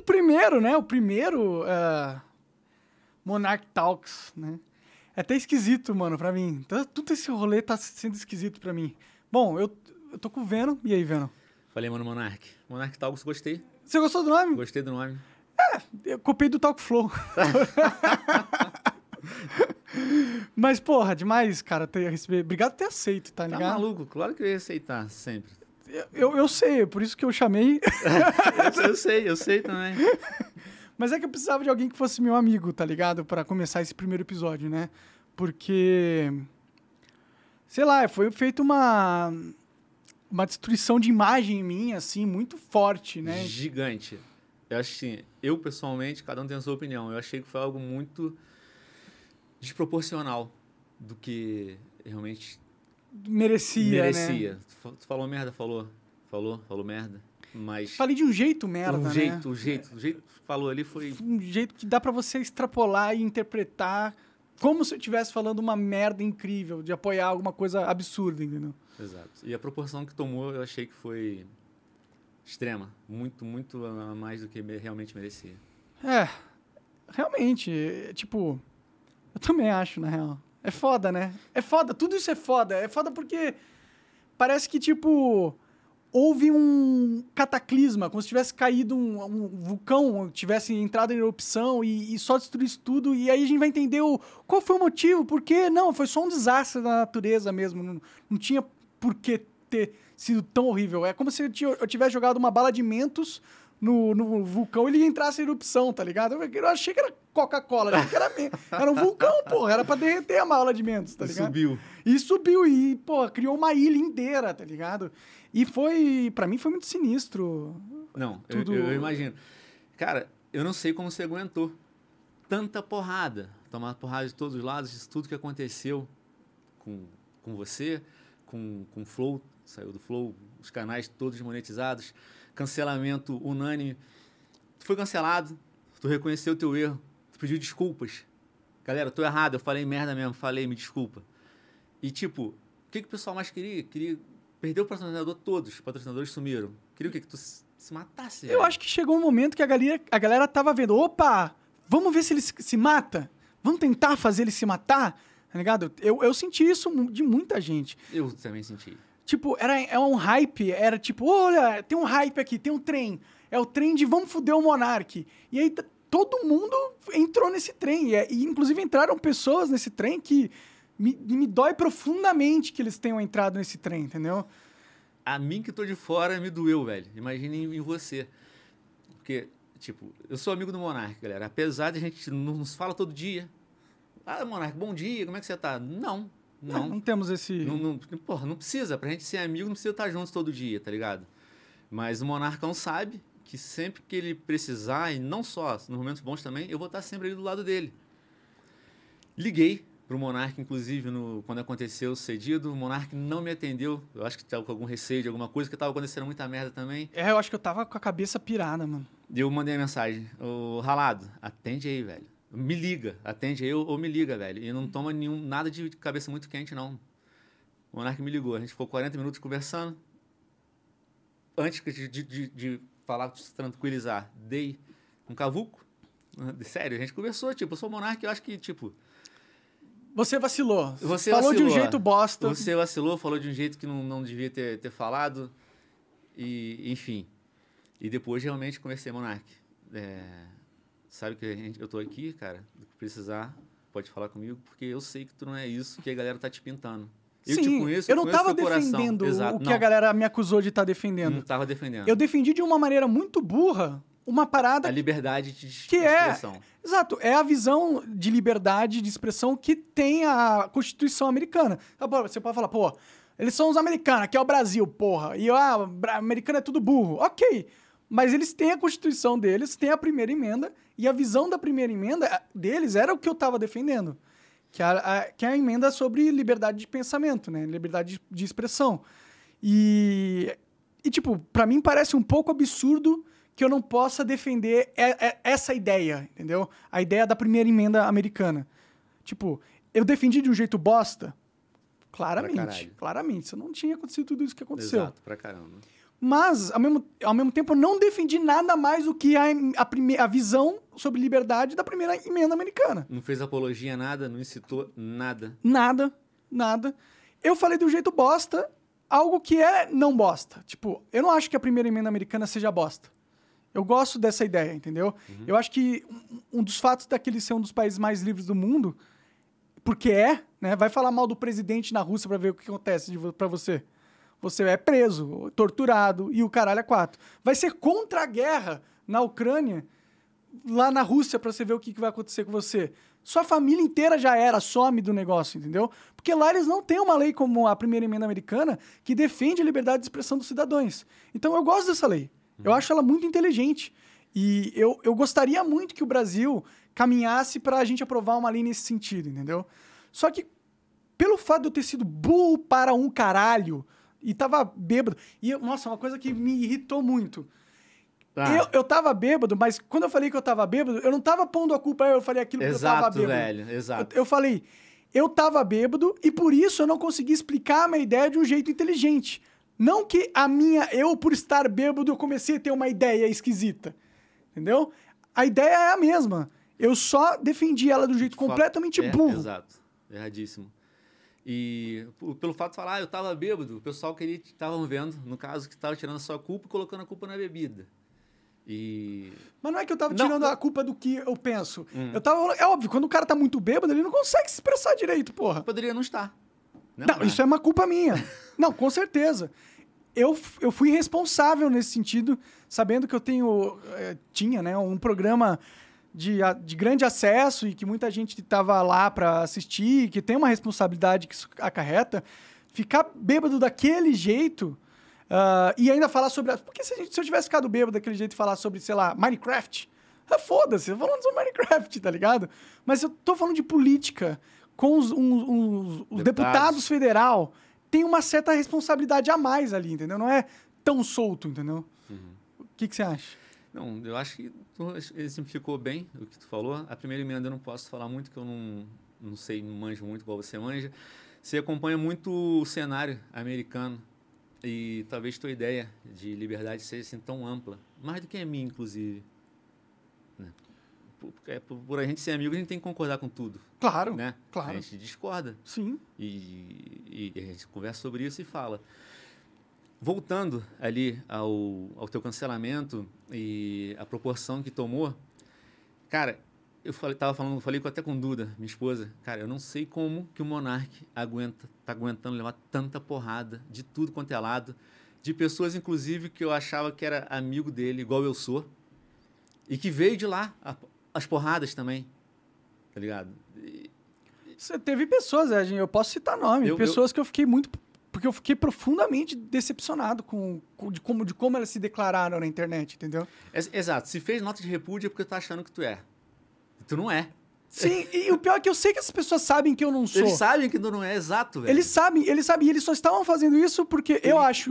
primeiro, né? O primeiro Monarch Talks, né? É até esquisito, mano, pra mim. Tudo esse rolê tá sendo esquisito pra mim. Bom, eu tô com o Venom. E aí, Venom? Falei, mano, Monark. Monark Talks, gostei. Você gostou do nome? Gostei do nome. Eu copiei do Talk Flow. Mas, porra, demais, cara, ter recebido. Obrigado por ter aceito, tá ligado? Tá maluco? Claro que eu ia aceitar, sempre. Eu sei, por isso que eu chamei. eu sei também. Mas é que eu precisava de alguém que fosse meu amigo, tá ligado? Pra começar esse primeiro episódio, né? Porque, sei lá, foi feita uma destruição de imagem em mim, assim, muito forte, né? Gigante. Eu acho que, eu pessoalmente, cada um tem a sua opinião. Eu achei que foi algo muito desproporcional do que realmente Merecia, né? Tu falou merda? Falou merda. Mas Falei de um jeito merda, o né? jeito que falou ali foi... Um jeito que dá pra você extrapolar e interpretar como se eu estivesse falando uma merda incrível, de apoiar alguma coisa absurda, entendeu? Exato. E a proporção que tomou, eu achei que foi extrema. Muito, muito a mais do que realmente merecia. Realmente, tipo, eu também acho, na real. É foda, né? É foda, tudo isso é foda. É foda porque parece que, tipo, houve um cataclisma, como se tivesse caído um vulcão, tivesse entrado em erupção e só destruísse tudo. E aí a gente vai entender qual foi o motivo, por quê. Não, foi só um desastre da natureza mesmo. Não tinha por que ter sido tão horrível. É como se eu tivesse jogado uma bala de Mentos no vulcão e ele entrasse em erupção, tá ligado? Eu achei que era Coca-Cola, achei que era um vulcão, porra. Era pra derreter a bala de Mentos, tá ligado? Subiu e, pô, criou uma ilha inteira, tá ligado? E pra mim foi muito sinistro. Não, eu imagino. Cara, eu não sei como você aguentou tanta porrada. Tomar porrada de todos os lados, de tudo que aconteceu com você, com o Flow, saiu do Flow, os canais todos monetizados, cancelamento unânime. Tu foi cancelado, tu reconheceu o teu erro, tu pediu desculpas. Galera, tô errado, eu falei merda mesmo, me desculpa. E tipo, o que o pessoal mais queria? Queria perder o patrocinador, todos os patrocinadores sumiram. Queria o quê? Que tu se matasse. Eu acho que chegou um momento que a galera tava vendo, opa, vamos ver se ele se mata? Vamos tentar fazer ele se matar? Tá ligado? Eu senti isso de muita gente. Eu também senti. Tipo, era um hype, era tipo, olha, tem um hype aqui, tem um trem. É o trem de vamos foder o Monark. E aí todo mundo entrou nesse trem. E inclusive entraram pessoas nesse trem que me dói profundamente que eles tenham entrado nesse trem, entendeu? A mim que tô de fora me doeu, velho. Imagine em você. Porque, tipo, eu sou amigo do Monark, galera. Apesar de a gente não nos fala todo dia. Ah, Monark, bom dia, como é que você tá? Não temos esse... Porra, não precisa. Pra gente ser amigo, não precisa estar juntos todo dia, tá ligado? Mas o Monarcão sabe que sempre que ele precisar, e não só, nos momentos bons também, eu vou estar sempre ali do lado dele. Liguei pro Monark, inclusive, quando aconteceu o cedido, o Monark não me atendeu. Eu acho que estava com algum receio de alguma coisa, que estava acontecendo muita merda também. Eu acho que eu tava com a cabeça pirada, mano. E eu mandei a mensagem, ô Ralado, atende aí, velho. Me liga, atende aí ou me liga, velho. E não toma nada de cabeça muito quente, não. O Monark me ligou, a gente ficou 40 minutos conversando. Antes de falar, se tranquilizar, dei um cavuco. Sério, a gente conversou, tipo, eu sou o Monark, eu acho que, tipo... Você vacilou. Falou de um jeito bosta. Você vacilou, falou de um jeito que não devia ter falado. E, enfim. E depois, realmente, conversei, Monark. Sabe que eu tô aqui, cara, do que precisar, pode falar comigo, porque eu sei que tu não é isso que a galera tá te pintando. Eu te conheço, eu não tava defendendo o que a galera me acusou de estar defendendo. Não tava defendendo. Eu defendi de uma maneira muito burra uma parada... A liberdade de expressão. Exato, é a visão de liberdade de expressão que tem a Constituição americana. Você pode falar, pô, eles são os americanos, aqui é o Brasil, porra, e americano é tudo burro. Ok, mas eles têm a Constituição deles, têm a primeira emenda, e a visão da primeira emenda deles era o que eu tava defendendo. Que é a emenda sobre liberdade de pensamento, né? Liberdade de expressão. E tipo, pra mim parece um pouco absurdo que eu não possa defender essa ideia, entendeu? A ideia da primeira emenda americana. Tipo, eu defendi de um jeito bosta? Claramente. Isso não tinha acontecido tudo isso que aconteceu. Exato, pra caramba. Mas, ao mesmo tempo, eu não defendi nada mais do que a visão sobre liberdade da primeira emenda americana. Não fez apologia a nada, não incitou nada. Nada. Eu falei do jeito bosta, algo que é não bosta. Tipo, eu não acho que a primeira emenda americana seja bosta. Eu gosto dessa ideia, entendeu? Eu acho que um dos fatos daquele ser um dos países mais livres do mundo, porque né? Vai falar mal do presidente na Rússia pra ver o que acontece pra você. Você é preso, torturado e o caralho é 4. Vai ser contra a guerra na Ucrânia, lá na Rússia, pra você ver o que vai acontecer com você. Sua família inteira já some do negócio, entendeu? Porque lá eles não têm uma lei como a primeira emenda americana que defende a liberdade de expressão dos cidadãos. Então eu gosto dessa lei. Eu acho ela muito inteligente. E eu gostaria muito que o Brasil caminhasse pra gente aprovar uma lei nesse sentido, entendeu? Só que, pelo fato de eu ter sido burro para um caralho e tava bêbado... E, nossa, uma coisa que me irritou muito. Eu tava bêbado, mas quando eu falei que eu tava bêbado, eu não tava pondo a culpa, eu falei aquilo porque eu tava bêbado. Velho, exato. Eu falei, eu tava bêbado e por isso eu não consegui explicar a minha ideia de um jeito inteligente. Não que eu, por estar bêbado, eu comecei a ter uma ideia esquisita. Entendeu? A ideia é a mesma. Eu só defendi ela de um jeito completamente burro. Exato. Erradíssimo. E pelo fato de falar, eu tava bêbado, o pessoal que estavam vendo, no caso, que tava tirando a sua culpa e colocando a culpa na bebida. Mas não é que eu tava tirando a culpa do que eu penso. É óbvio, quando o cara tá muito bêbado, ele não consegue se expressar direito, porra. Poderia não estar. Não, isso é uma culpa minha. Não, com certeza. Eu fui responsável nesse sentido, sabendo que eu tinha, né, um programa de grande acesso e que muita gente estava lá para assistir, que tem uma responsabilidade que isso acarreta. Ficar bêbado daquele jeito e ainda falar sobre... Porque se eu tivesse ficado bêbado daquele jeito e falar sobre, sei lá, Minecraft, foda-se, eu tô falando sobre Minecraft, tá ligado? Mas eu tô falando de política com os deputados federal, tem uma certa responsabilidade a mais ali, entendeu? Não é tão solto, entendeu? O que você acha? Não, eu acho que tu exemplificou bem o que tu falou. A primeira emenda eu não posso falar muito, que eu não sei, não manjo muito igual você manja. Você acompanha muito o cenário americano e talvez tua ideia de liberdade seja assim tão ampla, mais do que a minha, inclusive. Né? Por a gente ser amigo, a gente tem que concordar com tudo. Claro, né? claro. A gente discorda. Sim. E a gente conversa sobre isso e fala. Voltando ali ao teu cancelamento e a proporção que tomou, cara, falei até com Duda, minha esposa, cara, eu não sei como que o Monark tá aguentando levar tanta porrada de tudo quanto é lado, de pessoas, inclusive, que eu achava que era amigo dele, igual eu sou, e que veio de lá as porradas também, tá ligado? Você teve pessoas, eu posso citar nome, pessoas que eu fiquei muito... Porque eu fiquei profundamente decepcionado de como elas se declararam na internet, entendeu? Exato. Se fez nota de repúdio é porque tá achando que tu é. Tu não é. Sim, e o pior é que eu sei que as pessoas sabem que eu não sou. Eles sabem que tu não é, exato, velho. Eles sabem, e eles só estavam fazendo isso porque eu acho...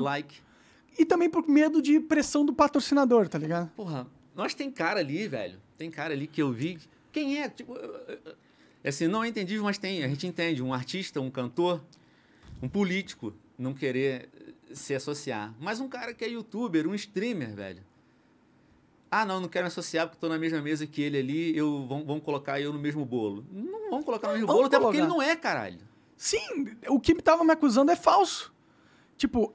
E também por medo de pressão do patrocinador, tá ligado? Porra, nós tem cara ali, velho. Tem cara ali que eu vi. Quem é? Tipo, assim, não é entendível, mas tem. A gente entende. Um artista, um cantor... Um político não querer se associar. Mas um cara que é youtuber, um streamer, velho. Ah, não quero me associar porque estou na mesma mesa que ele ali, vamos colocar eu no mesmo bolo. Não vamos colocar no mesmo bolo, até porque ele não é, caralho. Sim, o que tava me acusando é falso. Tipo,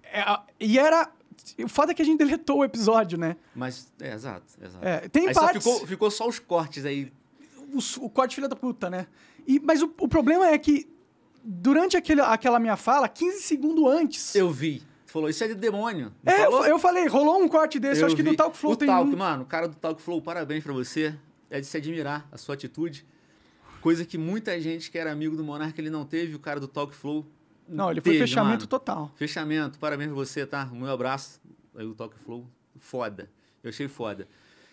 e era... O fato é que a gente deletou o episódio, né? Mas, exato. Tem aí partes... Só ficou só os cortes aí. O corte filha da puta, né? Mas o problema é que durante aquela minha fala, 15 segundos antes... Eu vi. Tu falou, isso é de demônio. Eu falei, rolou um corte desse, eu acho que no Talk Flow tem Mano, o cara do Talk Flow, parabéns pra você. É de se admirar a sua atitude. Coisa que muita gente que era amigo do Monark, ele não teve, o cara do Talk Flow não, ele foi fechamento, mano. Total. Fechamento, parabéns pra você, tá? O meu abraço. Aí o Talk Flow, foda. Eu achei foda.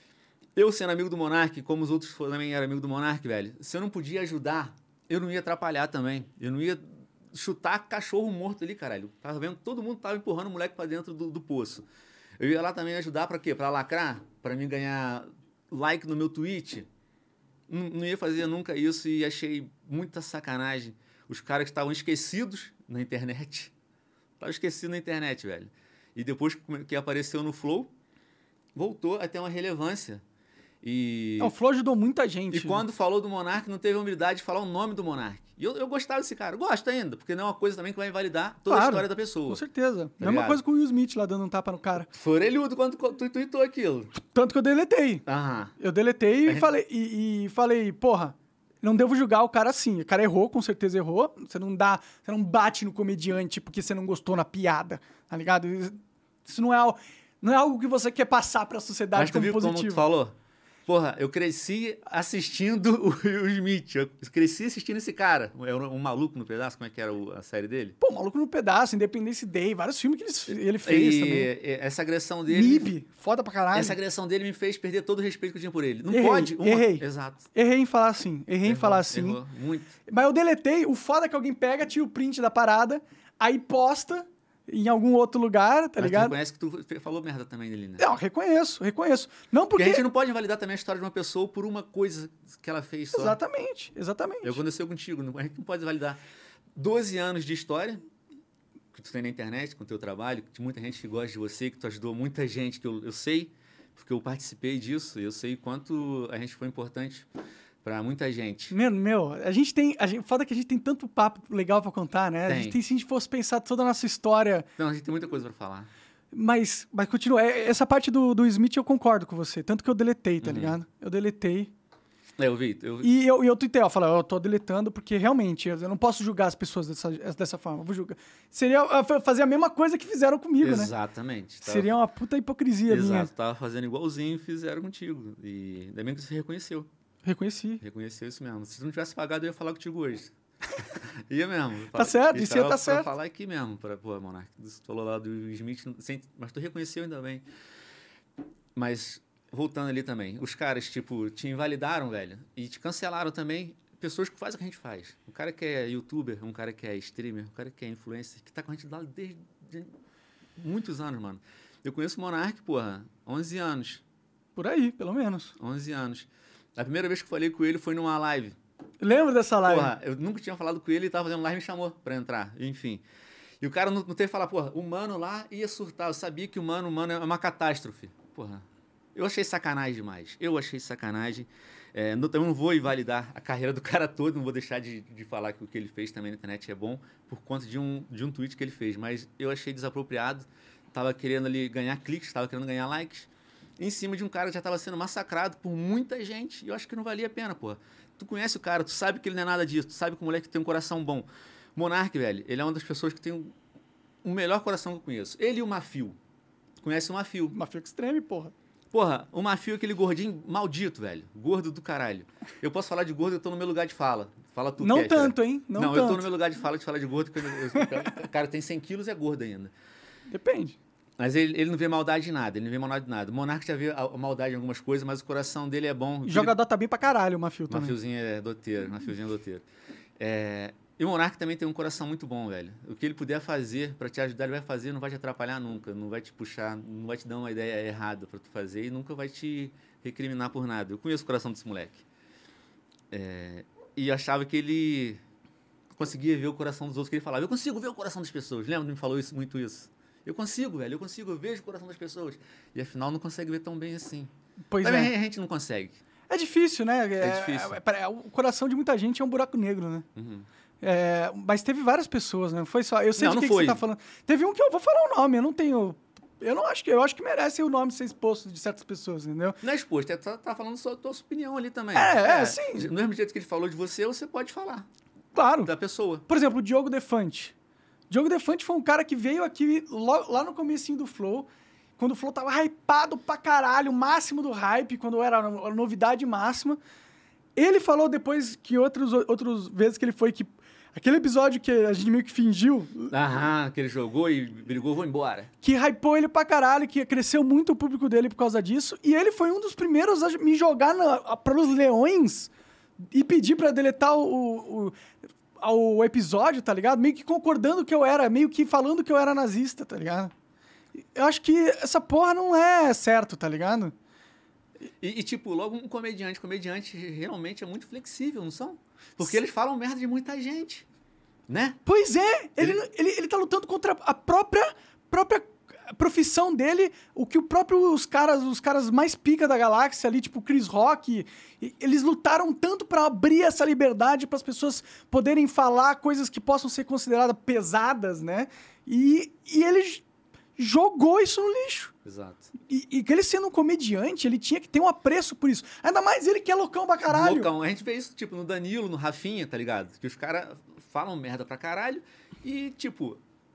Eu sendo amigo do Monark, como os outros também eram amigos do Monark, velho, se eu não podia ajudar... Eu não ia atrapalhar também. Eu não ia chutar cachorro morto ali, caralho. Tava vendo, todo mundo tava empurrando o moleque pra dentro do poço. Eu ia lá também ajudar pra quê? Pra lacrar? Pra mim ganhar like no meu tweet? Não ia fazer nunca isso e achei muita sacanagem. Os caras que estavam esquecidos na internet. Estavam esquecidos na internet, velho. E depois que apareceu no Flow, voltou a ter uma relevância. E O Flow ajudou muita gente. E quando falou do Monark, não teve a humildade de falar o nome do Monark. E eu gostava desse cara. Gosto ainda, porque não é uma coisa também que vai invalidar toda a história da pessoa. Com certeza. Tá Mesma ligado? coisa com o Will Smith lá dando um tapa no cara. Foi orelhudo quando tu tweetou aquilo. Tanto que eu deletei. Aham. Eu deletei e falei, porra, não devo julgar o cara assim. O cara errou, com certeza errou. Você não bate no comediante porque você não gostou na piada, tá ligado? Isso não é algo que você quer passar pra sociedade. Mas tu como viu positivo. como tu falou? Porra, eu cresci assistindo o Will Smith. Eu cresci assistindo esse cara. É um maluco no pedaço, como é que era a série dele? Pô, Maluco no Pedaço, Independence Day, vários filmes que ele fez também. Essa agressão dele... MIB, foda pra caralho. Essa agressão dele me fez perder todo o respeito que eu tinha por ele. Não Errei, pode... errei. Exato. Errei em falar assim. Errou muito. Mas eu deletei. O foda é que alguém pega, tira o print da parada, aí posta em algum outro lugar, tá Mas ligado? tu reconhece que tu falou merda também dele, né? Não, reconheço. Não Porque porque... a gente não pode invalidar também a história de uma pessoa por uma coisa que ela fez só. Exatamente. Aconteceu contigo. A gente não pode validar 12 anos de história que tu tem na internet, com o teu trabalho, que muita gente que gosta de você, que tu ajudou muita gente, que eu sei, porque eu participei disso, eu sei quanto a gente foi importante pra muita gente. Foda que a gente tem tanto papo legal pra contar, né? Tem. A gente tem, se a gente fosse pensar toda a nossa história... Não, a gente tem muita coisa pra falar. Mas continua. Essa parte do Smith eu concordo com você. Tanto que eu deletei, tá ligado? Eu deletei. Eu vi. E eu tuitei, eu tô deletando porque realmente eu não posso julgar as pessoas dessa forma. Eu vou julgar. Seria fazer a mesma coisa que fizeram comigo, né? Exatamente. Seria uma puta hipocrisia minha. Exato. Tava fazendo igualzinho e fizeram contigo. E ainda bem que você reconheceu. Reconheci. Reconheceu isso mesmo. Se tu não tivesse pagado, eu ia falar contigo hoje. Ia mesmo. Tá certo, isso ia tá certo. Pra falar aqui mesmo. Pô, Monark, tu falou lá do Smith, mas tu reconheceu ainda bem. Mas, voltando ali também, os caras, tipo, te invalidaram, velho, e te cancelaram também pessoas que fazem o que a gente faz. Um cara que é youtuber, um cara que é streamer, um cara que é influencer, que tá com a gente lá desde muitos anos, mano. Eu conheço o Monark, porra, 11 anos. Por aí, pelo menos. 11 anos. A primeira vez que eu falei com ele foi numa live. Lembro dessa live? Porra, eu nunca tinha falado com ele, ele tava fazendo live e me chamou pra entrar, enfim. E o cara não teve que falar, porra, o mano lá ia surtar, eu sabia que o mano é uma catástrofe. Porra, eu achei sacanagem demais, também não vou invalidar a carreira do cara todo, não vou deixar de falar que o que ele fez também na internet é bom, por conta de um tweet que ele fez, mas eu achei desapropriado, tava querendo ali ganhar cliques, tava querendo ganhar likes, em cima de um cara que já estava sendo massacrado por muita gente, e eu acho que não valia a pena, pô. Tu conhece o cara, tu sabe que ele não é nada disso, tu sabe que o moleque tem um coração bom. Monark, velho, ele é uma das pessoas que tem o melhor coração que eu conheço. Ele e o Mafio. Tu conhece o Mafio? Mafio Extreme, porra. Porra, o Mafio é aquele gordinho maldito, velho. Gordo do caralho. Eu posso falar de gordo, eu tô no meu lugar de fala. Fala tu, Não Kéfera. tanto, hein? Não, eu tô no meu lugar de fala de gordo, porque o cara tem 100 quilos e é gordo ainda. Depende. Mas ele não vê maldade em nada, ele não vê maldade em nada. O Monark já vê a maldade em algumas coisas, mas o coração dele é bom. Jogador tá bem pra caralho, o Mafio também. Mafiozinho é doteiro, Mafiozinho é doteiro. E o Monark também tem um coração muito bom, velho. O que ele puder fazer pra te ajudar, ele vai fazer, não vai te atrapalhar nunca, não vai te puxar, não vai te dar uma ideia errada pra tu fazer e nunca vai te recriminar por nada. Eu conheço o coração desse moleque. E eu achava que ele conseguia ver o coração dos outros, que ele falava, eu consigo ver o coração das pessoas. Lembra que ele me falou muito isso? Eu consigo, velho, eu vejo o coração das pessoas. E afinal não consegue ver tão bem assim. Pois também é. A gente não consegue. É difícil, né? Difícil. O coração de muita gente é um buraco negro, né? Uhum. Mas teve várias pessoas, né? Foi só. Eu sei Não, de não que foi. você tá falando. Teve um que eu vou falar o nome, eu não tenho. Eu acho que merece o nome ser exposto de certas pessoas, entendeu? Não é exposto, tá falando só a tua opinião ali também. Sim. Do mesmo jeito que ele falou de você pode falar. Claro. Da pessoa. Por exemplo, o Diogo Defante. Diogo Defante foi um cara que veio aqui lá no comecinho do Flow, quando o Flow tava hypado pra caralho, o máximo do hype, quando era a novidade máxima. Ele falou depois que outras vezes que ele foi que aquele episódio que a gente meio que fingiu. Que ele jogou e brigou, vou embora. Que hypou ele pra caralho, que cresceu muito o público dele por causa disso. E ele foi um dos primeiros a me jogar pros leões e pedir pra deletar o episódio, tá ligado? Meio que concordando que eu era, meio que falando que eu era nazista, tá ligado? Eu acho que essa porra não é certo, tá ligado? E tipo, logo um comediante realmente é muito flexível, não são? Porque eles falam merda de muita gente, né? Pois é! Ele tá lutando contra a própria a profissão dele, o que os caras mais pica da galáxia ali, tipo o Chris Rock, eles lutaram tanto para abrir essa liberdade para as pessoas poderem falar coisas que possam ser consideradas pesadas, né? E ele jogou isso no lixo. Exato. E que ele sendo um comediante, ele tinha que ter um apreço por isso. Ainda mais ele que é loucão pra caralho. Loucão. A gente vê isso, tipo, no Danilo, no Rafinha, tá ligado? Que os caras falam merda pra caralho e, tipo,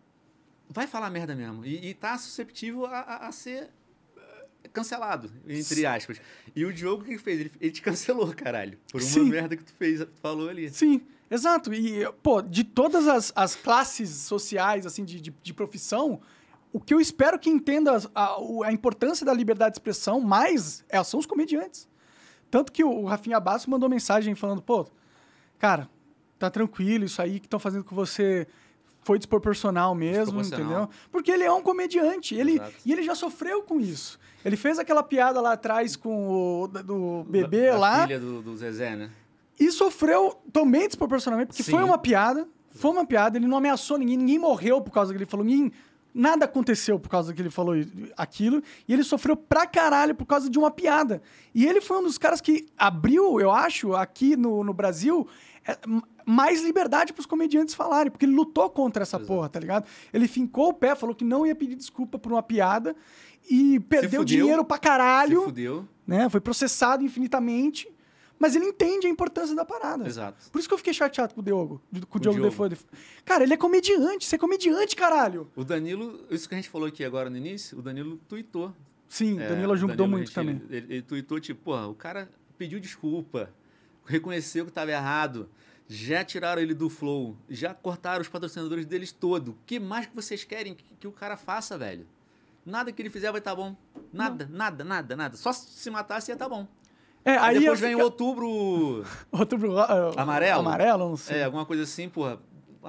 vai falar merda mesmo. E tá susceptível a ser cancelado, entre aspas. E o Diogo, o que ele fez? Ele te cancelou, caralho. Por uma merda que tu falou ali. Sim, exato. E, pô, de todas as classes sociais, assim, de profissão, o que eu espero que entenda a importância da liberdade de expressão mais são os comediantes. Tanto que o Rafinha Bastos mandou mensagem falando, pô, cara, tá tranquilo, isso aí que estão fazendo com você foi desproporcional mesmo, entendeu? Porque ele é um comediante, e ele já sofreu com isso. Ele fez aquela piada lá atrás com do bebê lá. Filha do Zezé, né? E sofreu também desproporcionalmente, porque foi uma piada, ele não ameaçou ninguém morreu por causa do que ele falou, nada aconteceu por causa que ele falou aquilo, e ele sofreu pra caralho por causa de uma piada. E ele foi um dos caras que abriu, eu acho, aqui no Brasil, mais liberdade pros comediantes falarem, porque ele lutou contra essa porra, tá ligado? Ele fincou o pé, falou que não ia pedir desculpa por uma piada, e perdeu dinheiro pra caralho. Se fudeu. Né? Foi processado infinitamente. Mas ele entende a importância da parada. Exato. Por isso que eu fiquei chateado com o Diogo. Com o Diogo Defoe. Cara, ele é comediante. Você é comediante, caralho. O Danilo, isso que a gente falou aqui agora no início, o Danilo tuitou. Sim, o Danilo ajudou muito também. Ele tuitou, tipo, porra, o cara pediu desculpa, reconheceu que estava errado, já tiraram ele do Flow, já cortaram os patrocinadores deles todo. O que mais que vocês querem que o cara faça, velho? Nada que ele fizer vai estar bom. Nada. Só se matasse ia estar bom. Aí depois vem outubro... Outubro... amarelo? Amarelo, não sei. Alguma coisa assim, porra.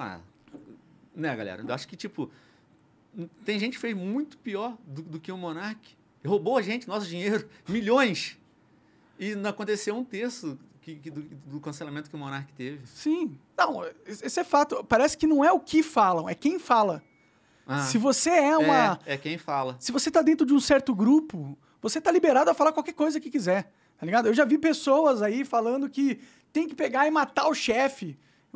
Né, galera? Eu acho que, tipo... Tem gente que fez muito pior do que o Monark. Roubou a gente, nosso dinheiro, milhões. E não aconteceu um terço do cancelamento que o Monark teve. Sim. Não, esse é fato. Parece que não é o que falam, é quem fala. Se você É quem fala. Se você tá dentro de um certo grupo, você tá liberado a falar qualquer coisa que quiser. Tá ligado? Eu já vi pessoas aí falando que tem que pegar e matar o chefe.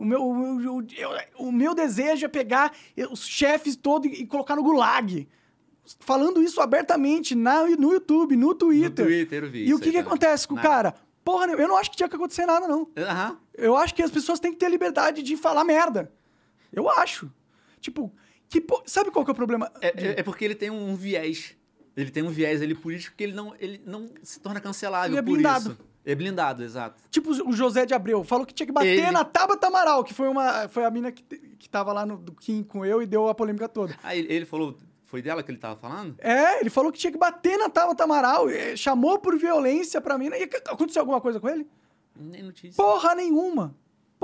O meu desejo é pegar os chefes todos e colocar no gulag. Falando isso abertamente no YouTube, no Twitter. No Twitter eu vi E o que acontece com o cara? Porra, eu não acho que tinha que acontecer nada, não. Eu acho que as pessoas têm que ter liberdade de falar merda. Eu acho. Tipo, sabe qual que é o problema? É porque ele tem um viés. Ele tem um viés ali político que ele não se torna cancelável. Ele é blindado. Por isso. É blindado, exato. Tipo o José de Abreu, falou que tinha que bater na Tabata Amaral, que foi a mina que tava lá do Kim com eu e deu a polêmica toda. Ele falou, foi dela que ele tava falando? Ele falou que tinha que bater na Tabata Amaral, chamou por violência pra mina. E aconteceu alguma coisa com ele? Nem notícia. Porra nenhuma.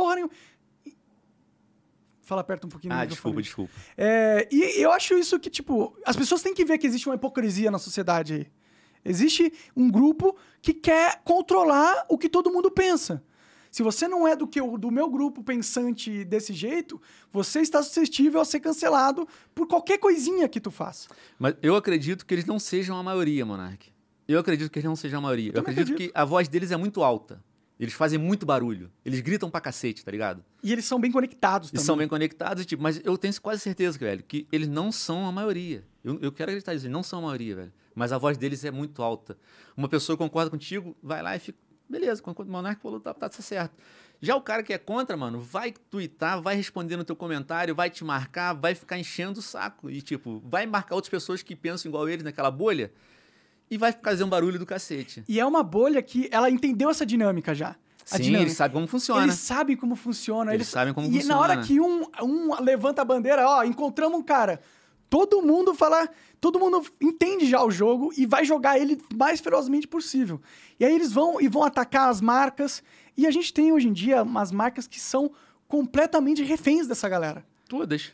Fala perto um pouquinho. Desculpa. E eu acho isso que, tipo, as pessoas têm que ver que existe uma hipocrisia na sociedade aí. Existe um grupo que quer controlar o que todo mundo pensa. Se você não é do meu grupo pensante desse jeito, você está suscetível a ser cancelado por qualquer coisinha que tu faça. Mas eu acredito que eles não sejam a maioria, Monark. Eu acredito que eles não sejam a maioria. Eu acredito que a voz deles é muito alta. Eles fazem muito barulho. Eles gritam pra cacete, tá ligado? E eles são bem conectados também. Eles são bem conectados, tipo, mas eu tenho quase certeza, velho, que eles não são a maioria. Eu quero acreditar nisso, eles não são a maioria, velho. Mas a voz deles é muito alta. Uma pessoa que concorda contigo, vai lá e fica... Beleza, quando o Monark falou, tá certo. Já o cara que é contra, mano, vai twittar, vai responder no teu comentário, vai te marcar, vai ficar enchendo o saco. E, tipo, vai marcar outras pessoas que pensam igual eles naquela bolha e vai fazer um barulho do cacete. E é uma bolha que ela entendeu essa dinâmica já. Sim, eles sabem como funciona. Eles sabem como funciona. Eles sabem como funciona. E na hora que um levanta a bandeira, encontramos um cara. Todo mundo entende já o jogo e vai jogar ele mais ferozmente possível. E aí eles vão atacar as marcas. E a gente tem hoje em dia umas marcas que são completamente reféns dessa galera. Todas.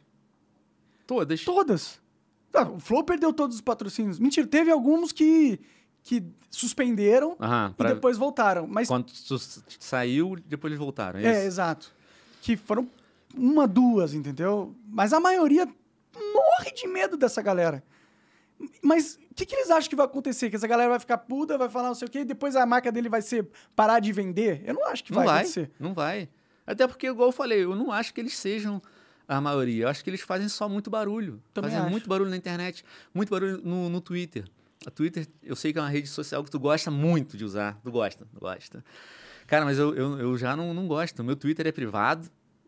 O Flow perdeu todos os patrocínios. Mentira, teve alguns que suspenderam e depois voltaram. Mas quando saiu, depois eles voltaram. Exato. Que foram 1, 2, entendeu? Mas a maioria morre de medo dessa galera. Mas o que eles acham que vai acontecer? Que essa galera vai ficar puta, vai falar não sei o quê, e depois a marca dele vai ser parar de vender? Eu não acho que vai acontecer. Não vai. Até porque, igual eu falei, eu não acho que eles sejam a maioria. Eu acho que eles fazem só muito barulho. Também fazem acho. muito barulho na internet, muito barulho no Twitter. A Twitter, eu sei que é uma rede social que tu gosta muito de usar. Tu gosta. Cara, mas eu já não gosto. O meu Twitter é privado.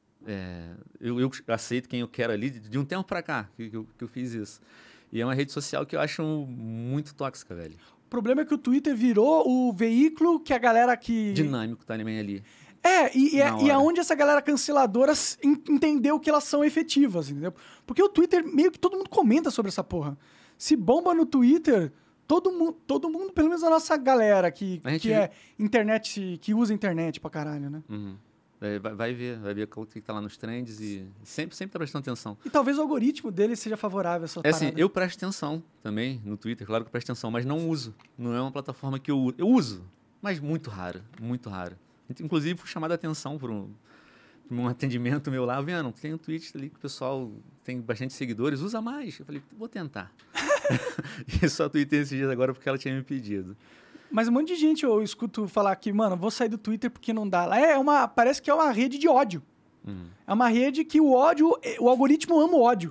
Eu aceito quem eu quero ali. De um tempo pra cá que eu fiz isso. E é uma rede social que eu acho muito tóxica, velho. O problema é que o Twitter virou o veículo que a galera que... Dinâmico tá também ali. E é onde essa galera canceladora entendeu que elas são efetivas, entendeu? Porque o Twitter, meio que todo mundo comenta sobre essa porra. Se bomba no Twitter, todo mundo, pelo menos a nossa galera que é internet, que usa internet pra caralho, né? Uhum. Vai ver o que tá lá nos trends e sempre tá prestando atenção. E talvez o algoritmo dele seja favorável a essa parada. Assim, eu presto atenção também no Twitter, claro que eu presto atenção, mas não uso. Não é uma plataforma que eu uso. Eu uso, mas muito raro, muito raro. Inclusive, fui chamado a atenção por um atendimento meu lá, vendo, tem um Twitch ali que o pessoal tem bastante seguidores, usa mais. Eu falei, vou tentar. E só tuitei esses dias agora porque ela tinha me pedido. Mas um monte de gente eu escuto falar que, mano, vou sair do Twitter porque não dá. Parece que é uma rede de ódio. É uma rede que o algoritmo ama o ódio.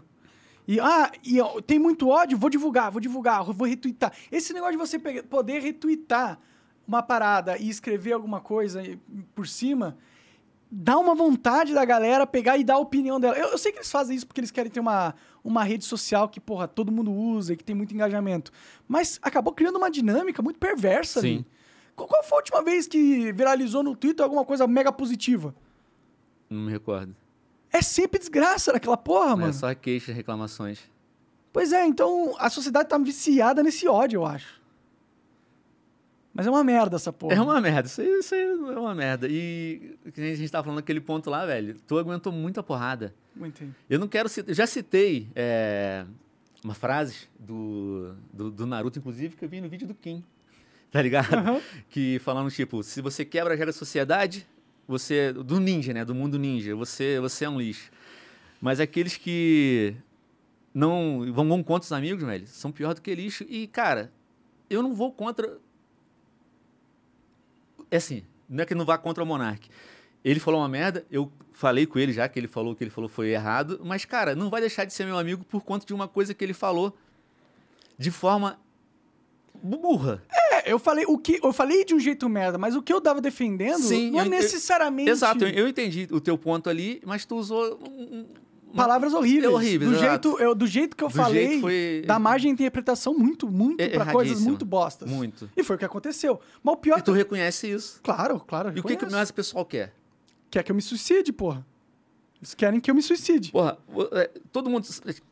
Tem muito ódio, vou divulgar, vou retweetar. Esse negócio de você poder retweetar uma parada e escrever alguma coisa por cima, dá uma vontade da galera pegar e dar a opinião dela. Eu sei que eles fazem isso porque eles querem ter uma rede social que, porra, todo mundo usa e que tem muito engajamento. Mas acabou criando uma dinâmica muito perversa ali. Qual foi a última vez que viralizou no Twitter alguma coisa mega positiva? Não me recordo. É sempre desgraça naquela porra, mano. É só queixa, reclamações. Pois é, então a sociedade tá viciada nesse ódio, eu acho. Mas é uma merda essa porra. É uma merda, isso aí é uma merda. E que a gente tava falando naquele ponto lá, velho, tu aguentou muita porrada. Muito. Eu não quero citar, já citei uma frase do Naruto, inclusive, que eu vi no vídeo do Kim, tá ligado? Uhum. Que falando, tipo, se você quebra a regra da sociedade, do ninja, né, do mundo ninja, você é um lixo. Mas aqueles que não vão contra os amigos, velho, são pior do que lixo. E, cara, eu não vou contra... É assim, não é que não vá contra o Monark. Ele falou uma merda, eu falei com ele já que ele falou foi errado, mas, cara, não vai deixar de ser meu amigo por conta de uma coisa que ele falou de forma burra. Eu falei de um jeito merda, mas o que eu tava defendendo não é necessariamente... Exato, eu entendi o teu ponto ali, mas tu usou... Palavras horríveis. Do jeito que eu falei, da margem de interpretação muito pra coisas muito bostas. Muito. E foi o que aconteceu. Mas o pior... E tu reconhece isso. Claro. E o que mais o pessoal quer? Quer que eu me suicide, porra. Eles querem que eu me suicide. Porra, todo mundo...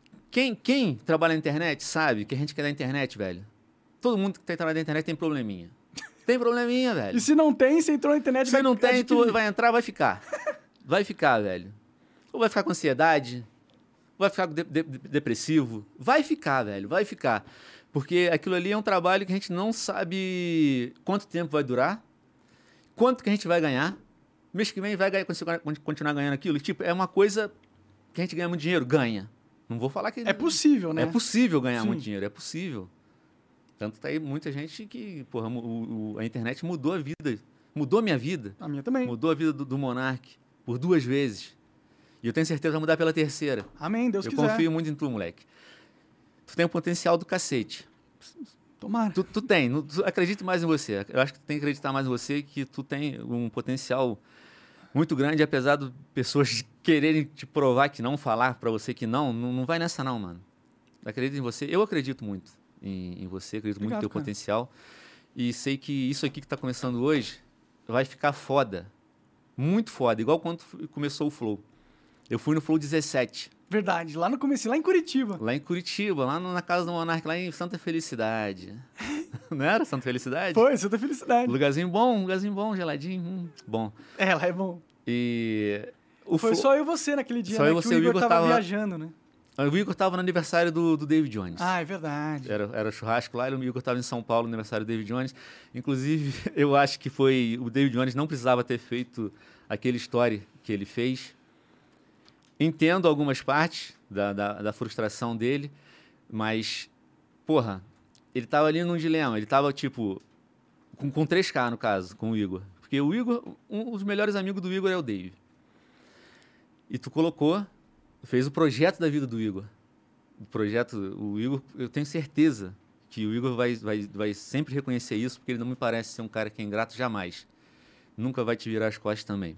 Quem trabalha na internet sabe que a gente quer da internet, velho. Todo mundo que trabalha na internet tem probleminha. Tem probleminha, velho. E se não tem, você entrou na internet... Se não tem, tu vai entrar, vai ficar. Vai ficar, velho. Ou vai ficar com ansiedade, vai ficar depressivo. Vai ficar, velho, vai ficar. Porque aquilo ali é um trabalho que a gente não sabe quanto tempo vai durar, quanto que a gente vai ganhar. Mês que vem vai continuar ganhando aquilo. Tipo, é uma coisa que a gente ganha muito dinheiro. Ganha. Não vou falar que... É possível, né? É possível ganhar muito dinheiro, é possível. Tanto tá aí muita gente que, porra, a internet mudou a vida. Mudou a minha vida. A minha também. Mudou a vida do Monark por 2 vezes. E eu tenho certeza que vai mudar pela 3ª. Amém, Deus quiser. Eu confio muito em tu, moleque. Tu tem um potencial do cacete. Tomara. Tu tem. Acredito mais em você. Eu acho que tu tem que acreditar mais em você, que tu tem um potencial muito grande, apesar de pessoas quererem te provar que não, falar pra você que não vai nessa não, mano. Acredito em você. Eu acredito muito em você, acredito muito no teu potencial. E sei que isso aqui que tá começando hoje vai ficar foda. Muito foda. Igual quando começou o Flow. Eu fui no Flow 17. Verdade, lá no começo, lá em Curitiba. Lá em Curitiba, lá na casa do Monark, lá em Santa Felicidade. Não era Santa Felicidade? Foi, Santa Felicidade. Lugarzinho bom, geladinho, bom. É, lá é bom. E... Foi só eu e você naquele dia, só né? Eu, que o Igor tava viajando, né? O Igor tava no aniversário do David Jones. Ah, é verdade. Era churrasco lá, e o Igor tava em São Paulo no aniversário do David Jones. Inclusive, eu acho que foi... O David Jones não precisava ter feito aquele story que ele fez. Entendo algumas partes da frustração dele, mas porra, ele tava ali num dilema. Ele tava, tipo, com 3K, no caso, com o Igor. Porque o Igor, um dos melhores amigos do Igor é o Dave. E tu fez o projeto da vida do Igor. O Igor, eu tenho certeza que o Igor vai sempre reconhecer isso, porque ele não me parece ser um cara que é ingrato jamais. Nunca vai te virar as costas também.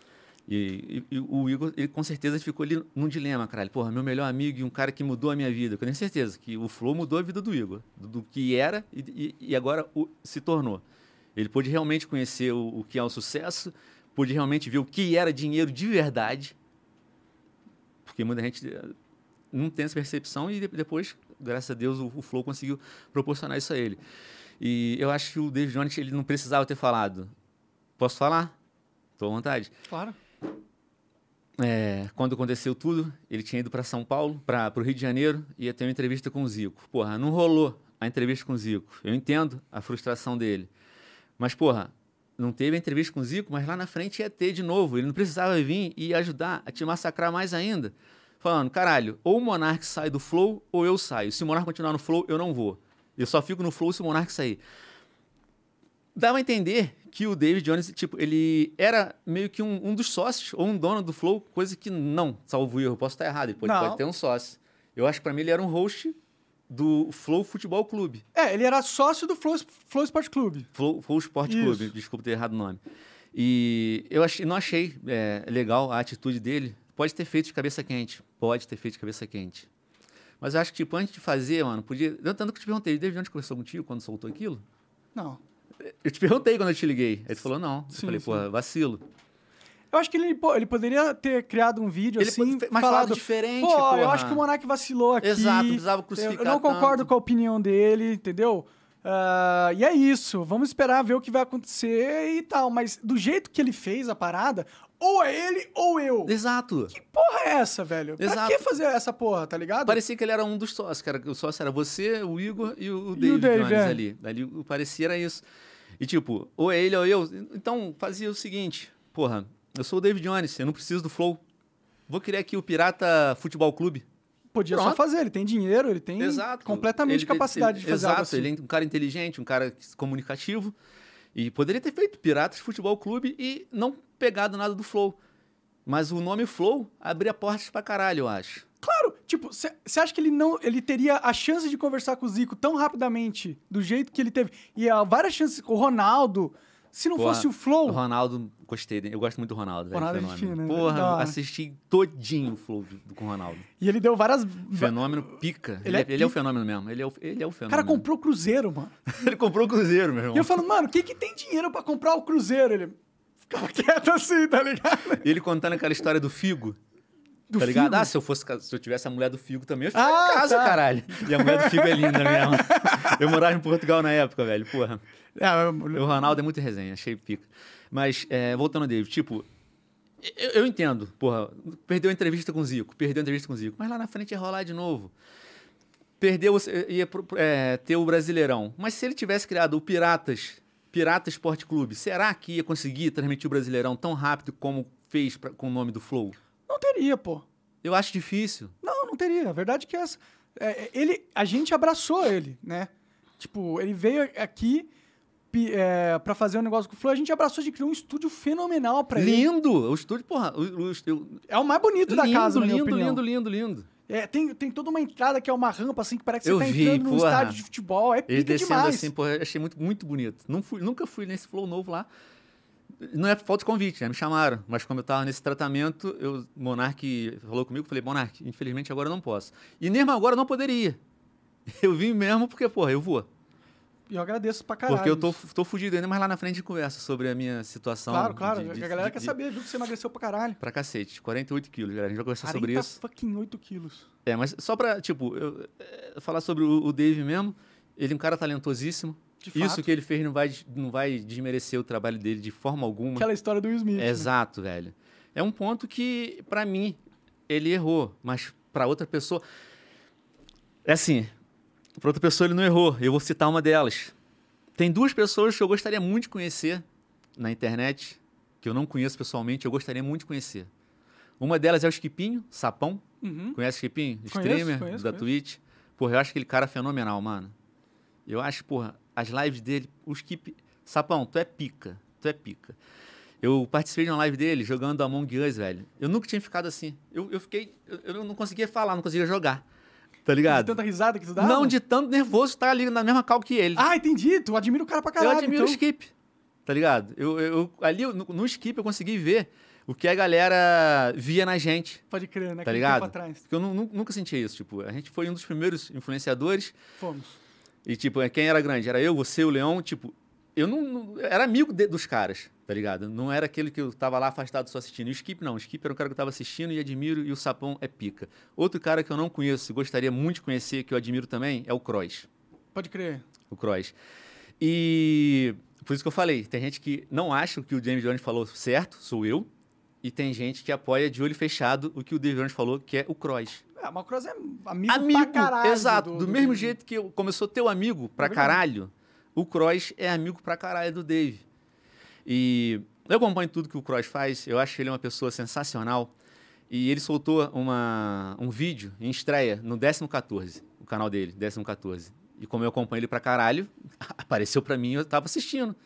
E o Igor, ele com certeza ficou ali num dilema, caralho. Porra, meu melhor amigo e um cara que mudou a minha vida. Eu tenho certeza que o Flow mudou a vida do Igor. Do que era e agora se tornou. Ele pôde realmente conhecer o que é o sucesso, pôde realmente ver o que era dinheiro de verdade. Porque muita gente não tem essa percepção e depois, graças a Deus, o Flow conseguiu proporcionar isso a ele. E eu acho que o David Jones, ele não precisava ter falado. Posso falar? Estou à vontade. Claro. Quando aconteceu tudo, ele tinha ido para São Paulo, para o Rio de Janeiro, e ia ter uma entrevista com o Zico. Porra, não rolou a entrevista com o Zico. Eu entendo a frustração dele. Mas, porra, não teve a entrevista com o Zico, mas lá na frente ia ter de novo. Ele não precisava vir e ajudar a te massacrar mais ainda. Falando, caralho, ou o Monark sai do Flow ou eu saio. Se o Monark continuar no Flow, eu não vou. Eu só fico no Flow se o Monark sair. Dava a entender que o David Jones, tipo, ele era meio que um dos sócios ou um dono do Flow, coisa que não, salvo erro, eu posso estar errado, ele pode ter um sócio. Eu acho que pra mim ele era um host do Flow Futebol Clube. Ele era sócio do Flow Sport Clube. Flow Sport Clube, desculpa ter errado o nome. E eu não achei legal a atitude dele. Pode ter feito de cabeça quente. Mas eu acho que, tipo, antes de fazer, mano, podia... Tanto que eu te perguntei, David Jones conversou contigo quando soltou aquilo? Não. Eu te perguntei quando eu te liguei. Aí tu falou não. Eu falei, pô, vacilo. Eu acho que ele poderia ter criado um vídeo assim, mas falado diferente, pô, eu acho que o Monark vacilou aqui. Exato, precisava crucificar Eu não concordo com a opinião dele, entendeu? E é isso, vamos esperar ver o que vai acontecer e tal. Mas do jeito que ele fez a parada, ou é ele ou eu. Exato. Que porra é essa, velho? Exato. Pra que fazer essa porra, tá ligado? Parecia que ele era um dos sócios, o sócio era você, o Igor e o David Jones ali. Ali parecia era isso. E tipo, ou é ele ou eu. Então fazia o seguinte, porra, eu sou o David Jones, eu não preciso do Flow. Vou criar aqui o Pirata Futebol Clube. Podia só fazer, ele tem dinheiro, ele tem completamente capacidade de fazer algo assim. Ele é um cara inteligente, um cara comunicativo. E poderia ter feito Piratas Futebol Clube e não pegado nada do Flow. Mas o nome Flow abria portas pra caralho, eu acho. Claro, tipo, você acha que ele teria a chance de conversar com o Zico tão rapidamente, do jeito que ele teve? E há várias chances, o Ronaldo, se não fosse o Flow... O Ronaldo, gostei dele. Eu gosto muito do Ronaldo, velho. Ronaldo é fino, né? Porra, assisti todinho o Flow com o Ronaldo. E ele deu várias... Fenômeno pica. Ele é o fenômeno mesmo. Ele é o fenômeno. O cara comprou o Cruzeiro, mano. Ele comprou o Cruzeiro, meu irmão. E eu falo, mano, quem que tem dinheiro pra comprar o Cruzeiro? Ele ficava quieto assim, tá ligado? E ele contando aquela história do Figo. Tá ligado? Ah, se eu tivesse a mulher do Figo também, eu ficava em casa, caralho. E a mulher do Figo é linda mesmo. Eu morava em Portugal na época, velho. Porra. O Ronaldo é muito resenha, achei pica. Mas, voltando a David, tipo, eu entendo, porra, perdeu a entrevista com o Zico, mas lá na frente ia rolar de novo. Perdeu, ia ter o Brasileirão. Mas se ele tivesse criado o Pirata Sport Clube, será que ia conseguir transmitir o Brasileirão tão rápido como fez com o nome do Flow? Não teria, pô. Eu acho difícil. Não teria. A verdade é que a gente abraçou ele, né? Tipo, ele veio aqui pra fazer um negócio com o Flow, a gente abraçou, de criar um estúdio fenomenal pra ele. Lindo! O estúdio, porra... é o mais bonito da casa, na minha opinião. Lindo. Tem toda uma entrada que é uma rampa, assim, que parece que você tá entrando num estádio de futebol. É pica demais. Assim, porra, achei muito, muito bonito. Nunca fui nesse Flow novo lá. Não é falta de convite, né? Me chamaram. Mas como eu tava nesse tratamento, o Monark falou comigo, falei, Monark, infelizmente agora eu não posso. E mesmo agora eu não poderia. Eu vim mesmo porque, porra, eu vou. E eu agradeço pra caralho. Porque eu tô fudido ainda, mas lá na frente de conversa sobre a minha situação. Claro. A galera quer saber, viu, que você emagreceu pra caralho. Pra cacete, 48 quilos, galera. A gente vai conversar sobre isso. 48 quilos. Mas só pra, tipo, falar sobre o Dave mesmo. Ele é um cara talentosíssimo. Isso que ele fez não vai desmerecer o trabalho dele de forma alguma. Aquela história do Will Smith. Exato, né? Velho. É um ponto que, pra mim, ele errou. Mas pra outra pessoa... É assim... Para outra pessoa ele não errou. Eu vou citar uma delas. Tem duas pessoas que eu gostaria muito de conhecer na internet, que eu não conheço pessoalmente, eu gostaria muito de conhecer. Uma delas é o Skipinho, Sapão. Conhece o Skipinho? Streamer da Twitch. Porra, eu acho aquele cara fenomenal, mano. Eu acho, porra, as lives dele, o Skip... Sapão, tu é pica. Tu é pica. Eu participei de uma live dele jogando Among Us, velho. Eu nunca tinha ficado assim. Eu fiquei... Eu não conseguia falar, não conseguia jogar. Tá ligado? De tanta risada que tu dava? Não, de tanto nervoso estar ali na mesma cal que ele. Ah, entendi. Tu admira o cara pra caralho. Eu admiro então. o Skip, tá ligado? Ali no Skip eu consegui ver o que a galera via na gente. Pode crer, né? Tá Aquele ligado? tempo atrás. Porque eu nunca sentia isso. Tipo, a gente foi um dos primeiros influenciadores. Fomos. E, tipo, quem era grande? Era eu, você, o Leão. Tipo, eu não era amigo dos caras, tá ligado? Não era aquele que eu tava lá afastado só assistindo. E o Skip, não. O Skip era um cara que eu tava assistindo e admiro. E o Sapão é pica. Outro cara que eu não conheço e gostaria muito de conhecer, que eu admiro também, é o Krois. Pode crer. O Krois. E por isso que eu falei, tem gente que não acha o que o James Jones falou certo, sou eu, e tem gente que apoia de olho fechado o que o David Jones falou, que é o Krois. O Krois é amigo pra caralho. Exato. Do mesmo jeito que eu começou teu amigo pra caralho, o Krois é amigo pra caralho do Dave. E eu acompanho tudo que o Krois faz, eu acho que ele é uma pessoa sensacional. E ele soltou um vídeo em estreia no 14º, o canal dele, 14º. E como eu acompanho ele pra caralho, apareceu pra mim e eu tava assistindo.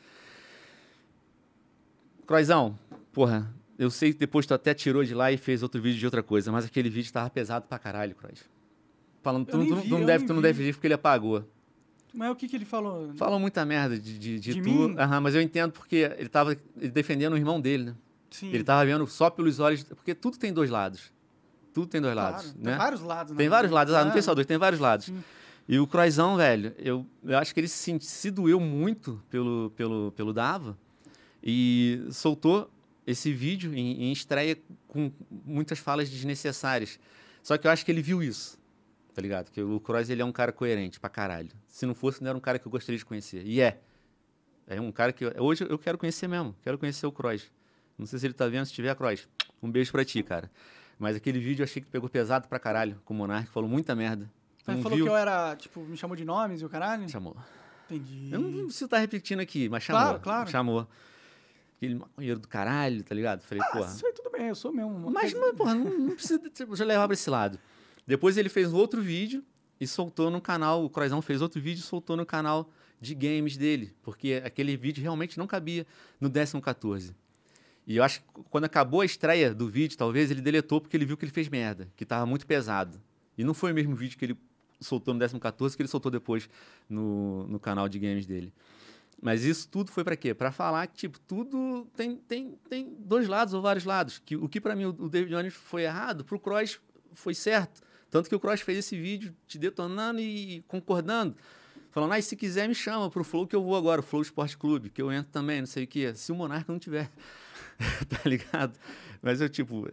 Kroisão, porra, eu sei que depois tu até tirou de lá e fez outro vídeo de outra coisa, mas aquele vídeo tava pesado pra caralho, Krois. Falando, tu não deve ver porque ele apagou. Mas o que ele falou? Falou muita merda de tu. Mim? Mas eu entendo porque ele tava defendendo o irmão dele, né? Sim. Ele tava vendo só pelos olhos, porque tudo tem dois lados. Tudo tem dois Claro, lados, tem né? vários lados. Tem vários lados, não tem só dois, tem vários lados. Sim. E o Kroisão, velho, eu acho que ele se doeu muito pelo Dava e soltou esse vídeo em estreia com muitas falas desnecessárias. Só que eu acho que ele viu isso, tá ligado? Porque o Krois, ele é um cara coerente pra caralho. Se não fosse, não era um cara que eu gostaria de conhecer. E é. É um cara que... hoje eu quero conhecer mesmo. Quero conhecer o Krois. Não sei se ele tá vendo, se tiver, Krois. Um beijo pra ti, cara. Mas aquele vídeo eu achei que pegou pesado pra caralho com o Monark. Falou muita merda. Ele falou que eu era, tipo, me chamou de nomes e o caralho? Chamou. Entendi. Eu não preciso estar repetindo aqui, mas chamou. Claro. Chamou. Aquele maconheiro do caralho, tá ligado? Falei, porra. Isso aí tudo bem, eu sou mesmo. Mas, porra, não precisa já levar pra esse lado. Depois ele fez outro vídeo e soltou no canal. O Kroisão fez outro vídeo e soltou no canal de games dele. Porque aquele vídeo realmente não cabia no 14º. E eu acho que quando acabou a estreia do vídeo, talvez, ele deletou porque ele viu que ele fez merda, que tava muito pesado. E não foi o mesmo vídeo que ele soltou no 14º que ele soltou depois no canal de games dele. Mas isso tudo foi pra quê? Pra falar que, tipo, tudo tem dois lados ou vários lados. Que, o que pra mim o David Jones foi errado, pro Krois foi certo. Tanto que o Krois fez esse vídeo te detonando e concordando. Falando, e se quiser me chama pro Flow que eu vou agora, o Flow Esporte Clube, que eu entro também, não sei o quê. Se o Monarca não tiver, tá ligado? Mas eu, tipo,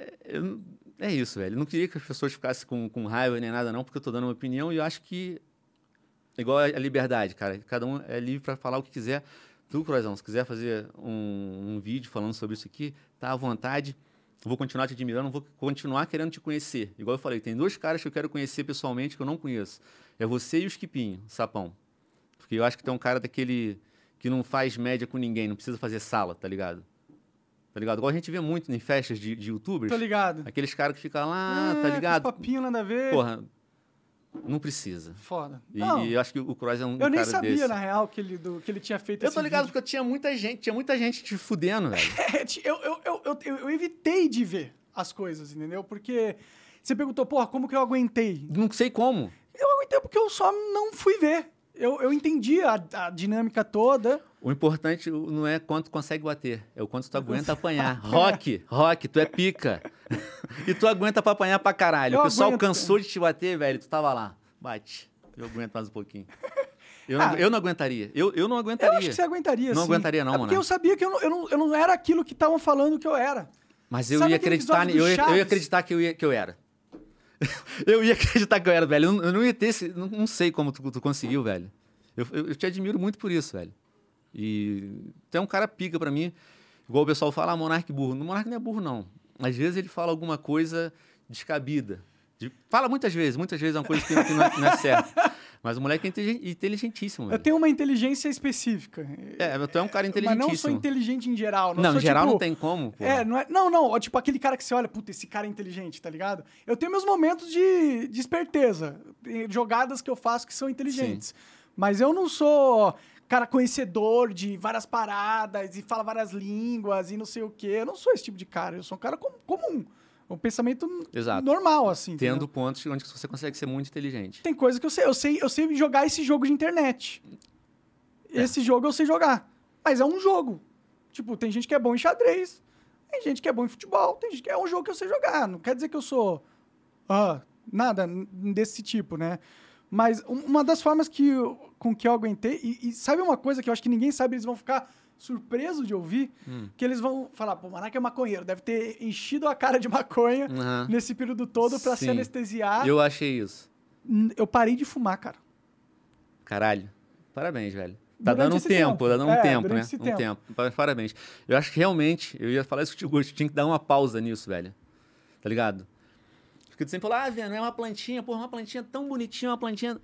é isso, velho. Eu não queria que as pessoas ficassem com raiva nem nada, não, porque eu tô dando uma opinião e eu acho que igual a liberdade, cara. Cada um é livre para falar o que quiser. Tu, Kroisão, se quiser fazer um vídeo falando sobre isso aqui, tá à vontade. Eu vou continuar te admirando, vou continuar querendo te conhecer. Igual eu falei, tem dois caras que eu quero conhecer pessoalmente que eu não conheço. É você e o Skipinho, o Sapão. Porque eu acho que tem um cara daquele que não faz média com ninguém, não precisa fazer sala, tá ligado? Tá ligado? Igual a gente vê muito em festas de youtubers. Tô ligado. Aqueles caras que ficam lá, tá ligado? Papinho nada a ver. Porra, não precisa. Foda. E eu acho que o Krois é um cara desse. Eu desse. nem sabia, na real, que ele tinha feito Eu tô ligado vídeo. porque tinha muita gente te fudendo, velho. Eu evitei de ver as coisas, entendeu? Porque você perguntou, porra, como que eu aguentei? Não sei como. Eu aguentei porque eu só não fui ver. Eu entendi a dinâmica toda. O importante não é quanto consegue bater, é o quanto tu aguenta apanhar. Rock, tu é pica. E tu aguenta pra apanhar pra caralho. O pessoal cansou de te bater, velho, tu tava lá. Bate. Eu aguento mais um pouquinho. Eu não aguentaria. Eu não aguentaria. Eu acho que você aguentaria, não sim. aguentaria, não, mano. Porque eu sabia que eu não era aquilo que estavam falando que eu era. Mas eu ia acreditar, eu ia acreditar que eu era. Eu ia acreditar que eu era, velho. Eu não ia ter esse... Não sei como tu conseguiu, velho. Eu te admiro muito por isso, velho. E tu é um cara pica pra mim. Igual o pessoal fala, Monark burro. O Monark não é burro, não. Às vezes ele fala alguma coisa descabida. Fala muitas vezes é uma coisa que não é certa. Mas o moleque é inteligentíssimo, Eu velho. tenho uma inteligência específica. Tu é um cara Mas inteligentíssimo. não sou inteligente em geral. Não, sou, em geral tipo, não tem como, pô. Não. Tipo, aquele cara que você olha, puta, esse cara é inteligente, tá ligado? Eu tenho meus momentos de esperteza. Tem jogadas que eu faço que são inteligentes. Mas eu não sou cara conhecedor de várias paradas e fala várias línguas e não sei o quê. Eu não sou esse tipo de cara. Eu sou um cara comum. Um pensamento Exato. normal, assim. Tendo entendeu? pontos onde você consegue ser muito inteligente. Tem coisa que eu sei. Eu sei jogar esse jogo de internet. Esse jogo eu sei jogar. Mas é um jogo. Tipo, tem gente que é bom em xadrez, tem gente que é bom em futebol, tem gente que é um jogo que eu sei jogar. Não quer dizer que eu sou nada desse tipo, né? Mas uma das formas com que eu aguentei... E sabe uma coisa que eu acho que ninguém sabe, eles vão ficar surpresos de ouvir? Que eles vão falar, pô, o Monark é maconheiro, deve ter enchido a cara de maconha nesse período todo pra se Sim. anestesiar. Eu achei isso. Eu parei de fumar, cara. Caralho. Parabéns, velho. Tá Durante dando um esse tempo, tá dando um tempo, durante né? esse Um tempo. Parabéns. Eu acho que realmente, eu ia falar isso contigo hoje, tinha que dar uma pausa nisso, velho. Tá ligado? Porque tu sempre fala, velho, não é uma plantinha, porra, uma plantinha tão bonitinha, uma plantinha...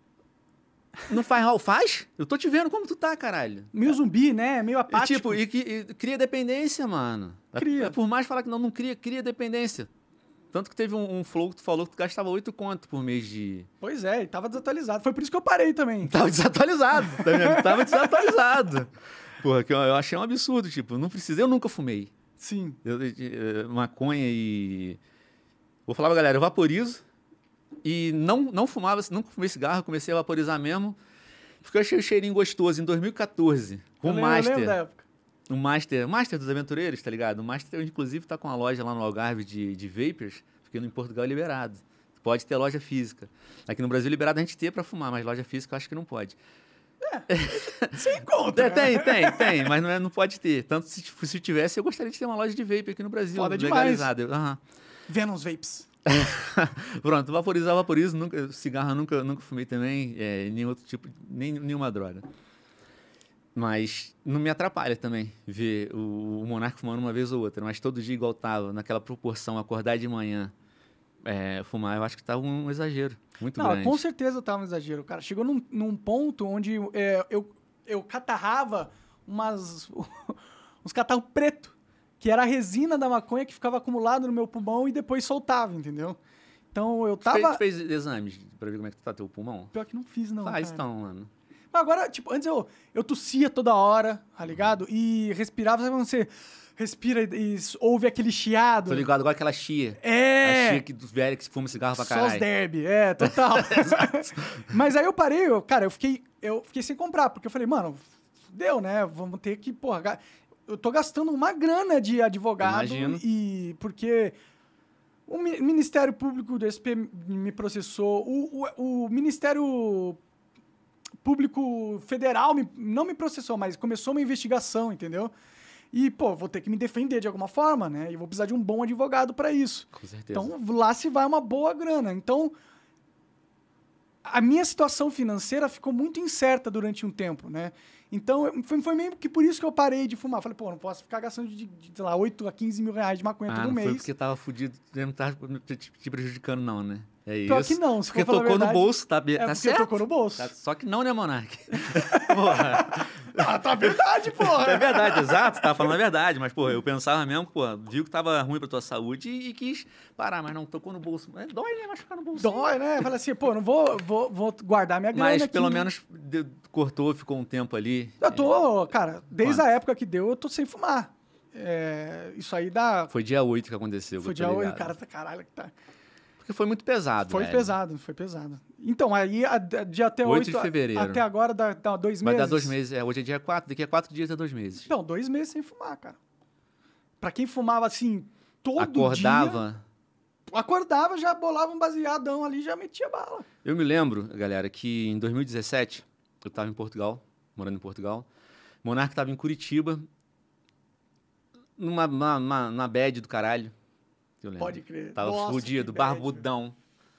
Não faz mal? Faz? Eu tô te vendo como tu tá, caralho. Meio zumbi, né? Meio apático. E cria dependência, mano. Cria. Por mais falar que não cria, cria dependência. Tanto que teve um flow que tu falou que tu gastava 8 conto por mês de... Pois é, e tava desatualizado. Foi por isso que eu parei também. Tava desatualizado, tá vendo? Tava desatualizado. Porra, que eu achei um absurdo, tipo, não precisei, eu nunca fumei. Sim. Maconha e... Vou falar pra galera, eu vaporizo e não fumava, não fumei cigarro, comecei a vaporizar mesmo, porque eu achei o cheirinho gostoso em 2014, com o Eu lembro da Master. época. O Master dos Aventureiros, tá ligado? O Master, inclusive, tá com uma loja lá no Algarve de vapers, porque no Portugal é liberado. Pode ter loja física. Aqui no Brasil é liberado a gente ter pra fumar, mas loja física eu acho que não pode. Sem encontra. Tem, mas não pode ter. Tanto se tivesse, eu gostaria de ter uma loja de vape aqui no Brasil, Foda demais. legalizada. Aham. Venom's Vapes. Pronto, vaporizo, cigarro eu nunca fumei também, nem outro tipo, nenhuma droga. Mas não me atrapalha também ver o Monark fumando uma vez ou outra, mas todo dia igual tava, naquela proporção, acordar de manhã, fumar, eu acho que tava um exagero muito grande. Com certeza tava um exagero, cara. Chegou num ponto onde eu catarrava uns catarros preto, que era a resina da maconha que ficava acumulado no meu pulmão e depois soltava, entendeu? Então eu tava... Tu fez exames pra ver como é que tá teu pulmão? Pior que não fiz, não, Faz cara. então, mano. Mas agora, tipo, antes eu tossia toda hora, tá ligado? E respirava, sabe quando você respira e ouve aquele chiado? Tô ligado, agora aquela chia. É! A chia do velho que fuma cigarro pra Só caralho. os derby, total. Mas aí eu parei, cara, eu fiquei sem comprar, porque eu falei, mano, deu, né? Vamos ter que, porra, eu tô gastando uma grana de advogado. Imagino. E porque o Ministério Público do SP me processou, o Ministério Público Federal não me processou, mas começou uma investigação, entendeu? E, pô, vou ter que me defender de alguma forma, né? E vou precisar de um bom advogado para isso. Com certeza. Então, lá se vai uma boa grana. Então, a minha situação financeira ficou muito incerta durante um tempo, né? Então, foi meio que por isso que eu parei de fumar. Falei, pô, não posso ficar gastando sei lá, 8 a 15 mil reais de maconha todo não mês. foi porque tava fudido, não tava te prejudicando não, né? É isso. Pior que não, se porque for falar a tocou verdade, no bolso, tá porque certo. tocou no bolso. Só que não, né, Monark? Porra. Tá verdade, porra. É verdade, exato, tava falando a verdade, mas, porra, eu pensava mesmo, pô, viu que tava ruim pra tua saúde e quis parar, mas não, tocou no bolso. Dói, né, machucar no bolso. Dói, né? Fala assim, pô, não vou guardar minha grana Mas aqui. pelo menos cortou, ficou um tempo ali. Eu tô, cara, desde Quanto? a época que deu, eu tô sem fumar. Isso aí dá... Foi dia 8 que aconteceu. Foi eu tô dia 8, ligado. cara, caralho, que tá... Porque foi muito pesado, Foi velho. pesado, foi pesado. Então, aí, de até 8 8 de fevereiro. até agora dá 2 meses. Vai dar 2 meses. Hoje é dia 4, daqui a 4 dias é 2 meses. Então, 2 meses sem fumar, cara. Pra quem fumava, assim, todo Acordava. dia... Acordava, já bolava um baseadão ali, já metia bala. Eu me lembro, galera, que em 2017, eu tava em Portugal, morando em Portugal. O Monark tava em Curitiba, numa bad do caralho. Eu lembro. Pode crer. Tava Nossa, fudido, que bad, barbudão.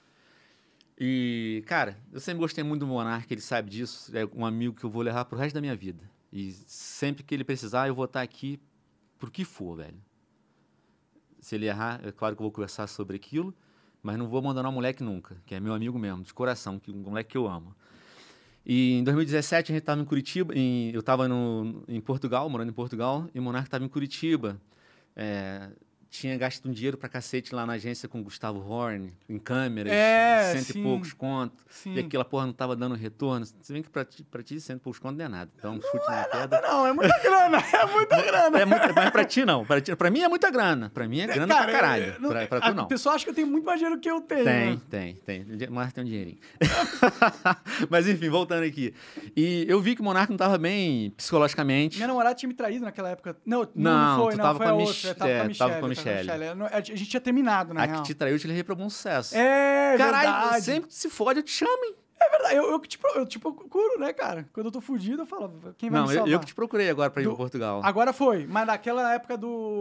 E, cara, eu sempre gostei muito do Monark, ele sabe disso. É um amigo que eu vou levar pro resto da minha vida. E sempre que ele precisar, eu vou estar aqui pro que for, velho. Se ele errar, é claro que eu vou conversar sobre aquilo. mas não vou abandonar o moleque nunca, que é meu amigo mesmo, de coração, um moleque que eu amo. E em 2017 a gente estava em Curitiba, eu estava em Portugal, morando em Portugal, e o Monark estava em Curitiba. Tinha gasto um dinheiro pra cacete lá na agência com o Gustavo Horn, em câmeras, cento e poucos conto. Sim. E aquela porra não tava dando retorno. Se bem que pra ti, cento e poucos conto não é nada. Então, chute na pedra. Não, é muita grana, é muita grana. Mas pra ti, não. Pra mim é muita grana. Pra mim é grana pra caralho. Pra tu, não. O pessoal acha que eu tenho muito mais dinheiro que eu tenho. Tem. Mas tem um dinheirinho. Mas, enfim, voltando aqui. E eu vi que o Monark não tava bem psicologicamente. Minha namorada tinha me traído naquela época. Não foi, tava foi com a outra. Tava com a Michelle. A gente tinha terminado, né? A que te traiu, eu te levei pra bom sucesso. Caralho, verdade. Sempre que se fode, eu te chamo, hein? É verdade, eu te procuro, né, cara? Quando eu tô fudido, eu falo, quem vai me salvar? Eu que te procurei agora pra ir pra Portugal. Agora foi, mas naquela época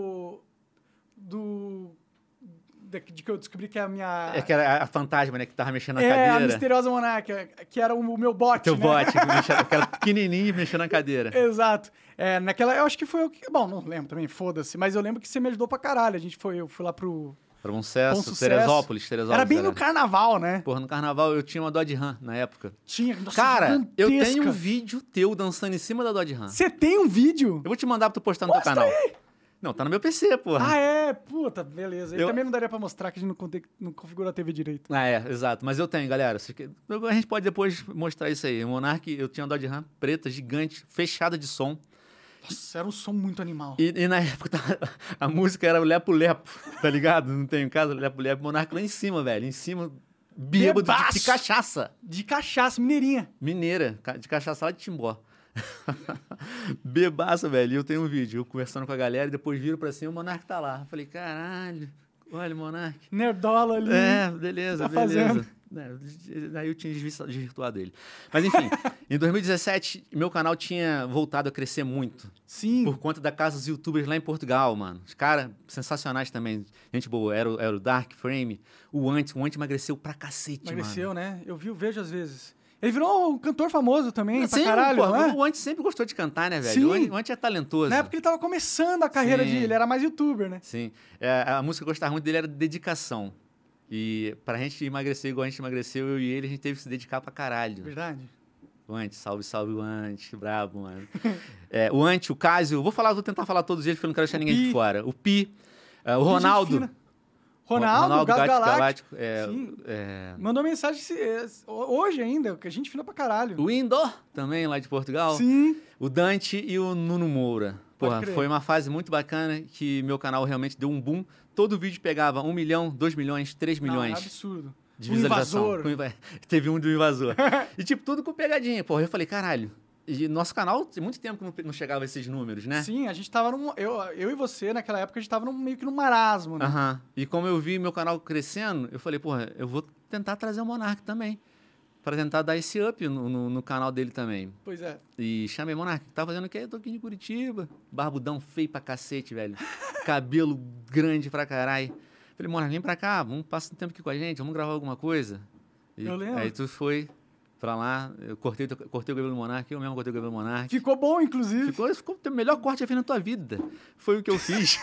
de que eu descobri que a minha... Que era a fantasma, né, que tava mexendo na cadeira. A misteriosa monarca, que era o meu bot, Teu né? bot, que era pequenininho mexendo na cadeira. Exato. Naquela, eu acho que foi o que... Bom, não lembro também, foda-se, mas eu lembro que você me ajudou pra caralho. Eu fui lá pro... Pra Bom Sucesso, Teresópolis. Era bem no carnaval, né? Porra, no carnaval eu tinha uma Dodge Ram na época. Tinha, nossa, cara, gigantesca. eu tenho um vídeo teu dançando em cima da Dodge Ram. Você tem um vídeo? Eu vou te mandar pra tu postar no teu canal. Aí. Não, tá no meu PC, porra. Puta, beleza. Aí também não daria pra mostrar que a gente não configurou a TV direito. Exato. Mas eu tenho, galera. A gente pode depois mostrar isso aí. O Monark, eu tinha uma Dodge Ram preta, gigante, fechada de som. Nossa, era um som muito animal. E na época, a música era o Lepo Lepo, tá ligado? Não tem em casa, Lepo Lepo. Monark lá em cima, velho. Em cima, bêbado de cachaça. De cachaça, mineirinha. Mineira, de cachaça lá de Timbó. Bebaça, velho. E eu tenho um vídeo, eu conversando com a galera, e depois viro pra cima, o Monark tá lá. Eu falei, caralho, olha o Monark. Nerdola ali. Beleza. Fazendo. Daí eu tinha desvirtuado ele. Mas enfim, em 2017, meu canal tinha voltado a crescer muito. Sim. Por conta da casa dos youtubers lá em Portugal, mano. Os caras sensacionais também. Gente boa. Era o Dark Frame, o Ant emagreceu pra cacete, Emagreceu, mano. né? Eu vejo às vezes. Ele virou um cantor famoso também, Sim, pra caralho, pô, não é? O Ant sempre gostou de cantar, né, velho? Sim. O Ant é talentoso. Na época ele tava começando a carreira ele era mais youtuber, né? Sim. A música que eu gostava muito dele era dedicação. E pra gente emagrecer igual a gente emagreceu, eu e ele, a gente teve que se dedicar pra caralho. Verdade. O Ant, salve o Ant, brabo, mano. O Ant, o Cásio, vou tentar falar todos eles, porque eu não quero deixar ninguém de fora. O Pi, o Ronaldo. Ronaldo Gato Galáctico. Sim. Mandou mensagem hoje ainda, que a gente fina pra caralho. O Indor, também, lá de Portugal. Sim. O Dante e o Nuno Moura. Porra, foi uma fase muito bacana que meu canal realmente deu um boom. Todo vídeo pegava 1 milhão, 2 milhões, 3 milhões. É absurdo. De visualização. Teve um do invasor. E tipo, tudo com pegadinha. Porra, eu falei, caralho. E nosso canal, tem muito tempo que não chegava a esses números, né? Sim, a gente tava eu e você, naquela época, a gente tava meio que num marasmo, né? E como eu vi meu canal crescendo, eu falei, porra, eu vou tentar trazer o Monark também. Pra tentar dar esse up no canal dele também. Pois é. E chamei, Monark, tá fazendo o quê? Eu tô aqui de Curitiba. Barbudão feio pra cacete, velho. Cabelo grande pra caralho. Falei, Monark, vem pra cá, vamos passar um tempo aqui com a gente, vamos gravar alguma coisa. Eu lembro. Aí tu foi pra lá, eu cortei o cabelo do Monark, eu mesmo cortei o cabelo do Monark. Ficou bom, inclusive. Ficou o melhor corte que eu fiz na tua vida. Foi o que eu fiz.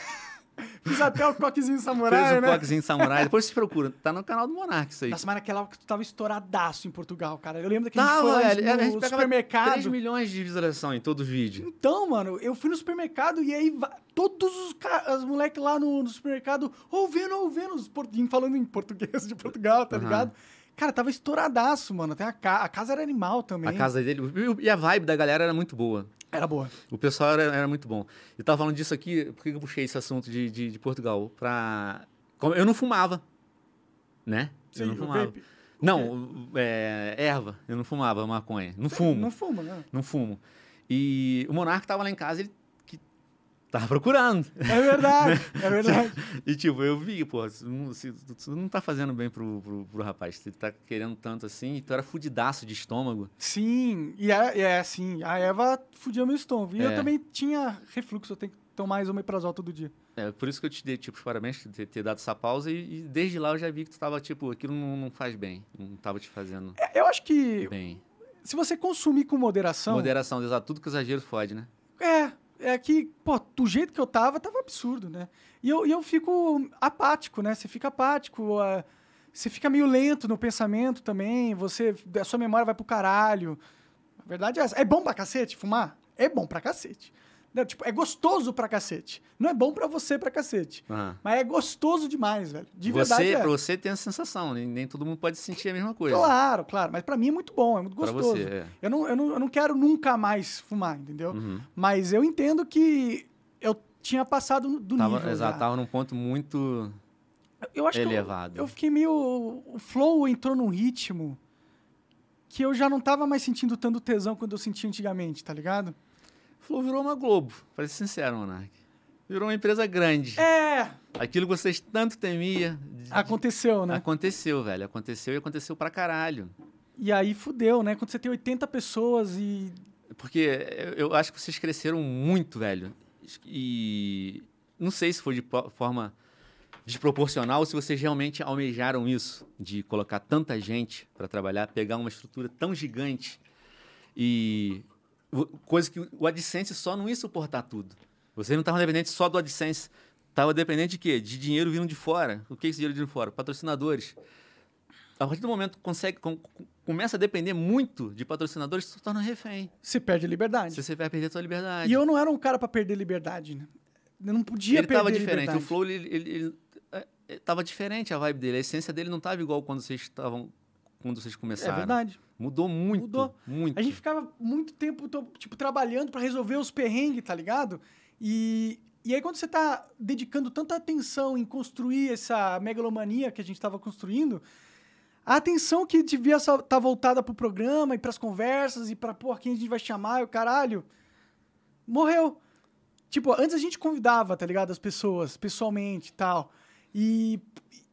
Fiz até o coquezinho samurai, Fez né? o coquezinho samurai. Depois se procura. Tá no canal do Monark isso aí. Nossa, mas naquela época tu tava estouradaço em Portugal, cara. Eu lembro que a gente foi lá no supermercado. 3 milhões de visualização em todo vídeo. Então, mano, eu fui no supermercado e aí todos os moleques lá no supermercado ouvindo, falando em português de Portugal, tá ligado? Cara, tava estouradaço, mano. Até a casa era animal também. A casa dele. E a vibe da galera era muito boa. Era boa. O pessoal era muito bom. Eu tava falando disso aqui, por que eu puxei esse assunto de Portugal? Eu não fumava, né? Sim, eu não fumava. Vape. Não, erva. Eu não fumava maconha. Não fumo. Não fuma, né? Não fumo. E o Monark tava lá em casa, ele tava procurando. É verdade, é verdade. E tipo, eu vi, pô, tu não tá fazendo bem pro rapaz. Você tá querendo tanto assim, e tu era fudidaço de estômago. Sim, assim, a Eva fudia meu estômago. E eu também tinha refluxo, eu tenho que tomar mais omeprazol todo dia. Por isso que eu te dei, tipo, os parabéns por ter dado essa pausa. E desde lá eu já vi que tu tava, tipo, aquilo não faz bem. Não tava te fazendo eu acho que bem. Se você consumir com moderação... Moderação, exato. Tudo com exagero fode, né? É que, pô, do jeito que eu tava absurdo, né? E eu fico apático, né? Você fica apático. você fica meio lento no pensamento também, a sua memória vai pro caralho. A verdade é essa. É bom pra cacete fumar? É bom pra cacete. Não, tipo, é gostoso pra cacete. Não é bom pra você pra cacete. Mas é gostoso demais, velho. De verdade Pra você tem a sensação, nem todo mundo pode sentir a mesma coisa. Claro, claro. Mas pra mim é muito bom, é muito gostoso. Pra você, é. Eu não quero nunca mais fumar, entendeu? Mas eu entendo que eu tinha passado do nível. Exato, tava num ponto muito eu acho elevado. Que eu fiquei meio... O flow entrou num ritmo que eu já não tava mais sentindo tanto tesão quando eu sentia antigamente, tá ligado? O Flow virou uma Globo, pra ser sincero, Monark. Virou uma empresa grande. Aquilo que vocês tanto temiam. Aconteceu, né? Aconteceu, velho. Aconteceu e aconteceu pra caralho. E aí fudeu, né? Quando você tem 80 pessoas e... Porque eu acho que vocês cresceram muito, velho. E não sei se foi de forma desproporcional ou se vocês realmente almejaram isso, de colocar tanta gente para trabalhar, pegar uma estrutura tão gigante e coisa que o AdSense só não ia suportar tudo. Vocês não estavam dependentes só do AdSense, estavam dependentes de quê? De dinheiro vindo de fora. O que é esse dinheiro vindo de fora? Patrocinadores. A partir do momento que começa a depender muito de patrocinadores, você se torna refém. Você perde a liberdade. Você vai perder a sua liberdade. E eu não era um cara para perder liberdade, né? Eu não podia perder a liberdade. Ele estava diferente. O Flow, ele estava diferente a vibe dele. A essência dele não estava igual quando vocês começaram. É verdade. Mudou muito. Mudou muito. A gente ficava muito tempo, tipo, trabalhando para resolver os perrengues, tá ligado? E aí quando você tá dedicando tanta atenção em construir essa megalomania que a gente estava construindo, a atenção que devia estar voltada pro programa e pras conversas e pra, quem a gente vai chamar e o caralho, morreu. Tipo, antes a gente convidava, tá ligado? As pessoas, pessoalmente e tal. E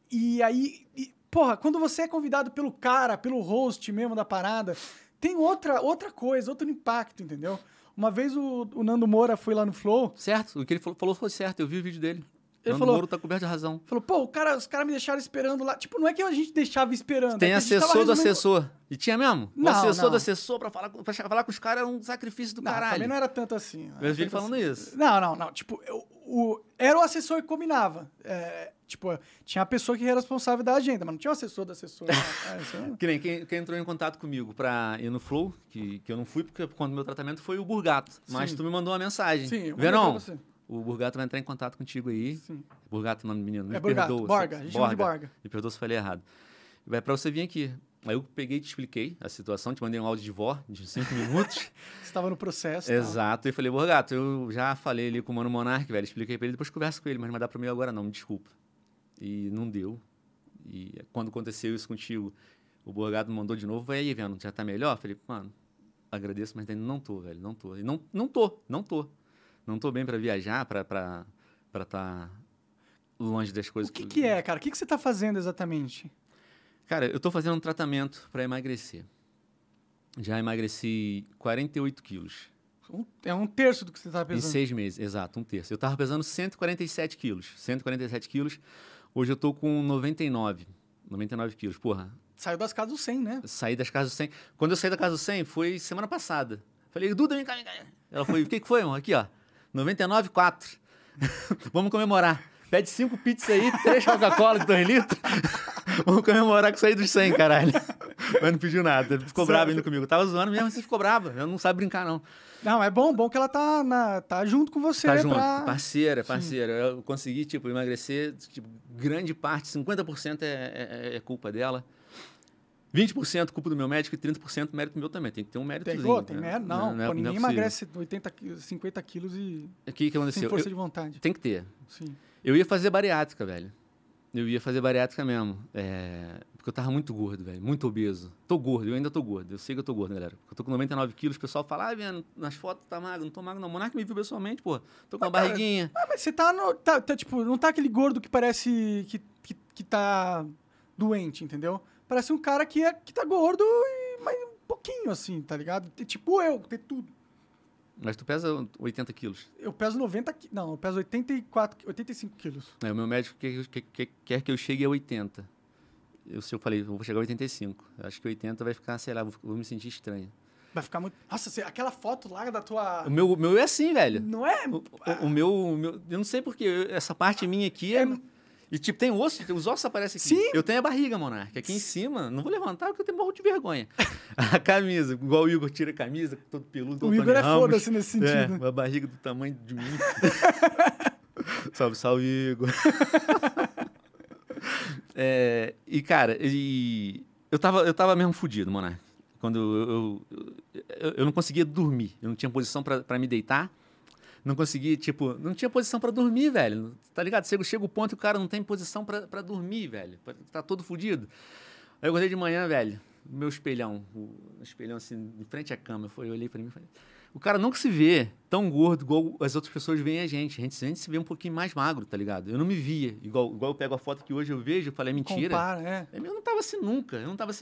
aí, quando você é convidado pelo cara, pelo host mesmo da parada, tem outra coisa, outro impacto, entendeu? Uma vez o Nando Moura foi lá no Flow. Certo, o que ele falou foi certo, eu vi o vídeo dele. Ele Nando falou, Moura tá coberto de razão. Falou, os caras me deixaram esperando lá. Tipo, não é que a gente deixava esperando. Tem assessor do assessor. E tinha mesmo? Não, o assessor do assessor pra falar com os caras era um sacrifício do caralho. Também não era tanto assim. Eu vi ele falando isso. Não. Tipo, era o assessor que combinava. Tipo, tinha a pessoa que era responsável da agenda, mas não tinha o assessor do assessor. Que nem quem entrou em contato comigo pra ir no Flow, que eu não fui, porque quando o meu tratamento foi o Burgato. Mas tu me mandou uma mensagem. Sim, Verão, o Burgato vai entrar em contato contigo aí. Sim. Burgato, o nome do menino. É Burgato, Borga. A gente chama de Borga. Me perdoa se falei errado. Vai pra você vir aqui. Aí eu peguei e te expliquei a situação, te mandei um áudio de vó de 5 minutos. Você estava no processo. Exato. E falei, Burgato, eu já falei ali com o Mano Monark, velho. Expliquei pra ele, depois converso com ele, mas não vai dar pra mim agora não, me desculpa. E não deu. E quando aconteceu isso contigo, o Burgato me mandou de novo, vai aí, vendo, já tá melhor? Falei, mano, agradeço, mas ainda não tô, velho, não tô. E não tô. Não tô bem pra viajar, pra tá longe das coisas. O que é, cara? O que você tá fazendo exatamente? Cara, eu tô fazendo um tratamento pra emagrecer. Já emagreci 48 quilos. É um terço do que você tava pesando. Em 6 meses, exato, um terço. Eu tava pesando 147 quilos. 147 quilos. Hoje eu tô com 99 quilos. Porra. Saiu das casas do 100, né? Saí das casas do 100. Quando eu saí da casa do 100, foi semana passada. Falei, Duda, vem cá. Ela foi, o que foi, irmão? Aqui, ó. 99,4. Vamos comemorar. Pede 5 pizzas aí, 3 Coca-Cola de 2 litros. Vamos comemorar que saí dos 100, caralho. Mas não pediu nada. Ele ficou bravo ainda comigo. Eu tava zoando mesmo, você ficou brava. Eu não sabe brincar, não. Não, é bom que ela tá junto com você. Tá junto, parceira. Eu consegui, tipo, emagrecer, tipo, grande parte, 50% é culpa dela. 20% culpa do meu médico e 30% mérito meu também. Tem que ter um méritozinho. Tem mérito? Não, ninguém emagrece 50 quilos e o que aconteceu? Sem força de vontade. Tem que ter. Sim. Eu ia fazer bariátrica, velho. Porque eu tava muito gordo, velho. Muito obeso. Tô gordo, eu ainda tô gordo. Eu sei que eu tô gordo, galera. Porque eu tô com 99 quilos, o pessoal fala, vendo, nas fotos tá magro. Não tô magro, não. O Monark me viu pessoalmente, pô. Tô com uma barriguinha. Mas você tá tipo, não tá aquele gordo que parece que tá doente, entendeu? Parece um cara que tá gordo, mas um pouquinho assim, tá ligado? Tipo eu, tem tudo. Mas tu pesa 80 quilos. Eu peso 90 quilos. Não, eu peso 85 quilos. O meu médico quer que eu chegue a 80. Eu falei, eu vou chegar a 85. Eu acho que 80 vai ficar, sei lá, vou me sentir estranho. Vai ficar muito... Nossa, aquela foto lá da tua... O meu é assim, velho. Não é? O meu... Eu não sei porquê. Essa parte minha aqui é... E, tipo, tem osso, os ossos aparecem aqui. Sim. Eu tenho a barriga, Monark. Aqui em cima, não vou levantar porque eu tenho morro de vergonha. A camisa, igual o Igor tira a camisa, todo peludo. O Igor é foda-se nesse sentido. Uma barriga do tamanho de mim. Salve, salve, Igor. E, cara, eu tava mesmo fudido, Monark. Quando eu não conseguia dormir. Eu não tinha posição pra me deitar. Não conseguia, tipo, não tinha posição pra dormir, velho. Tá ligado? Chega o ponto que o cara não tem posição pra dormir, velho. Tá todo fudido. Aí eu acordei de manhã, velho, meu espelhão, o espelhão assim, em frente à cama. Eu olhei pra mim e falei, o cara nunca se vê tão gordo igual as outras pessoas veem a gente. A gente se vê um pouquinho mais magro, tá ligado? Eu não me via. Igual eu pego a foto que hoje eu vejo, eu falei, mentira. Compara, Eu não tava assim nunca,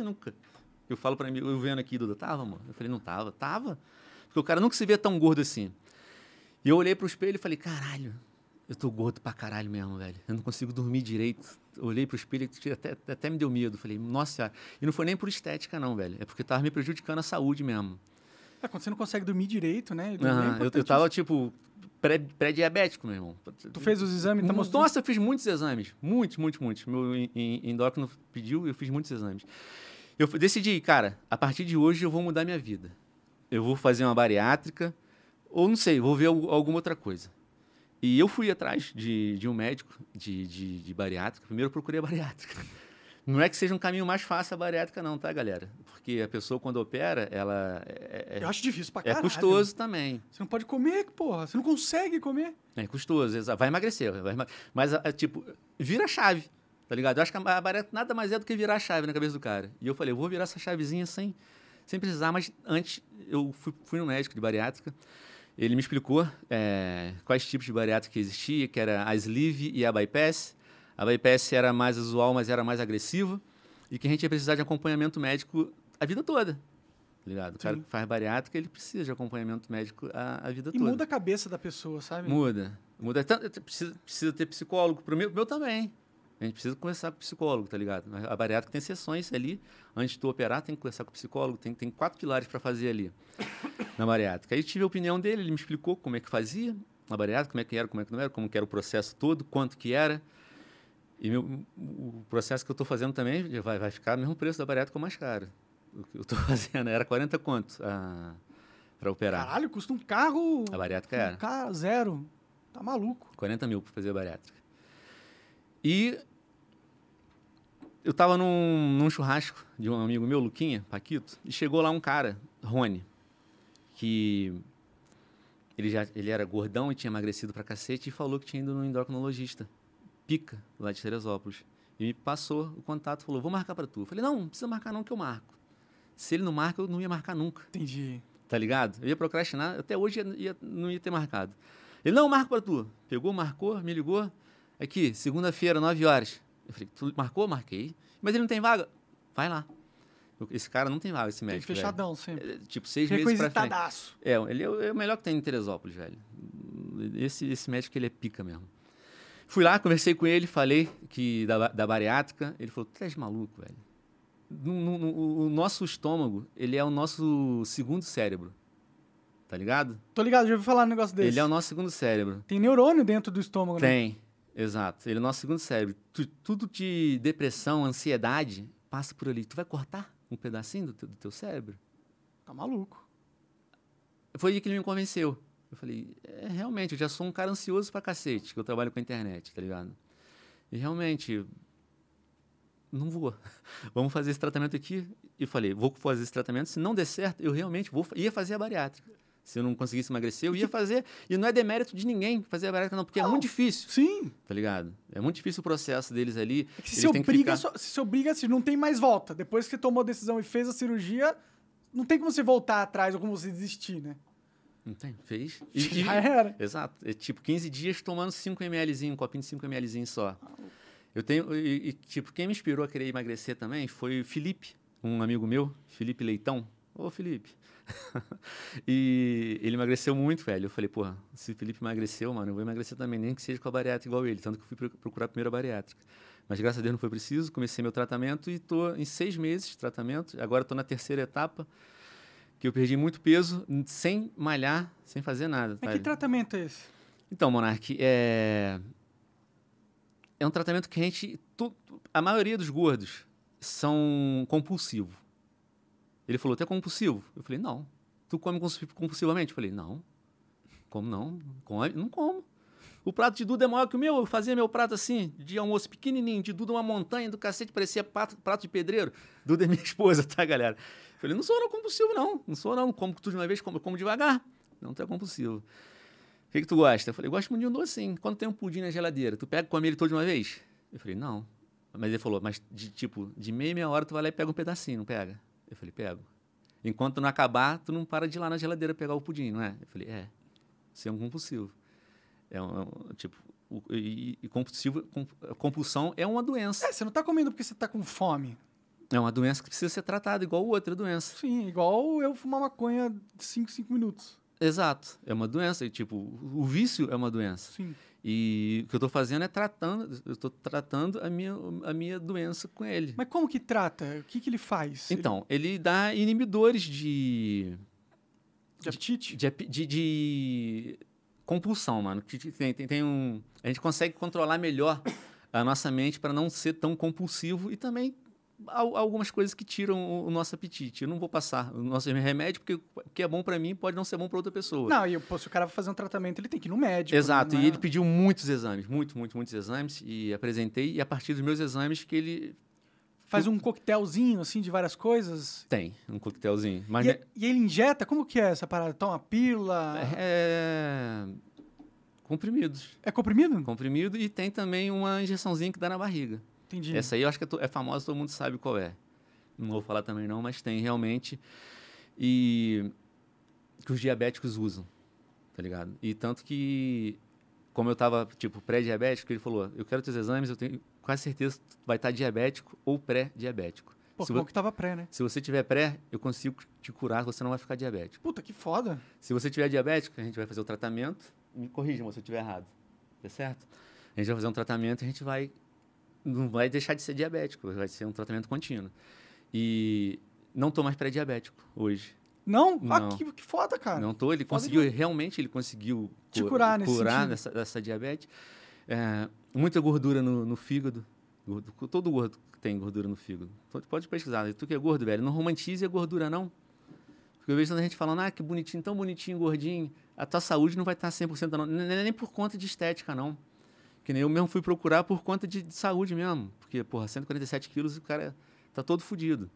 Eu falo pra mim, eu vendo aqui, Duda, tava, mano? Eu falei, não tava. Tava. Porque o cara nunca se vê tão gordo assim. E eu olhei pro espelho e falei, caralho, eu tô gordo pra caralho mesmo, velho. Eu não consigo dormir direito. Eu olhei pro espelho e até me deu medo. Falei, nossa senhora. E não foi nem por estética, não, velho. É porque tava me prejudicando a saúde mesmo. Quando você não consegue dormir direito, né? Eu tava, tipo, pré-diabético, meu irmão. Tu fez os exames? Tá mostrando? Nossa, eu fiz muitos exames. Muitos. Meu endócrino pediu, eu fiz muitos exames. Eu decidi, cara, a partir de hoje eu vou mudar minha vida. Eu vou fazer uma bariátrica, ou não sei, vou ver alguma outra coisa. E eu fui atrás de um médico de bariátrica. Primeiro eu procurei a bariátrica. Não é que seja um caminho mais fácil a bariátrica não, tá, galera? Porque a pessoa, quando opera, ela... Eu acho difícil pra caralho. É custoso também. Você não pode comer, porra. Você não consegue comer. É custoso, vai emagrecer. Mas, tipo, vira a chave, tá ligado? Eu acho que a bariátrica nada mais é do que virar a chave na cabeça do cara. E eu falei, eu vou virar essa chavezinha sem precisar. Mas antes, eu fui no médico de bariátrica. Ele me explicou quais tipos de bariátrica que existia, que era a sleeve e a bypass. A bypass era mais usual, mas era mais agressiva. E que a gente ia precisar de acompanhamento médico a vida toda. Tá ligado? O cara que faz bariátrica, ele precisa de acompanhamento médico a vida toda. E muda a cabeça da pessoa, sabe? Muda. Precisa ter psicólogo. Pro meu também. A gente precisa conversar com o psicólogo, tá ligado? A bariátrica tem sessões ali. Antes de tu operar, tem que conversar com o psicólogo. Tem 4 pilares para fazer ali, na bariátrica. Aí eu tive a opinião dele, ele me explicou como é que fazia na bariátrica, como é que era, como é que não era, como que era o processo todo, quanto que era. E o processo que eu estou fazendo também vai ficar no mesmo preço da bariátrica ou mais caro. O que eu estou fazendo era 40 conto para operar. Caralho, custa um carro... A bariátrica era. Um carro zero. Tá maluco. 40 mil para fazer a bariátrica. E eu estava num churrasco de um amigo meu, Luquinha, Paquito, e chegou lá um cara, Rony, que ele era gordão e tinha emagrecido pra cacete e falou que tinha ido no endocrinologista, Pica, lá de Teresópolis. E me passou o contato, falou, vou marcar pra tu. Eu falei, não precisa marcar não que eu marco. Se ele não marca, eu não ia marcar nunca. Entendi. Tá ligado? Eu ia procrastinar, até hoje não ia ter marcado. Ele, não, marco pra tu. Pegou, marcou, me ligou. Aqui, segunda-feira, 9 horas. Eu falei, tu marcou? Marquei. Mas ele não tem vaga? Vai lá. Esse cara não tem vaga, esse médico. Tem fechadão, sempre. Tipo, 6 meses pra frente. Requisitadaço. Ele é o melhor que tem em Teresópolis, velho. Esse médico, ele é pica mesmo. Fui lá, conversei com ele, falei da bariátrica. Ele falou, tu és maluco, velho. O nosso estômago, ele é o nosso segundo cérebro. Tá ligado? Tô ligado, já ouvi falar um negócio desse. Ele é o nosso segundo cérebro. Tem neurônio dentro do estômago, né? Tem, exato. Ele é o nosso segundo cérebro. Tudo de depressão, ansiedade, passa por ali. Tu vai cortar um pedacinho do teu cérebro? Tá maluco. Foi aí que ele me convenceu. Eu falei, realmente, eu já sou um cara ansioso pra cacete, que eu trabalho com a internet, tá ligado? E realmente, não vou. Vamos fazer esse tratamento aqui. E falei, vou fazer esse tratamento. Se não der certo, eu realmente ia fazer a bariátrica. Se eu não conseguisse emagrecer, eu ia fazer. E não é demérito de ninguém fazer a bariátrica, não, porque é muito difícil. Sim. Tá ligado? É muito difícil o processo deles ali. É que se obriga, se não tem mais volta. Depois que você tomou a decisão e fez a cirurgia, não tem como você voltar atrás ou como você desistir, né? Não tem, fez. Já era. Exato. É tipo 15 dias tomando 5 mlzinho, um copinho de 5 mlzinho só. Eu tenho. Tipo, quem me inspirou a querer emagrecer também foi o Felipe, um amigo meu, Felipe Leitão. Ô, Felipe. E ele emagreceu muito, velho. Eu falei, porra, se o Felipe emagreceu, mano, eu vou emagrecer também, nem que seja com a bariátrica igual ele. Tanto que eu fui procurar a primeira bariátrica. Mas graças a Deus não foi preciso, comecei meu tratamento e tô em 6 meses de tratamento. Agora tô na terceira etapa, que eu perdi muito peso sem malhar, sem fazer nada. Mas que tratamento é esse? Então, Monark, é é um tratamento que a maioria dos gordos são compulsivos. Ele falou, tu é compulsivo? Eu falei, não. Tu come compulsivamente? Eu falei, não. Como não? Não como. O prato de Duda é maior que o meu. Eu fazia meu prato assim, de almoço pequenininho, de Duda uma montanha do cacete, parecia prato de pedreiro. Duda é minha esposa, tá, galera? Eu falei, não sou não compulsivo, não. Não sou não. Como tudo de uma vez, como devagar. Não, tu é compulsivo. O que tu gosta? Eu falei, gosto muito de um docinho. Quando tem um pudim na geladeira, tu pega e come ele todo de uma vez? Eu falei, não. Mas ele falou, mas de meia hora tu vai lá e pega um pedacinho, não pega? Eu falei, pego. Enquanto não acabar, tu não para de ir lá na geladeira pegar o pudim, não é? Eu falei, você é um compulsivo. Compulsão é uma doença. Você não tá comendo porque você tá com fome. É uma doença que precisa ser tratada igual outra doença. Sim, igual eu fumar maconha de 5 minutos. Exato. É uma doença. E, o vício é uma doença. Sim. E o que eu estou fazendo eu estou tratando a minha doença com ele. Mas como que trata? O que ele faz? Então, ele dá inibidores de apetite? De compulsão, mano. A gente consegue controlar melhor a nossa mente para não ser tão compulsivo e também algumas coisas que tiram o nosso apetite. Eu não vou passar o nosso remédio porque o que é bom para mim pode não ser bom para outra pessoa. Não, se o cara vai fazer um tratamento, ele tem que ir no médico. Exato, e ele pediu muitos exames, muitos exames, e apresentei, e a partir dos meus exames que ele... Faz um coquetelzinho, assim, de várias coisas? Tem, um coquetelzinho. Mas e ele injeta? Como que é essa parada? Toma pílula? Comprimidos. É comprimido? Comprimido, e tem também uma injeçãozinha que dá na barriga. Entendi. Essa aí eu acho que é famosa, todo mundo sabe qual é. Não vou falar também não, mas tem realmente. E que os diabéticos usam, tá ligado? E tanto que, como eu tava, pré-diabético, ele falou, eu quero teus exames, eu tenho quase certeza que tu vai estar diabético ou pré-diabético. Pô, como que tava pré, né? Se você tiver pré, eu consigo te curar, você não vai ficar diabético. Puta, que foda. Se você tiver diabético, a gente vai fazer o tratamento, me corrija se eu estiver errado, tá certo? A gente vai fazer um tratamento e a gente não vai deixar de ser diabético, vai ser um tratamento contínuo. E não tô mais pré-diabético hoje. Não? Não. Ah, que foda, cara. Não tô, ele conseguiu te curar dessa diabetes. Muita gordura no fígado. Todo gordo tem gordura no fígado. Pode pesquisar. Tu que é gordo, velho, não romantize a gordura, não. Porque eu vejo tanta gente falando, que bonitinho, tão bonitinho, gordinho. A tua saúde não vai estar 100% não. Não é nem por conta de estética, não. Que nem eu mesmo fui procurar por conta de saúde mesmo. Porque, 147 quilos, o cara tá todo fodido.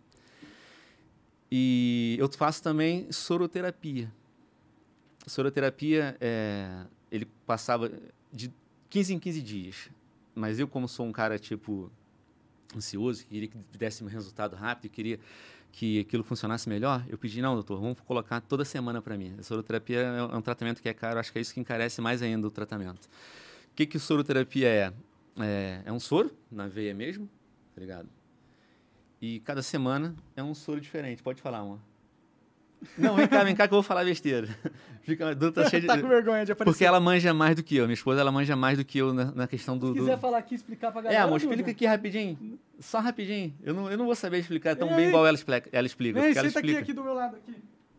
E eu faço também soroterapia. Soroterapia, ele passava de 15 em 15 dias. Mas eu, como sou um cara, ansioso, queria que desse um resultado rápido, queria que aquilo funcionasse melhor, eu pedi, não, doutor, vamos colocar toda semana para mim. A soroterapia é um tratamento que é caro, acho que é isso que encarece mais ainda o tratamento. O que soroterapia é? É um soro, na veia mesmo, tá ligado? E cada semana é um soro diferente. Pode falar uma. Não, vem cá que eu vou falar besteira. Tá cheia de... Tá com vergonha de aparecer. Porque ela manja mais do que eu. Minha esposa, ela manja mais do que eu na questão do... Se quiser falar aqui, explicar pra galera... amor, explica aqui rapidinho. Só rapidinho. Eu não vou saber explicar tão bem igual ela explica. Vem, senta aqui do meu lado. Aqui.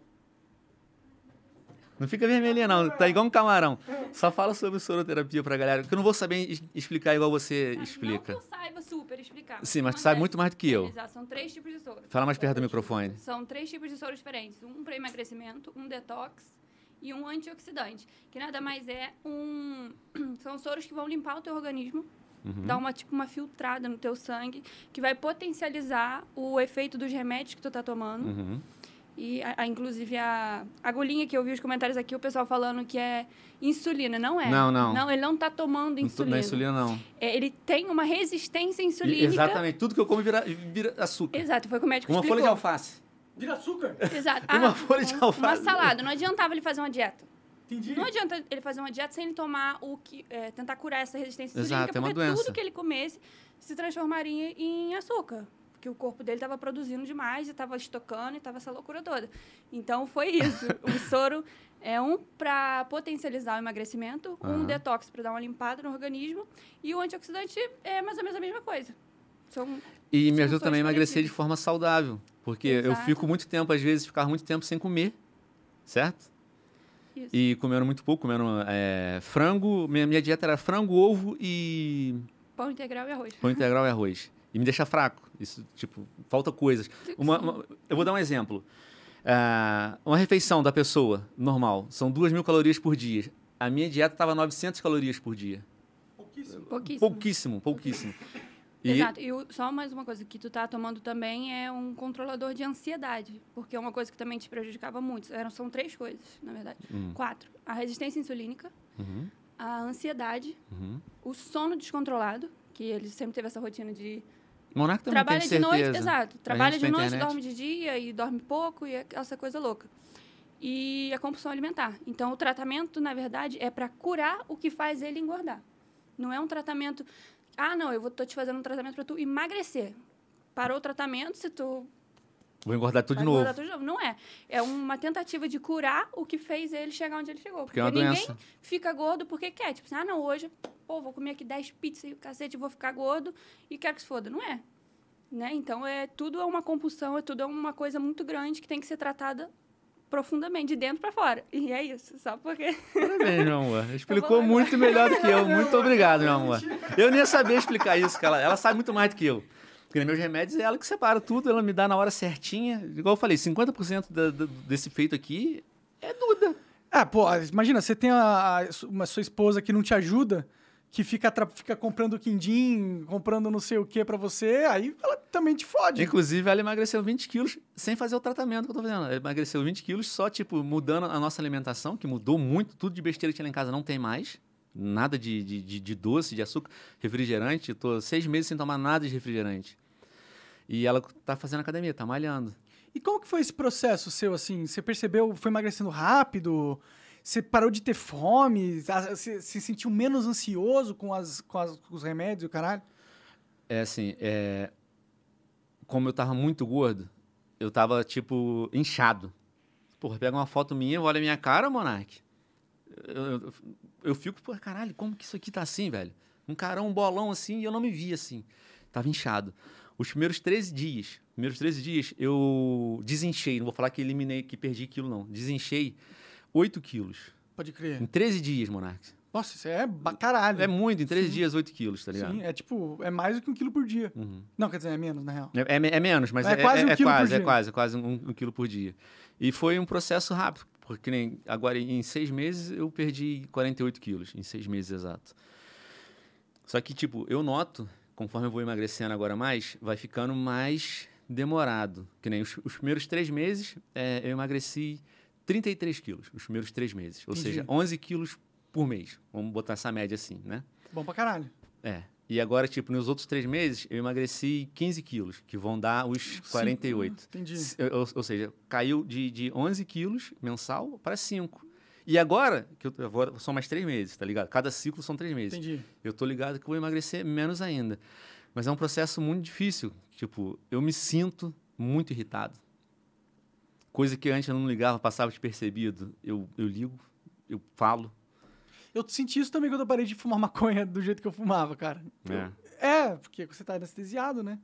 Não fica vermelhinha, não. Tá igual um camarão. Só fala sobre soroterapia pra galera, que eu não vou saber explicar igual você explica. Não que eu saiba super explicar. Sim, mas tu sabe muito mais do que eu. Exato, são 3 tipos de soro. Fala mais perto do microfone. São 3 tipos de soro diferentes. Um para emagrecimento, um detox e um antioxidante. Que nada mais é São soros que vão limpar o teu organismo, dar uma filtrada no teu sangue, que vai potencializar o efeito dos remédios que tu tá tomando. E, inclusive, a agulhinha que eu vi os comentários aqui, o pessoal falando que é insulina. Não é. Não, ele não está tomando insulina. Não é insulina, não. Ele tem uma resistência insulínica. Exatamente. Tudo que eu como vira açúcar. Exato, foi o que o médico explicou. Uma folha de alface. Vira açúcar? Exato. Uma folha de alface. Uma salada. Não adiantava ele fazer uma dieta. Entendi. Não adianta ele fazer uma dieta sem ele tomar tentar curar essa resistência insulínica. Exato, é uma porque doença. Tudo que ele comesse se transformaria em açúcar. Porque o corpo dele estava produzindo demais, e estava estocando, e estava essa loucura toda. Então, foi isso. O soro é para potencializar o emagrecimento, um detox para dar uma limpada no organismo, e o antioxidante é mais ou menos a mesma coisa. E me ajuda também a emagrecer de forma saudável. Porque eu fico muito tempo, às vezes, ficava muito tempo sem comer, certo? Isso. E comendo muito pouco, comendo frango. Minha dieta era frango, ovo e... Pão integral e arroz. Pão integral e arroz. E me deixa fraco. Isso, tipo, falta coisas. Eu vou dar um exemplo. Uma refeição da pessoa normal são 2.000 calorias por dia. A minha dieta estava 900 calorias por dia. Pouquíssimo. Exato. E só mais uma coisa que tu tá tomando também é um controlador de ansiedade, porque é uma coisa que também te prejudicava muito. São 3 coisas, na verdade. 4. A resistência insulínica, a ansiedade, o sono descontrolado, que ele sempre teve essa rotina de... Monarca também trabalha tem de certeza. noite, exato. Trabalha de noite, internet. dorme de dia e dorme pouco e essa coisa louca. E a compulsão alimentar. Então, o tratamento, na verdade, é para curar o que faz ele engordar. Não é um tratamento... não, tô te fazendo um tratamento para tu emagrecer. Parou o tratamento, se tu... Vou engordar tudo de novo. Não é. É uma tentativa de curar o que fez ele chegar onde ele chegou. Porque é uma ninguém doença. fica gordo porque quer. Tipo assim, não, hoje, vou comer aqui 10 pizzas e o cacete, vou ficar gordo e quero que se foda. Não é. Né? Então, tudo é uma compulsão, tudo é uma coisa muito grande que tem que ser tratada profundamente, de dentro para fora. E é isso, só porque... Parabéns, meu amor. Explicou muito melhor do que eu. Muito obrigado, meu amor. Eu nem ia saber explicar isso, que ela sabe muito mais do que eu. Porque meus remédios é ela que separa tudo, ela me dá na hora certinha. Igual eu falei, 50% desse feito aqui é Duda. Imagina, você tem uma sua esposa que não te ajuda, que fica comprando quindim, comprando não sei o que pra você, aí ela também te fode. Inclusive, ela emagreceu 20 quilos sem fazer o tratamento que eu tô fazendo. Ela emagreceu 20 quilos só, tipo, mudando a nossa alimentação, que mudou muito. Tudo de besteira que tinha lá em casa não tem mais. Nada de doce, de açúcar, refrigerante. Tô 6 meses sem tomar nada de refrigerante. E ela tá fazendo academia, tá malhando. E como que foi esse processo seu, assim? Você percebeu, foi emagrecendo rápido? Você parou de ter fome? Você se sentiu menos ansioso com os remédios e o caralho? Como eu tava muito gordo, eu tava, tipo, inchado. Porra, pega uma foto minha, olha a minha cara, Monark. Eu fico, pô, caralho, como que isso aqui tá assim, velho? Um carão, um bolão assim, e eu não me via assim. Tava inchado. Os primeiros 13 dias, eu desinchei. Não vou falar que eliminei, que perdi quilo, não. Desinchei 8 quilos. Pode crer. Em 13 dias, Monark. Nossa, isso é caralho. É muito, em 13 dias, 8 quilos, tá ligado? Sim, é mais do que 1 quilo por dia. Não, quer dizer, é menos, na real. É menos, mas quase 1 quilo por dia. E foi um processo rápido, porque nem agora em 6 meses eu perdi 48 quilos, em 6 meses exato. Só que, tipo, eu noto, conforme eu vou emagrecendo agora mais, vai ficando mais demorado. Que nem os primeiros 3 meses, eu emagreci 33 quilos, os primeiros 3 meses. Ou seja, 11 quilos por mês. Vamos botar essa média assim, né? Bom pra caralho. E agora, tipo, nos outros 3 meses, eu emagreci 15 quilos, que vão dar os 48. Entendi. Ou seja, caiu de 11 quilos mensal para 5. E agora, agora são mais 3 meses, tá ligado? Cada ciclo são 3 meses. Entendi. Eu tô ligado que eu vou emagrecer menos ainda. Mas é um processo muito difícil. Tipo, eu me sinto muito irritado. Coisa que antes eu não ligava, passava despercebido. Eu ligo, eu falo. Eu senti isso também quando eu parei de fumar maconha do jeito que eu fumava, cara. Porque você tá anestesiado, né?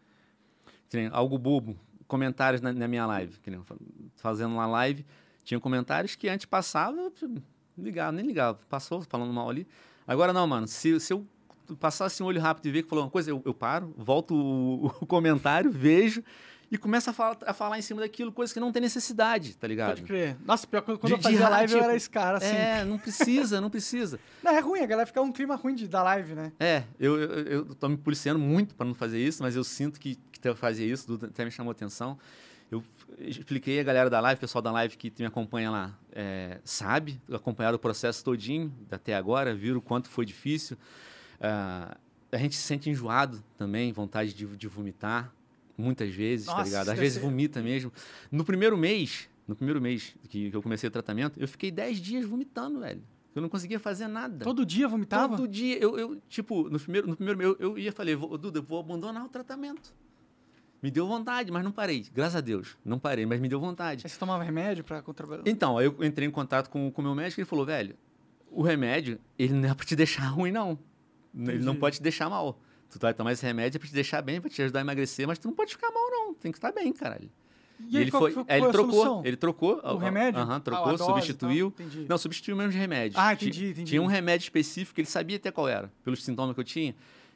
Algo bobo. Comentários na minha live. Fazendo uma live, tinha comentários que antes passava, nem ligava. Passou falando mal ali. Agora não, mano. Se eu passasse um olho rápido e ver que falou uma coisa, eu paro, volto o comentário, vejo e começo a falar em cima daquilo, coisa que não tem necessidade, tá ligado? Pode crer. Nossa, pior que quando eu fazia live, eu era esse cara, assim. Não precisa. Não, é ruim, a galera fica um clima ruim da live, né? Eu tô me policiando muito para não fazer isso, mas eu sinto que eu fazia isso, até me chamou atenção. Eu expliquei a galera da live, o pessoal da live que me acompanha lá, sabe, acompanharam o processo todinho até agora, viram o quanto foi difícil. A gente se sente enjoado também, vontade de vomitar, muitas vezes, tá ligado? Às vezes vomita mesmo. No primeiro mês que eu comecei o tratamento, eu fiquei 10 dias vomitando, velho. Eu não conseguia fazer nada. Todo dia vomitava? Todo dia. Tipo, no primeiro mês, eu ia falei, Duda, eu vou abandonar o tratamento. Me deu vontade, mas não parei. Graças a Deus, não parei, mas me deu vontade. Aí você tomava remédio pra contrabalançar? Então, aí eu entrei em contato com o meu médico e ele falou, velho, o remédio, ele não é pra te deixar ruim, não. Entendi. Ele não pode te deixar mal. Tu vai tomar esse remédio pra te deixar bem, pra te ajudar a emagrecer, mas tu não pode ficar mal, não. Tem que estar bem, caralho. E aí, qual foi a solução? Ele trocou. O remédio? Trocou, substituiu. Não, substituiu mesmo de remédio. Entendi. Tinha um remédio específico, ele sabia até qual era, pelos sintomas que eu tinha.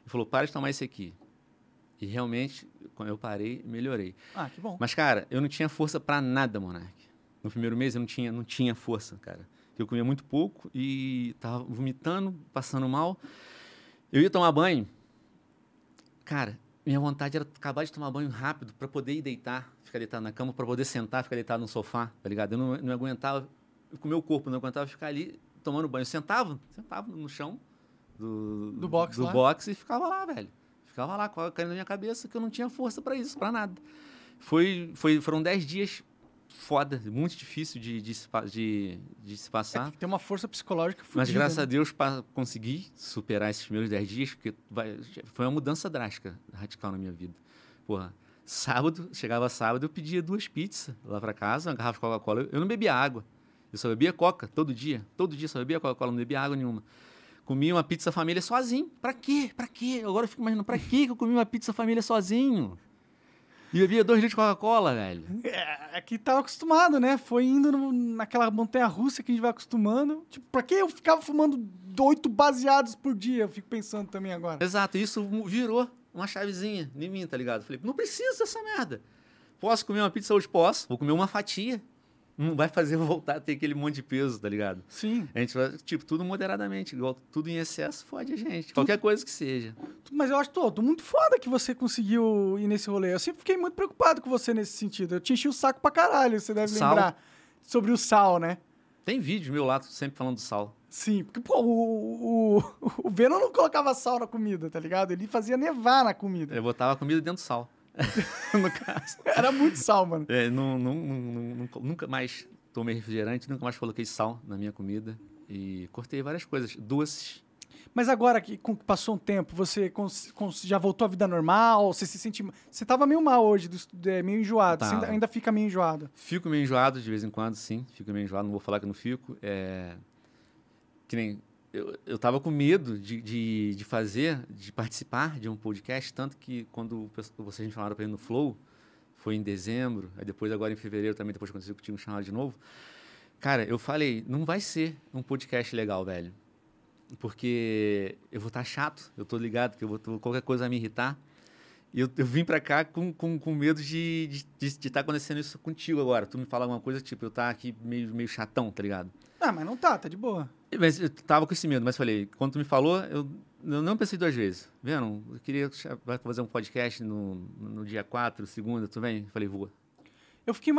e falou, para de tomar esse aqui. E realmente, quando eu parei, melhorei. Ah, que bom. Mas, cara, eu não tinha força pra nada, Monark. No primeiro mês eu não tinha força, cara. Eu comia muito pouco e tava vomitando, passando mal. Eu ia tomar banho. Cara, minha vontade era acabar de tomar banho rápido pra poder ir deitar, ficar deitado na cama, pra poder sentar, ficar deitado no sofá, tá ligado? Eu não aguentava, com o meu corpo, não aguentava ficar ali tomando banho. Eu sentava no chão Do box lá? box e ficava lá, velho. Ficava lá, caindo na minha cabeça que eu não tinha força pra isso, pra nada. Foram 10 dias foda, muito difícil de se passar. Tem uma força psicológica fodida. Mas graças né? a Deus consegui superar esses primeiros 10 dias, porque foi uma mudança drástica, radical na minha vida. Porra, chegava sábado, eu pedia 2 pizzas lá pra casa, uma garrafa de Coca-Cola. Eu não bebia água, eu só bebia Coca todo dia só bebia Coca-Cola, não bebia água nenhuma. Comia uma pizza família sozinho. Pra quê? Agora eu fico imaginando, pra que eu comi uma pizza família sozinho? E bebia 2 litros de Coca-Cola, velho. É que tava acostumado, né? Foi indo naquela montanha-russa que a gente vai acostumando. Tipo, pra que eu ficava fumando 8 baseados por dia? Eu fico pensando também agora. Exato, isso virou uma chavezinha em mim, tá ligado? Falei, não preciso dessa merda. Posso comer uma pizza hoje? Posso. Vou comer uma fatia. Não vai fazer eu voltar a ter aquele monte de peso, tá ligado? Sim. A gente vai, tipo, tudo moderadamente, igual tudo em excesso fode a gente. Qualquer coisa que seja. Mas eu acho tô muito foda que você conseguiu ir nesse rolê. Eu sempre fiquei muito preocupado com você nesse sentido. Eu te enchi o saco pra caralho, você deve Sal. lembrar. Sobre o sal, né? Tem vídeo meu lá, sempre falando do sal. Sim, porque, pô, o Venom não colocava sal na comida, tá ligado? Ele fazia nevar na comida. Eu botava a comida dentro do sal. No caso. Era muito sal, mano. Nunca mais tomei refrigerante, nunca mais coloquei sal na minha comida. E cortei várias coisas, doces. Mas agora que passou um tempo, você já voltou à vida normal? Você se sente... Você tava meio mal hoje, meio enjoado. Você ainda fica meio enjoado. Fico meio enjoado de vez em quando, sim. Fico meio enjoado, não vou falar que eu não fico. Que nem... Eu tava com medo de participar de um podcast, tanto que quando vocês me falaram para ir no Flow, foi em dezembro, aí depois agora em fevereiro também, depois que aconteceu que tinha um chamado de novo. Cara, eu falei, não vai ser um podcast legal, velho. Porque eu vou estar chato, eu tô ligado que qualquer coisa vai me irritar. E eu vim pra cá com medo de estar acontecendo isso contigo agora. Tu me fala alguma coisa, tipo, eu tá aqui meio chatão, tá ligado? Ah, mas não tá de boa. Mas eu tava com esse medo, mas falei, quando tu me falou, eu não pensei 2 vezes. Vendo, eu queria fazer um podcast no dia 4, segunda, tu vem? Falei, vou. Eu fiquei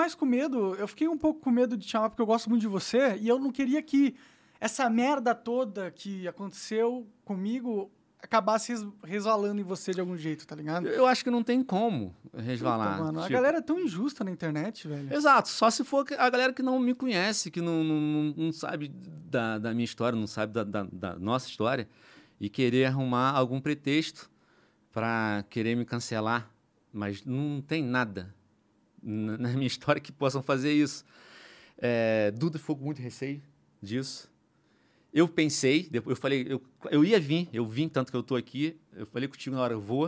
um pouco com medo de te chamar, porque eu gosto muito de você, e eu não queria que essa merda toda que aconteceu comigo acabasse resvalando em você de algum jeito, tá ligado? Eu acho que não tem como resvalar. Puta, mano, tipo... A galera é tão injusta na internet, velho. Exato, só se for a galera que não me conhece, que não sabe da minha história, não sabe da nossa história, e querer arrumar algum pretexto para querer me cancelar. Mas não tem nada na minha história que possam fazer isso. Duda ficou com muito receio disso. Eu pensei, eu falei, eu ia vir, eu vim tanto que eu tô aqui, eu falei contigo na hora, eu vou,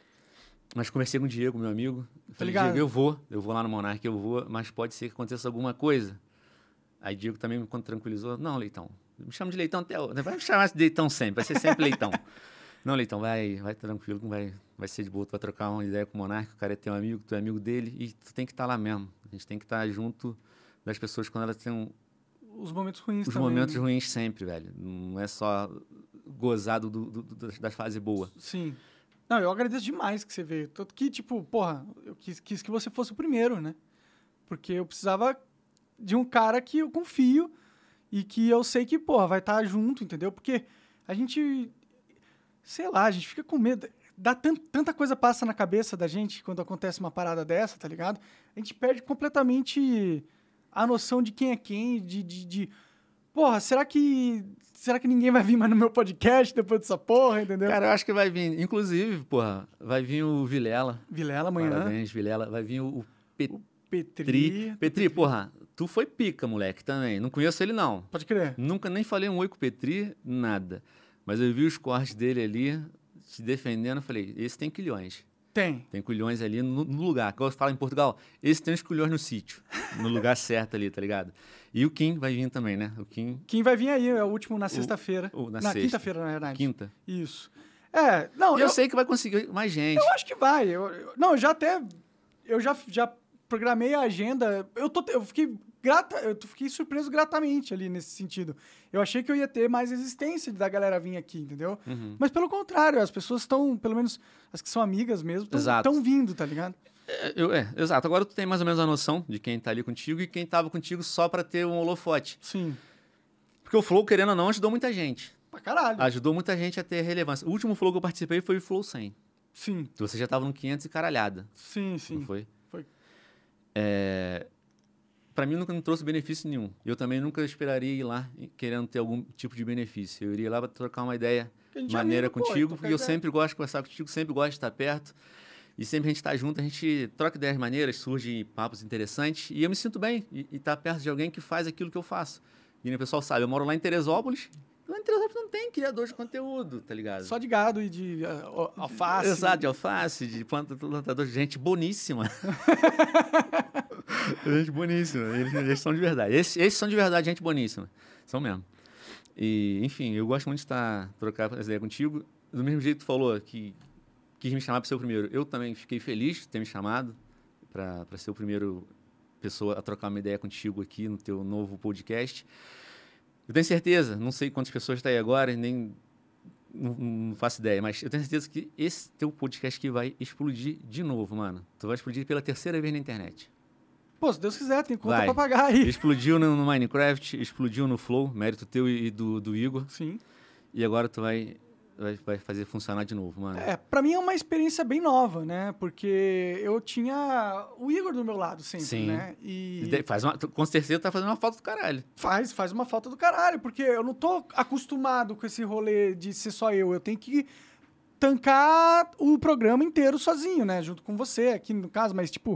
mas conversei com o Diego, meu amigo, falei, Diego, eu vou lá no Monark, eu vou, mas pode ser que aconteça alguma coisa. Aí Diego também me tranquilizou, não, Leitão, me chama de Leitão até, vai me chamar de Leitão sempre, vai ser sempre Leitão. Não, Leitão, vai tranquilo, vai ser de boa, tu vai trocar uma ideia com o Monark, o cara é teu amigo, tu é amigo dele, e tu tem que estar lá mesmo, a gente tem que estar junto das pessoas quando elas têm os momentos ruins Os também. momentos ruins sempre, velho. Não é só gozado das fases boas. Sim. Não, eu agradeço demais que você veio. Tanto que, tipo, porra, eu quis que você fosse o primeiro, né? Porque eu precisava de um cara que eu confio e que eu sei que, porra, vai estar junto, entendeu? Porque a gente, sei lá, a gente fica com medo. Tanta coisa passa na cabeça da gente quando acontece uma parada dessa, tá ligado? A gente perde completamente a noção de quem é quem, porra, será que ninguém vai vir mais no meu podcast depois dessa porra, entendeu? Cara, eu acho que vai vir, inclusive, porra, vai vir o Vilela. Vilela amanhã. Parabéns, Vilela. Vai vir o Petri. Petri, porra, tu foi pica, moleque, também. Não conheço ele, não. Pode crer. Nunca nem falei um oi com o Petri, nada. Mas eu vi os cortes dele ali, se defendendo, eu falei, esse tem quilhões. Tem culhões ali no lugar. Como eu falo em Portugal, esse tem os culhões no sítio. No lugar certo ali, tá ligado? E o Kim vai vir também, né? O Kim vai vir aí, é o último na sexta-feira. Na quinta-feira, na verdade. Quinta. Isso. Não, E eu sei que vai conseguir mais gente. Eu acho que vai. Eu já programei a agenda. Eu fiquei surpreso gratamente ali nesse sentido. Eu achei que eu ia ter mais resistência da galera vir aqui, entendeu? Mas pelo contrário, as pessoas estão, pelo menos as que são amigas mesmo, estão vindo, tá ligado? Exato. Agora tu tem mais ou menos a noção de quem tá ali contigo e quem tava contigo só pra ter um holofote. Sim. Porque o Flow, querendo ou não, ajudou muita gente. Pra caralho. Ajudou muita gente a ter relevância. O último Flow que eu participei foi o Flow 100. Sim. Você já tava no 500 e caralhada. Sim. Não foi? Foi. Pra mim nunca me trouxe benefício nenhum. Eu também nunca esperaria ir lá querendo ter algum tipo de benefício. Eu iria lá pra trocar uma ideia maneira contigo, porque eu sempre gosto de conversar contigo, sempre gosto de estar perto. E sempre a gente tá junto, a gente troca ideias maneiras, surgem papos interessantes. E eu me sinto bem e tá perto de alguém que faz aquilo que eu faço. E o pessoal sabe, eu moro lá em Teresópolis. Lá em Teresópolis não tem criador de conteúdo, tá ligado? Só de gado e de alface. Exato, de alface, de plantador, de gente boníssima. Gente boníssima. Eles são de verdade. Esses são de verdade gente boníssima. São mesmo. E, enfim, eu gosto muito de trocar essa ideia contigo. Do mesmo jeito que tu falou que quis me chamar para ser o primeiro. Eu também fiquei feliz de ter me chamado para ser o primeiro pessoa a trocar uma ideia contigo aqui no teu novo podcast. Eu tenho certeza, não sei quantas pessoas estão aí agora, nem não faço ideia, mas eu tenho certeza que esse teu podcast aqui vai explodir de novo, mano. Tu vai explodir pela terceira vez na internet. Pô, se Deus quiser, tem conta pra pagar aí. Explodiu no Minecraft, explodiu no Flow, mérito teu e do Igor. Sim. E agora tu vai fazer funcionar de novo, mano. Pra mim é uma experiência bem nova, né? Porque eu tinha o Igor do meu lado sempre, Sim. né? Com certeza tá fazendo uma falta do caralho. Faz uma falta do caralho, porque eu não tô acostumado com esse rolê de ser só eu. Eu tenho que tancar o programa inteiro sozinho, né? Junto com você aqui no caso, mas tipo...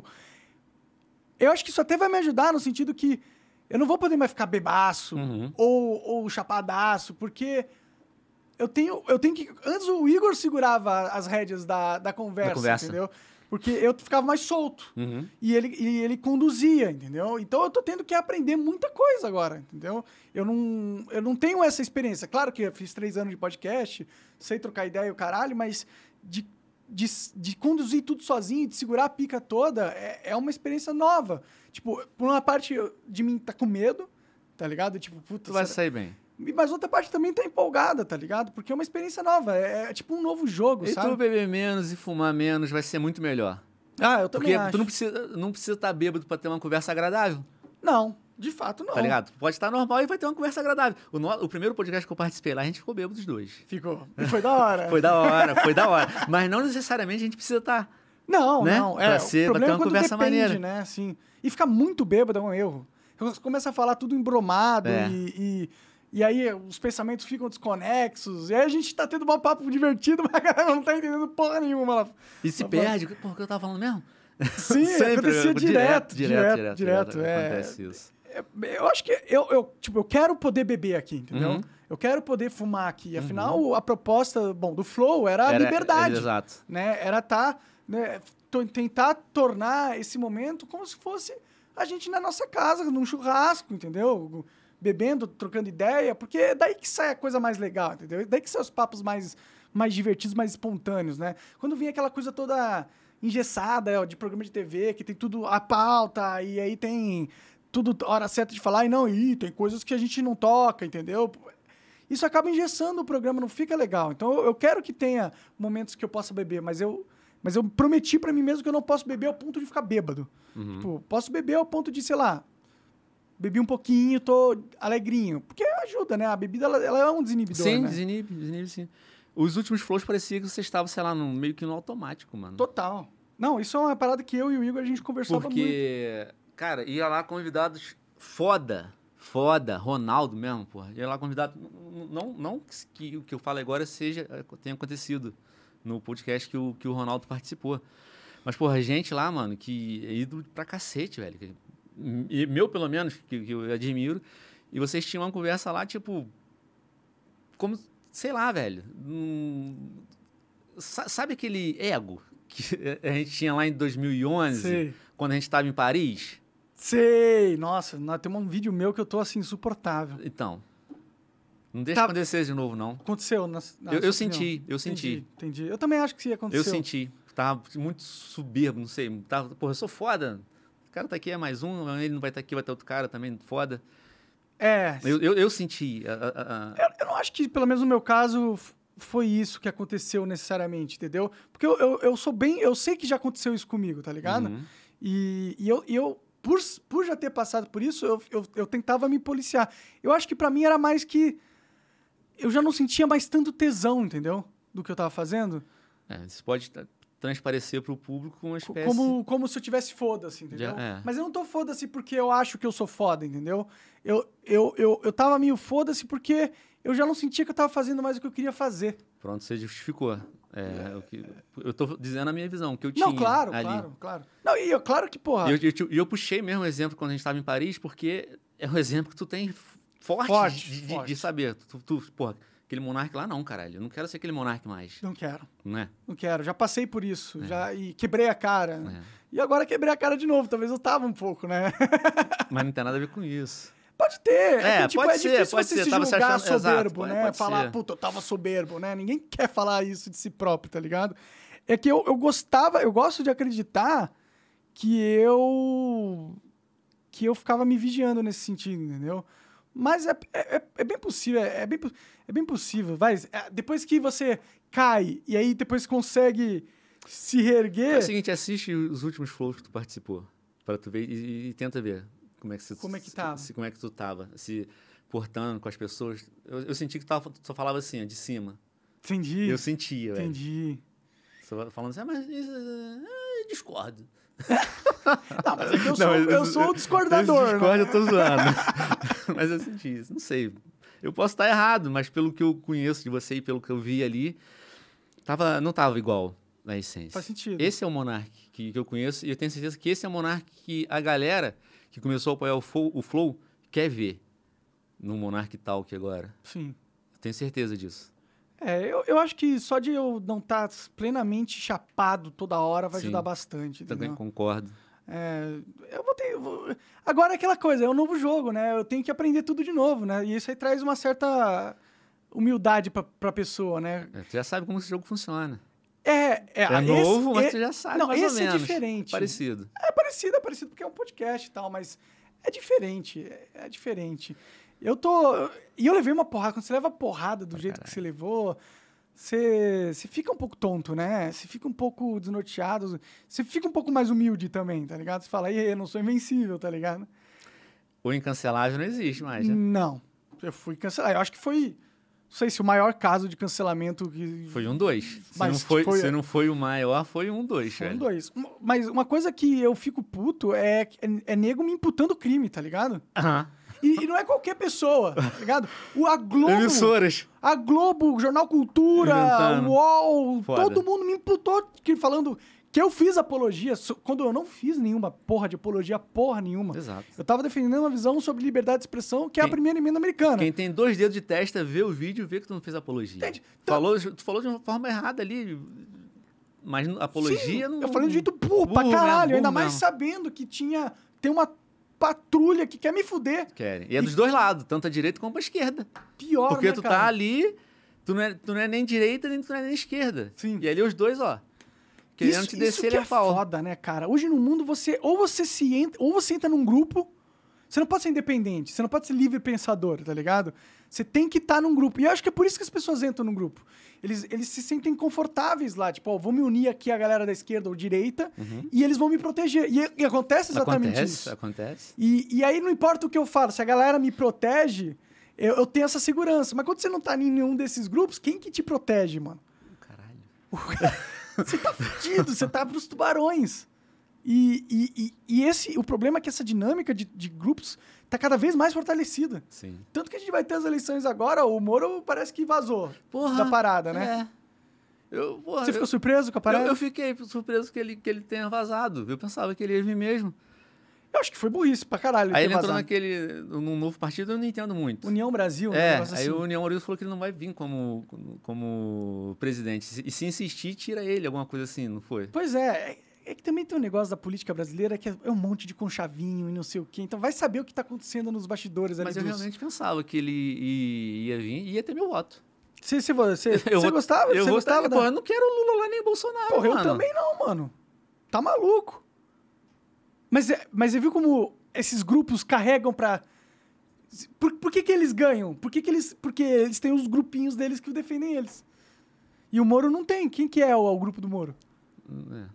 Eu acho que isso até vai me ajudar no sentido que eu não vou poder mais ficar bebaço ou chapadaço, porque eu tenho que... Antes o Igor segurava as rédeas da conversa, entendeu? Porque eu ficava mais solto. E ele conduzia, entendeu? Então eu tô tendo que aprender muita coisa agora, entendeu? Eu não tenho essa experiência. Claro que eu fiz 3 anos de podcast, sei trocar ideia e o caralho, mas de conduzir tudo sozinho, de segurar a pica toda, é uma experiência nova. Tipo, por uma parte de mim tá com medo, tá ligado? Tipo, puta... Tu vai sair bem. Mas outra parte também tá empolgada, tá ligado? Porque é uma experiência nova, é tipo um novo jogo, sabe? E tu beber menos e fumar menos vai ser muito melhor. Eu também acho. Porque tu não precisa estar bêbado pra ter uma conversa agradável. Não, de fato não. Tá ligado? Pode estar normal e vai ter uma conversa agradável. O primeiro podcast que eu participei lá, a gente ficou bêbado os dois. Ficou. E foi da hora. Foi da hora. Mas não necessariamente a gente precisa estar... Não. Pra ter uma conversa maneira. Né? Assim, e ficar muito bêbado é um erro. Você começa a falar tudo embromado e aí os pensamentos ficam desconexos. E aí a gente tá tendo um papo divertido, mas a galera não tá entendendo porra nenhuma lá. E se perde. Porra, o que eu tava falando mesmo? Sim, acontecia direto. Acontece isso. Eu acho que eu quero poder beber aqui, entendeu? Eu quero poder fumar aqui. Afinal, a proposta, do Flow era a liberdade. Exato. Né? Era tentar tornar esse momento como se fosse a gente na nossa casa, num churrasco, entendeu? Bebendo, trocando ideia, porque é daí que sai a coisa mais legal, entendeu? É daí que saem os papos mais divertidos, mais espontâneos, né? Quando vinha aquela coisa toda engessada de programa de TV, que tem tudo a pauta, e aí tem tudo hora certa de falar, tem coisas que a gente não toca, entendeu? Isso acaba engessando o programa, não fica legal. Então eu quero que tenha momentos que eu possa beber, mas eu prometi pra mim mesmo que eu não posso beber ao ponto de ficar bêbado. Tipo, posso beber ao ponto de, sei lá, bebi um pouquinho, tô alegrinho. Porque ajuda, né? A bebida, ela é um desinibidor, sim, né? Desinibe, sim. Os últimos flows parecia que você estava, sei lá, meio que no automático, mano. Total. Não, isso é uma parada que eu e o Igor, a gente conversava muito. Porque, cara, ia lá convidados foda, Ronaldo mesmo, porra. Ia lá convidado, não que o que eu falo agora tenha acontecido no podcast que o Ronaldo participou. Mas, porra, gente lá, mano, que é ídolo pra cacete, velho. E meu, pelo menos, que eu admiro. E vocês tinham uma conversa lá, tipo... Como, sei lá, velho. Sabe aquele ego que a gente tinha lá em 2011? Sei. Quando a gente estava em Paris? Sei! Nossa, tem um vídeo meu que eu tô, assim, insuportável. Então... Não deixa acontecer de novo, não. Aconteceu eu senti. Entendi. Eu também acho que sim, aconteceu. Eu senti. Tava muito soberbo, não sei. Porra, eu sou foda. O cara tá aqui, é mais um, ele não vai estar aqui, vai ter outro cara também, foda. Eu senti. Eu não acho que, pelo menos no meu caso, foi isso que aconteceu necessariamente, entendeu? Porque eu sou bem... Eu sei que já aconteceu isso comigo, tá ligado? Uhum. E eu por já ter passado por isso, eu tentava me policiar. Eu acho que pra mim era mais que... Eu já não sentia mais tanto tesão, entendeu? Do que eu tava fazendo. Isso pode transparecer pro público uma espécie... Como se eu tivesse foda-se, entendeu? Mas eu não tô foda-se porque eu acho que eu sou foda, entendeu? Eu tava meio foda-se porque eu já não sentia que eu tava fazendo mais o que eu queria fazer. Pronto, você justificou. Eu tô dizendo a minha visão, o que eu tinha ali. Claro. Não, e claro que, porra... E eu puxei mesmo o exemplo quando a gente estava em Paris, porque é um exemplo que tu tem forte. De saber. Porra, aquele monarca lá não, caralho. Eu não quero ser aquele monarca mais. Não quero. Não é? Não quero. Já passei por isso. E quebrei a cara. E agora quebrei a cara de novo. Talvez eu tava um pouco, né? Mas não tem nada a ver com isso. Pode ter. Pode ser, difícil pode você ser. se Tava julgar se achando... soberbo, Exato, né? pode Falar, ser. puta, eu tava soberbo, né? Ninguém quer falar isso de si próprio, tá ligado? É que eu gosto de acreditar que eu ficava me vigiando nesse sentido, entendeu? Mas é bem possível, é bem possível. Depois que você cai e aí depois consegue se reerguer... É o seguinte, assiste os últimos flows que tu participou, para tu ver e tenta ver como é que tava. Como é que tu tava, se portando com as pessoas. Eu senti que tu só falava assim, de cima. Entendi. Eu sentia, velho. Entendi. Só falando assim, mas isso, discordo. Não, mas é que eu sou o discordador. Discordo, eu tô zoando. Mas eu senti isso, não sei. Eu posso estar errado, mas pelo que eu conheço de você e pelo que eu vi ali, não tava igual na essência. Faz sentido. Esse é o Monark que eu conheço e eu tenho certeza que esse é o Monark que a galera que começou a apoiar o Flow quer ver no Monark Talk agora. Sim. Eu tenho certeza disso. Eu acho que só de eu não estar plenamente chapado toda hora vai ajudar bastante. Também entendeu? concordo. Agora é aquela coisa, é um novo jogo, né? Eu tenho que aprender tudo de novo, né? E isso aí traz uma certa humildade pra pessoa, né? Tu já sabe como esse jogo funciona. É novo, mas tu já sabe mais ou menos. Esse é diferente. Parecido. É parecido porque é um podcast e tal, mas é diferente. É diferente. E eu levei uma porrada. Quando você leva porrada do jeito que você levou, você fica um pouco tonto, né? Você fica um pouco desnorteado. Você fica um pouco mais humilde também, tá ligado? Você fala, eu não sou invencível, tá ligado? O incancelável não existe mais, né? Não. Eu fui cancelado. Eu acho que foi... Não sei se o maior caso de cancelamento que... Foi 2. Se não foi o maior, foi 2, Foi velho. 2. Mas uma coisa que eu fico puto é nego me imputando crime, tá ligado? Aham. E não é qualquer pessoa, tá ligado? A Globo... Emissoras. A Globo, Jornal Cultura, Inventando. o UOL, Foda. todo mundo me imputou falando que eu fiz apologia, quando eu não fiz nenhuma porra de apologia, porra nenhuma. Exato. Eu tava defendendo uma visão sobre liberdade de expressão, que é a primeira emenda americana. Quem tem 2 dedos de testa, vê o vídeo e vê que tu não fez apologia. Entende? Tu falou de uma forma errada ali, mas apologia Sim, não... eu falei de jeito burro pra caralho, burro ainda mais mesmo. sabendo que tem uma patrulha que quer me fuder. Querem. E é dos dois lados, tanto a direita como a esquerda. Pior, Porque né, tu cara? tá ali, tu não é nem direita, nem tu não é nem esquerda. Sim. E ali os dois, ó, querendo te descer que a pau. é foda, né, cara? Hoje no mundo, ou você entra num grupo, você não pode ser independente, você não pode ser livre pensador, tá ligado? Você tem que estar num grupo. E eu acho que é por isso que as pessoas entram num grupo. Eles se sentem confortáveis lá, tipo, vou me unir aqui a galera da esquerda ou direita e eles vão me proteger. E acontece exatamente isso. Acontece. E aí não importa o que eu falo, se a galera me protege, eu tenho essa segurança. Mas quando você não tá em nenhum desses grupos, quem que te protege, mano? Caralho. Você tá fudido, você tá pros tubarões. O problema é que essa dinâmica de grupos tá cada vez mais fortalecida. Sim. Tanto que a gente vai ter as eleições agora, o Moro parece que vazou da parada, né? Você ficou surpreso com a parada? Eu fiquei surpreso que ele tenha vazado. Eu pensava que ele ia vir mesmo. Eu acho que foi burrice pra caralho. Aí ele entrou num novo partido, eu não entendo muito. União Brasil, né? Aí assim. o União Brasil falou que ele não vai vir como presidente. E se insistir, tira ele, alguma coisa assim, não foi? Pois é. É que também tem um negócio da política brasileira que é um monte de conchavinho e não sei o quê. Então vai saber o que tá acontecendo nos bastidores ali Mas eu realmente pensava que ele ia vir e ia ter meu voto. Você Eu gostava? Eu Você votaria, gostava? pô, eu não quero o Lula lá nem o Bolsonaro, Porra, mano. eu também não, mano. Tá maluco. Mas você viu como esses grupos carregam pra... Por que eles ganham? Porque eles têm os grupinhos deles que defendem eles. E o Moro não tem. Quem que é o grupo do Moro? É.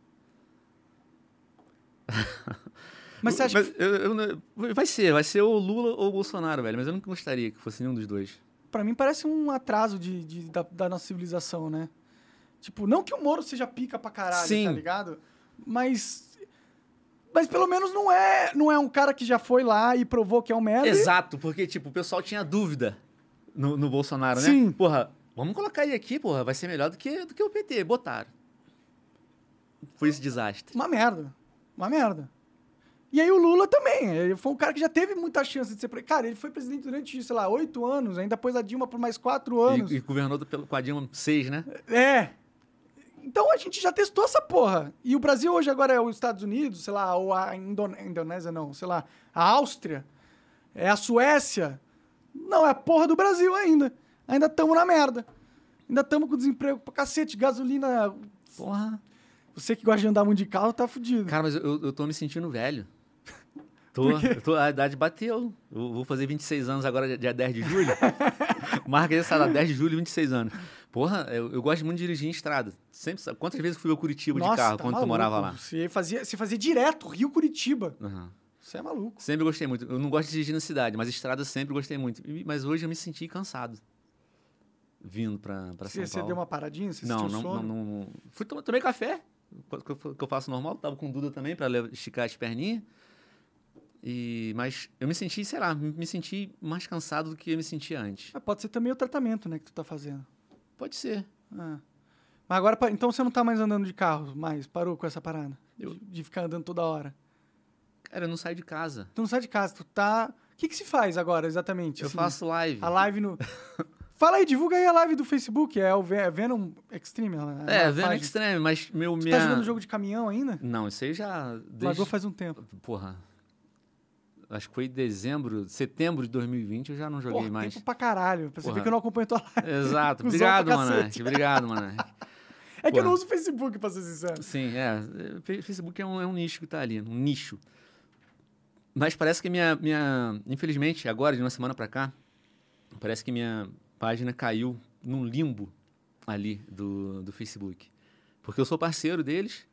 Mas você acha que... Vai ser o Lula ou o Bolsonaro, velho. Mas eu não gostaria que fosse nenhum dos dois. Pra mim parece um atraso da nossa civilização, né? Tipo, não que o Moro seja pica pra caralho, Sim. tá ligado? Mas pelo menos não é um cara que já foi lá e provou que é um merda. Exato, porque, tipo, o pessoal tinha dúvida no Bolsonaro, né? Sim. Porra, vamos colocar ele aqui, porra. Vai ser melhor do que o PT. Botaram. Foi esse desastre. Uma merda. E aí o Lula também. Ele foi um cara que já teve muita chance de ser... Cara, ele foi presidente durante, sei lá, 8 anos. Ainda pôs a Dilma por mais 4 anos. E governou com a Dilma 6, né? É. Então a gente já testou essa porra. E o Brasil hoje agora é os Estados Unidos, sei lá, ou a Indonésia não, sei lá, a Áustria, é a Suécia. Não, é a porra do Brasil ainda. Ainda estamos na merda. Ainda estamos com desemprego pra cacete, gasolina... Porra. Você que gosta de andar muito de carro, tá fudido. Cara, mas eu tô me sentindo velho. A idade bateu. Eu vou fazer 26 anos agora, dia 10 de julho. Marca essa data, 10 de julho, 26 anos. Porra, eu gosto muito de dirigir em estrada. Sempre, quantas vezes eu fui a Curitiba de carro tá quando maluco. tu morava lá? Você fazia direto, Rio-Curitiba. Uhum. Você é maluco. Sempre gostei muito. Eu não gosto de dirigir na cidade, mas estrada sempre gostei muito. Mas hoje eu me senti cansado. Vindo pra São Paulo. Você deu uma paradinha? Você sentiu sono? Não. Tomei café, que eu faço normal. Tava com o Duda também pra esticar as perninhas. Mas eu me senti, sei lá, me senti mais cansado do que eu me sentia antes. Mas pode ser também o tratamento, né, que tu tá fazendo. Pode ser. Ah. Mas agora, então você não tá mais andando de carro, parou com essa parada? De ficar andando toda hora? Cara, eu não saio de casa. Tu não sai de casa, tu tá... O que se faz agora, exatamente? Eu faço live. A live no... Fala aí, divulga aí a live do Facebook, é o Venom Extreme. Venom Extreme, mas Tu tá jogando jogo de caminhão ainda? Não, isso aí já... Largou faz um tempo. Porra... Acho que foi setembro de 2020, eu já não joguei mais. Tempo pra caralho. Pra você ver que eu não acompanho tua live. Exato. Obrigado, Monark. Obrigado, Monark. É que eu não uso o Facebook, pra ser sincero. Sim, Facebook é um nicho que tá ali, um nicho. Mas parece que infelizmente, agora, de uma semana pra cá, parece que minha página caiu num limbo ali do Facebook. Porque eu sou parceiro deles.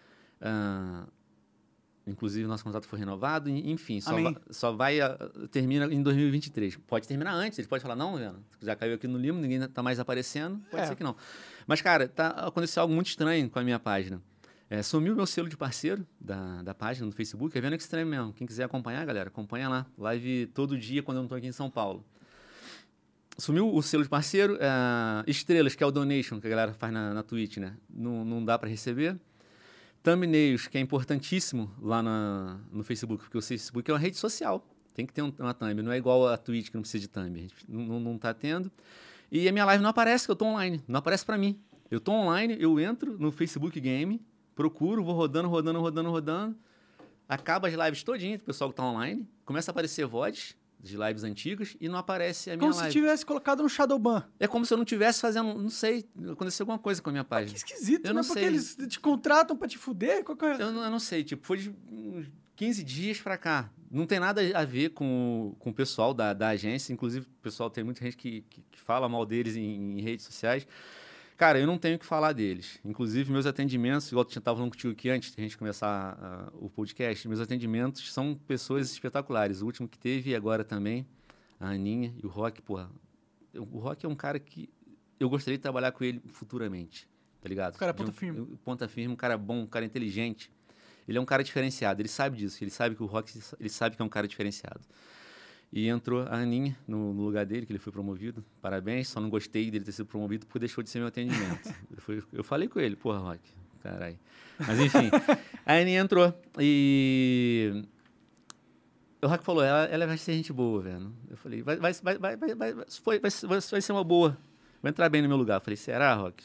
Inclusive, nosso contrato foi renovado. Enfim, termina em 2023. Pode terminar antes. Ele pode falar, não, já caiu aqui no limbo, ninguém está mais aparecendo. Pode ser que não. Mas, cara, aconteceu algo muito estranho com a minha página. Sumiu meu selo de parceiro da página no Facebook. É Venom Extreme mesmo. Quem quiser acompanhar, galera, acompanha lá. Live todo dia quando eu não estou aqui em São Paulo. Sumiu o selo de parceiro. Estrelas, que é o donation que a galera faz na Twitch, né? Não dá para receber. Thumbnails, que é importantíssimo lá no Facebook, porque o Facebook é uma rede social. Tem que ter uma thumb. Não é igual a Twitch, que não precisa de thumb. A gente não tá tendo. E a minha live não aparece, que eu tô online. Não aparece pra mim. Eu tô online, eu entro no Facebook Game, procuro, vou rodando. Acaba as lives todinha do pessoal que tá online. Começa a aparecer VODs de lives antigas e não aparece a minha live. Como se tivesse colocado no Shadowban. É como se eu não estivesse fazendo, não sei, aconteceu alguma coisa com a minha página. Que esquisito, eu né? Não Porque sei. eles te contratam pra te fuder? Eu não sei, tipo, foi de uns 15 dias pra cá. Não tem nada a ver com o pessoal da agência. Inclusive, o pessoal tem muita gente que fala mal deles em redes sociais. Cara, eu não tenho o que falar deles. Inclusive, meus atendimentos, igual eu estava falando contigo aqui antes de a gente começar o podcast, meus atendimentos são pessoas espetaculares. O último que teve e agora também, a Aninha e o Rock, porra. O Rock é um cara que eu gostaria de trabalhar com ele futuramente, tá ligado? O cara é ponta firme. Ponta firme, um cara bom, um cara inteligente. Ele é um cara diferenciado, ele sabe disso. Ele sabe que o Rock, ele sabe que é um cara diferenciado. E entrou a Aninha no lugar dele, que ele foi promovido. Parabéns, só não gostei dele ter sido promovido porque deixou de ser meu atendimento. Eu falei com ele, porra, Rock, caralho. Mas enfim, a Aninha entrou e o Rock falou, ela vai ser gente boa, velho. Eu falei, vai ser uma boa. Vai entrar bem no meu lugar. Eu falei, será, Rock?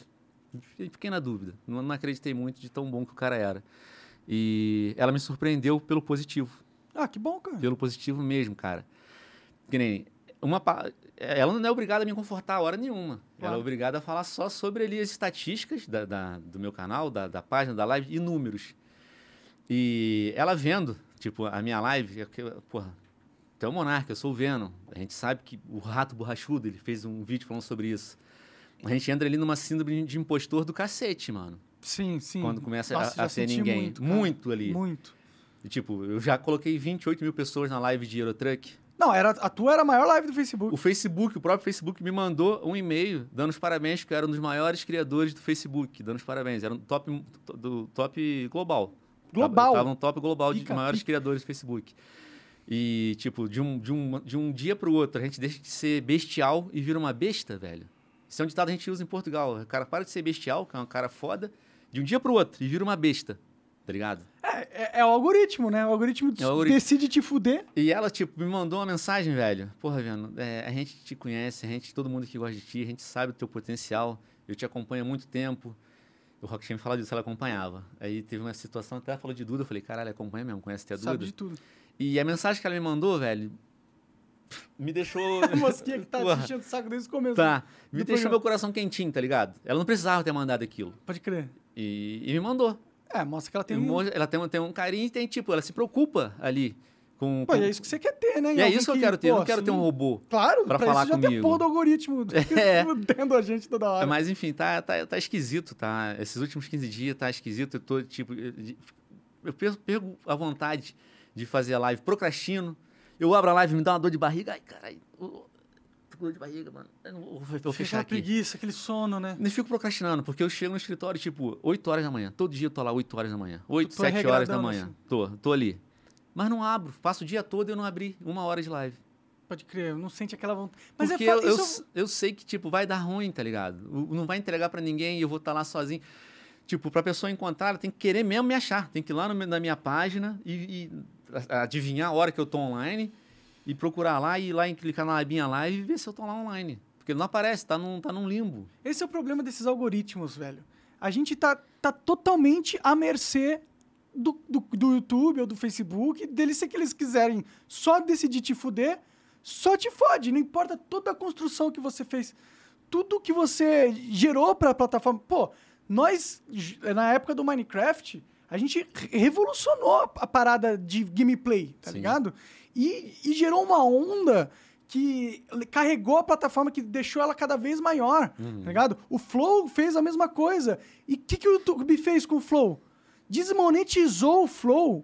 Fiquei na dúvida. Não acreditei muito de tão bom que o cara era. E ela me surpreendeu pelo positivo. Ah, que bom, cara. Pelo positivo mesmo, cara. Que nem... Ela não é obrigada a me confortar a hora nenhuma. Claro. Ela é obrigada a falar só sobre ali as estatísticas do meu canal, da página, da live e números. E ela vendo, tipo, a minha live, porra, tu é o Monarca, eu sou o Venom. A gente sabe que o Rato Borrachudo, ele fez um vídeo falando sobre isso. A gente entra ali numa síndrome de impostor do cacete, mano. Sim, sim. Quando começa Nossa, a já ser senti ninguém. muito, cara. Muito ali. Muito. E, tipo, eu já coloquei 28 mil pessoas na live de Eurotruck. Não, a tua era a maior live do Facebook. O próprio Facebook me mandou um e-mail dando os parabéns, que eu era um dos maiores criadores do Facebook, dando os parabéns. Era um do top global. Global? Tava no top global de Pica, maiores pica. criadores do Facebook. E, tipo, de um dia pro outro, a gente deixa de ser bestial e vira uma besta, velho. Isso é um ditado que a gente usa em Portugal. O cara para de ser bestial, que é um cara foda, de um dia pro outro e vira uma besta, tá ligado? É o algoritmo, né? O algoritmo decide te fuder. E ela, tipo, me mandou uma mensagem, velho. Porra, Viano, a gente te conhece, todo mundo que gosta de ti, a gente sabe do teu potencial. Eu te acompanho há muito tempo. O Rock tinha me falado disso, ela acompanhava. Aí teve uma situação, até ela falou de Duda. Eu falei, caralho, acompanha mesmo, conhece até a Duda. Sabe de tudo. E a mensagem que ela me mandou, velho, me deixou... A mosquinha que tá Porra. enchendo o saco desde o começo. Tá, me do deixou programa. meu coração quentinho, tá ligado? Ela não precisava ter mandado aquilo. Pode crer. E me mandou. Mostra que ela tem... Ela tem um carinho e tem, tipo, ela se preocupa ali com... Pô, e é isso que você quer ter, né? E é Alguém isso que eu quero ter. Eu não quero ter um assim, robô. Claro, pra pra falar isso já tem a comigo. porra do algoritmo É. fudendo a gente toda hora. Mas, enfim, tá esquisito, tá? Esses últimos 15 dias tá esquisito. Eu tô, tipo... Eu perco a vontade de fazer live, procrastino. Eu abro a live, me dá uma dor de barriga. Ai, caralho. Tô com dor de barriga, mano. Eu não vou Fica fechar aquela aqui. preguiça, aquele sono, né? Eu fico procrastinando, porque eu chego no escritório, tipo, 8 horas da manhã. Todo dia eu tô lá 8 horas da manhã. 8, Tu é 7 horas da regradão, manhã. assim. Tô ali. Mas não abro. Passo o dia todo e eu não abri 1 hora de live. Pode crer, não sente aquela vontade. Mas Porque é foda, eu sei que, tipo, vai dar ruim, tá ligado? Não vai entregar pra ninguém e eu vou estar lá sozinho. Tipo, pra pessoa encontrar, ela tem que querer mesmo me achar. Tem que ir lá na minha página e adivinhar a hora que eu tô online e procurar lá e ir lá e clicar na abinha live e ver se eu tô lá online. Porque não aparece, tá num limbo. Esse é o problema desses algoritmos, velho. A gente tá totalmente à mercê do YouTube ou do Facebook, deles, se que eles quiserem só decidir te fuder, só te fode. Não importa toda a construção que você fez, tudo que você gerou pra plataforma. Pô, nós, na época do Minecraft, a gente revolucionou a parada de gameplay, tá Sim. ligado? E gerou uma onda que carregou a plataforma, que deixou ela cada vez maior, tá ligado? O Flow fez a mesma coisa. E o que o YouTube fez com o Flow? Desmonetizou o Flow.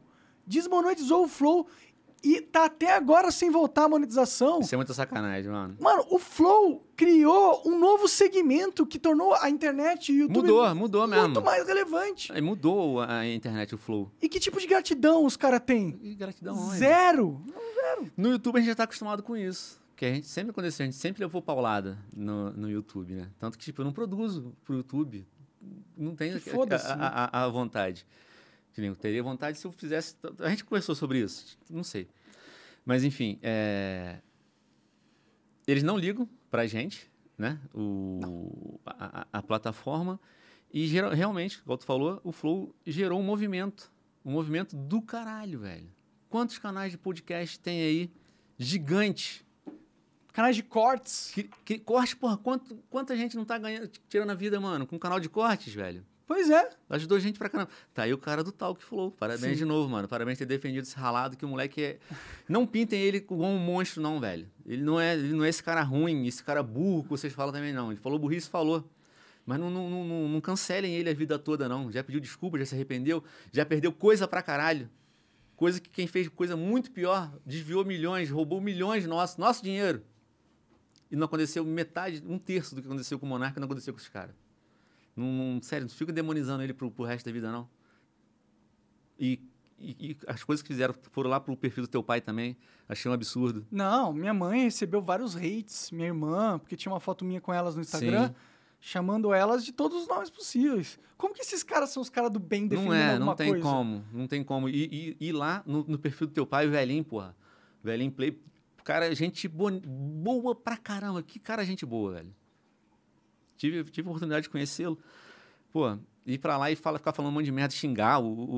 E tá até agora sem voltar a monetização. Isso é muita sacanagem, mano. Mano, o Flow criou um novo segmento que tornou a internet e o YouTube Mudou mesmo. muito mais relevante. Aí mudou a internet, o Flow. E que tipo de gratidão os caras têm? E gratidão onde? Zero. No YouTube a gente já tá acostumado com isso. Que a gente sempre aconteceu, a gente sempre levou paulada no YouTube, né? Tanto que, tipo, eu não produzo pro YouTube. Não tenho Que foda-se, a vontade. Eu teria vontade se eu fizesse... A gente conversou sobre isso, não sei. Mas, enfim, eles não ligam pra gente, né? A plataforma. E realmente, como tu falou, o Flow gerou um movimento do caralho, velho. Quantos canais de podcast tem aí? Gigante. Canais de cortes. Que corte, porra, quanta gente não tá ganhando, tirando a vida, mano, com um canal de cortes, velho? Pois é. Ajudou gente pra caramba. Tá aí o cara do Talk Flow. Parabéns Sim. de novo, mano. Parabéns por ter defendido esse ralado, que o moleque é... Não pintem ele como um monstro, não, velho. Ele não é esse cara ruim, esse cara burro que vocês falam também, não. Ele falou burrice, falou. Mas não cancelem ele a vida toda, não. Já pediu desculpa, já se arrependeu, já perdeu coisa pra caralho. Coisa que quem fez coisa muito pior, desviou milhões, roubou milhões nosso dinheiro. E não aconteceu metade, 1/3 do que aconteceu com o Monarca, não aconteceu com esses caras. Sério, não fica demonizando ele pro resto da vida, não. E as coisas que fizeram, foram lá pro perfil do teu pai também, achei um absurdo. Não, minha mãe recebeu vários hates, minha irmã, porque tinha uma foto minha com elas no Instagram, Sim. chamando elas de todos os nomes possíveis. Como que esses caras são os caras do bem defendendo alguma coisa? Não tem como. E lá no perfil do teu pai, o velhinho, porra, velhinho play, cara, gente boa pra caramba. Que cara, gente boa, velho. Tive a oportunidade de conhecê-lo. Pô, ir pra lá e ficar falando um monte de merda, xingar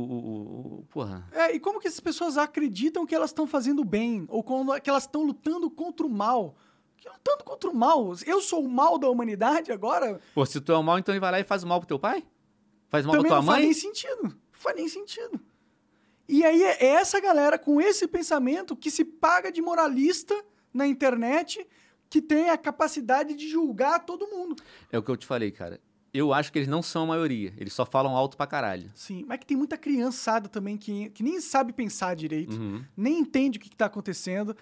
porra. E como que essas pessoas acreditam que elas estão fazendo bem? Ou que elas estão lutando contra o mal? Que lutando contra o mal? Eu sou o mal da humanidade agora? Pô, se tu é o mal, então ele vai lá e faz o mal pro teu pai? Faz mal pra Também tua não mãe? faz nem sentido. Não faz nem sentido. E aí é essa galera com esse pensamento que se paga de moralista na internet, que tem a capacidade de julgar todo mundo. É o que eu te falei, cara. Eu acho que eles não são a maioria. Eles só falam alto pra caralho. Sim, mas que tem muita criançada também que nem sabe pensar direito, nem entende o que tá acontecendo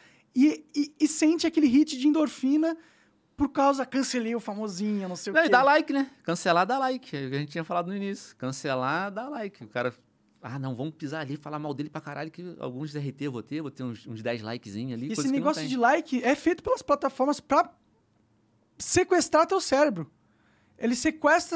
e sente aquele hit de endorfina por causa, cancelei o famosinho, não sei o quê. E dá like, né? Cancelar, dá like. A gente tinha falado no início. Cancelar, dá like. O cara... não, vamos pisar ali, falar mal dele pra caralho, que alguns RT eu vou ter uns 10 likezinhos ali. Esse negócio de like é feito pelas plataformas pra sequestrar teu cérebro. Ele sequestra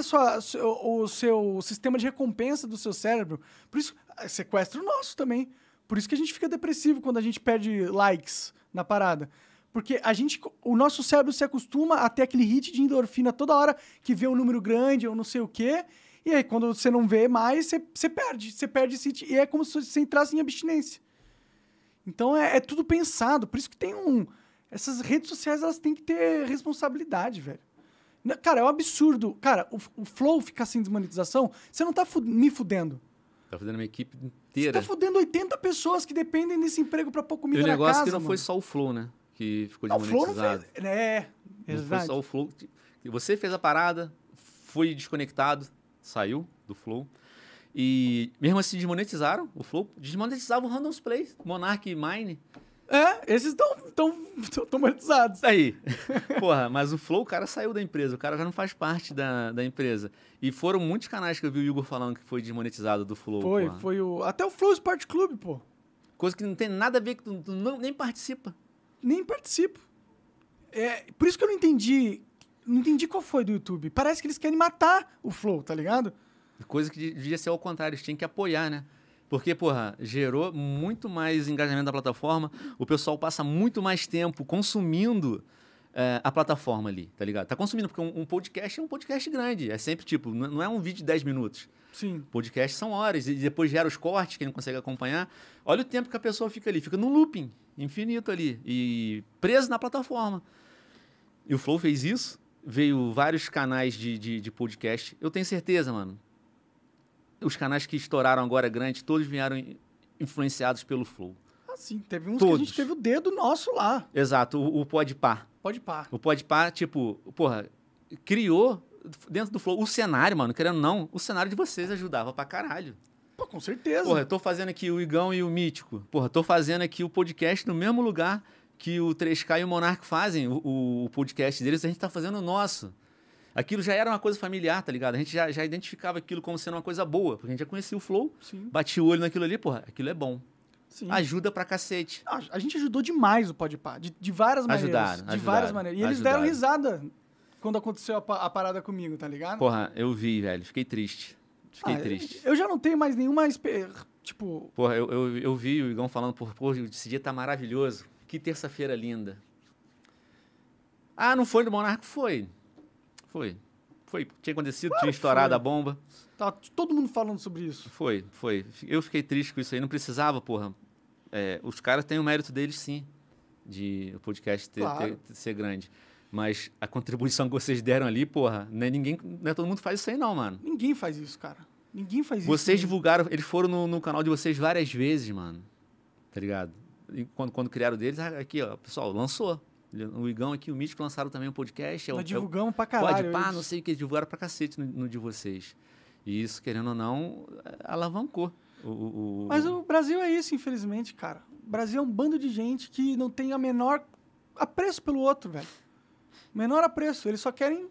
o seu sistema de recompensa do seu cérebro. Por isso, sequestra o nosso também. Por isso que a gente fica depressivo quando a gente perde likes na parada. Porque o nosso cérebro se acostuma a ter aquele hit de endorfina toda hora que vê um número grande ou não sei o quê. E aí, quando você não vê mais, você perde. Você perde esse hit. E é como se você entrasse em abstinência. Então, é tudo pensado. Por isso que tem essas redes sociais, elas têm que ter responsabilidade, velho. Cara, é um absurdo. Cara, o Flow ficar sem desmonetização, você não tá me fudendo. Tá fudendo uma equipe inteira. Você tá fudendo 80 pessoas que dependem desse emprego pra pôr comida na casa. E o negócio que não mano. foi só o Flow, né? Que ficou Não, desmonetizado. O Flow não fez... Não foi só o Flow. Você fez a parada, foi desconectado, saiu do Flow. E mesmo assim desmonetizaram o Flow. Desmonetizavam o Randoms Play, Monark e Mine. Esses estão monetizados. Aí. Porra, mas o Flow, o cara saiu da empresa. O cara já não faz parte da empresa. E foram muitos canais que eu vi o Igor falando que foi desmonetizado do Flow. Foi até o Flow Sport Club, pô. Coisa que não tem nada a ver, que tu nem participa. Nem participo. Por isso que eu não entendi. Não entendi qual foi do YouTube. Parece que eles querem matar o Flow, tá ligado? Coisa que devia ser ao contrário. Eles tinham que apoiar, né? Porque, porra, gerou muito mais engajamento da plataforma, o pessoal passa muito mais tempo consumindo a plataforma ali, tá ligado? Tá consumindo, porque um podcast é um podcast grande, é sempre tipo, não é um vídeo de 10 minutos. Sim. Podcast são horas, e depois gera os cortes, quem não consegue acompanhar. Olha o tempo que a pessoa fica ali, fica num looping infinito ali, e preso na plataforma. E o Flow fez isso, veio vários canais de podcast, eu tenho certeza, mano. Os canais que estouraram agora grandes, todos vieram influenciados pelo Flow. Sim, teve uns que a gente teve o dedo nosso lá. Exato, o Podpah. O Podpah, tipo, porra, criou dentro do Flow o cenário, mano, querendo ou não, o cenário de vocês ajudava pra caralho. Pô, com certeza. Porra, eu tô fazendo aqui o Igão e o Mítico. Porra, tô fazendo aqui o podcast no mesmo lugar que o 3K e o Monark fazem o podcast deles, a gente tá fazendo o nosso. Aquilo já era uma coisa familiar, tá ligado? A gente já identificava aquilo como sendo uma coisa boa, porque a gente já conhecia o Flow, batia o olho naquilo ali, porra, aquilo é bom. Sim. Ajuda pra cacete. A gente ajudou demais o Podpah, de várias maneiras. Várias maneiras. E eles deram risada quando aconteceu a parada comigo, tá ligado? Porra, eu vi, velho, fiquei triste. Triste. Eu já não tenho mais nenhuma, tipo... Porra, eu vi o Igão falando, porra, esse dia tá maravilhoso. Que terça-feira linda. Não foi do Monarca? Foi. Tinha acontecido, claro, tinha estourado a bomba. Tá todo mundo falando sobre isso. Foi. Eu fiquei triste com isso aí. Não precisava, porra. Os caras têm o mérito deles, sim, de o podcast ser grande. Mas a contribuição que vocês deram ali, porra, não é todo mundo faz isso aí não, mano. Ninguém faz isso, cara. Ninguém faz isso. Vocês divulgaram, eles foram no canal de vocês várias vezes, mano. Tá ligado? E quando criaram deles, aqui, ó, pessoal, lançou. O Igão aqui, o Mítico lançaram também um podcast. Nós divulgamos pra caralho. Podpah, não sei o que, divulgaram pra cacete no de vocês. E isso, querendo ou não, alavancou. Mas o Brasil é isso, infelizmente, cara. O Brasil é um bando de gente que não tem a menor apreço pelo outro, velho. Menor apreço. Eles só querem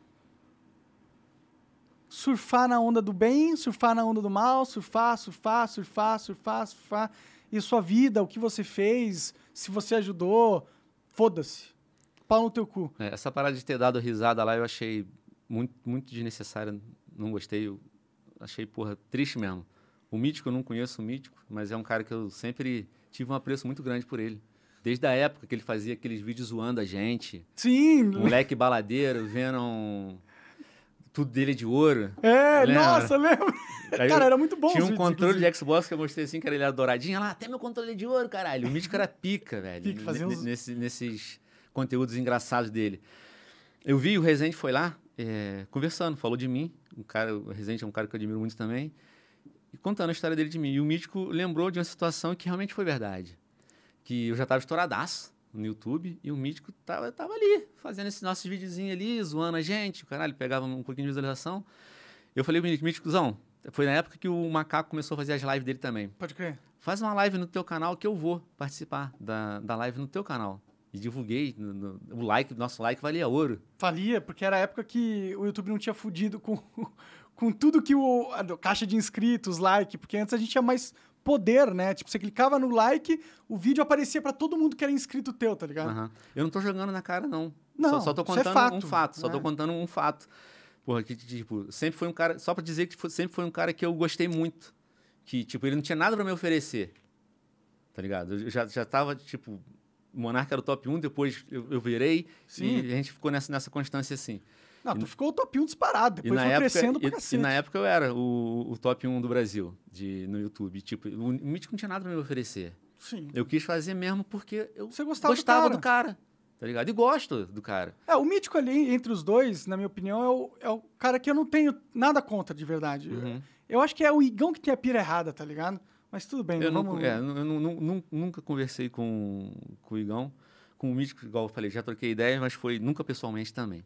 surfar na onda do bem, surfar na onda do mal, surfar. E sua vida, o que você fez, se você ajudou, foda-se. Pau no teu cu. Essa parada de ter dado risada lá, eu achei muito, muito desnecessária. Não gostei. Eu achei, porra, triste mesmo. O Mítico, eu não conheço o Mítico, mas é um cara que eu sempre tive um apreço muito grande por ele. Desde a época que ele fazia aqueles vídeos zoando a gente. Sim. Moleque baladeiro, vendo tudo dele é de ouro. É, Lembra? nossa, lembro. Aí Cara, era muito bom. Tinha os um vídeos, controle inclusive. de Xbox que eu mostrei assim, que ele era douradinho. Lá, até meu controle é de ouro, caralho. O Mítico era pica, velho. Pica, fazia uns- Nesses conteúdos engraçados dele. Eu vi, o Rezende foi lá, conversando, falou de mim. O Rezende é um cara que eu admiro muito também. E contando a história dele de mim. E o Mítico lembrou de uma situação que realmente foi verdade. Que eu já tava estouradaço no YouTube e o Mítico tava ali, fazendo esses nossos videozinhos ali, zoando a gente. O caralho, pegava um pouquinho de visualização. Eu falei pro Míticozão, foi na época que o Macaco começou a fazer as lives dele também. Pode crer. Faz uma live no teu canal que eu vou participar da live no teu canal. E divulguei, nosso like valia ouro. Valia, porque era a época que o YouTube não tinha fudido com tudo que a caixa de inscritos, like, porque antes a gente tinha mais poder, né? Tipo, você clicava no like, o vídeo aparecia pra todo mundo que era inscrito teu, tá ligado? Aham. Eu não tô jogando na cara, não. Não, Só tô isso é contando fato, um fato. Só tô né? contando um fato. Porra, que, tipo, sempre foi um cara... Só pra dizer que sempre foi um cara que eu gostei muito. Que, tipo, ele não tinha nada pra me oferecer. Tá ligado? Eu já tava, tipo... O Monarca era o top 1, depois eu virei. Sim. E a gente ficou nessa constância assim. Não, tu ficou o top 1 disparado, depois foi crescendo pra cacete. E na época eu era o top 1 do Brasil no YouTube. Tipo, o Mítico não tinha nada pra me oferecer. Sim. Eu quis fazer mesmo porque eu Você gostava do cara. Tá ligado? E gosto do cara. O Mítico ali, entre os dois, na minha opinião, é o cara que eu não tenho nada contra, de verdade. Uhum. Eu acho que é o Igão que tem a pira errada, tá ligado? Mas tudo bem, Eu vamos... nunca conversei com o Igão. Com o Mítico, igual eu falei, já troquei ideia, mas foi nunca pessoalmente também.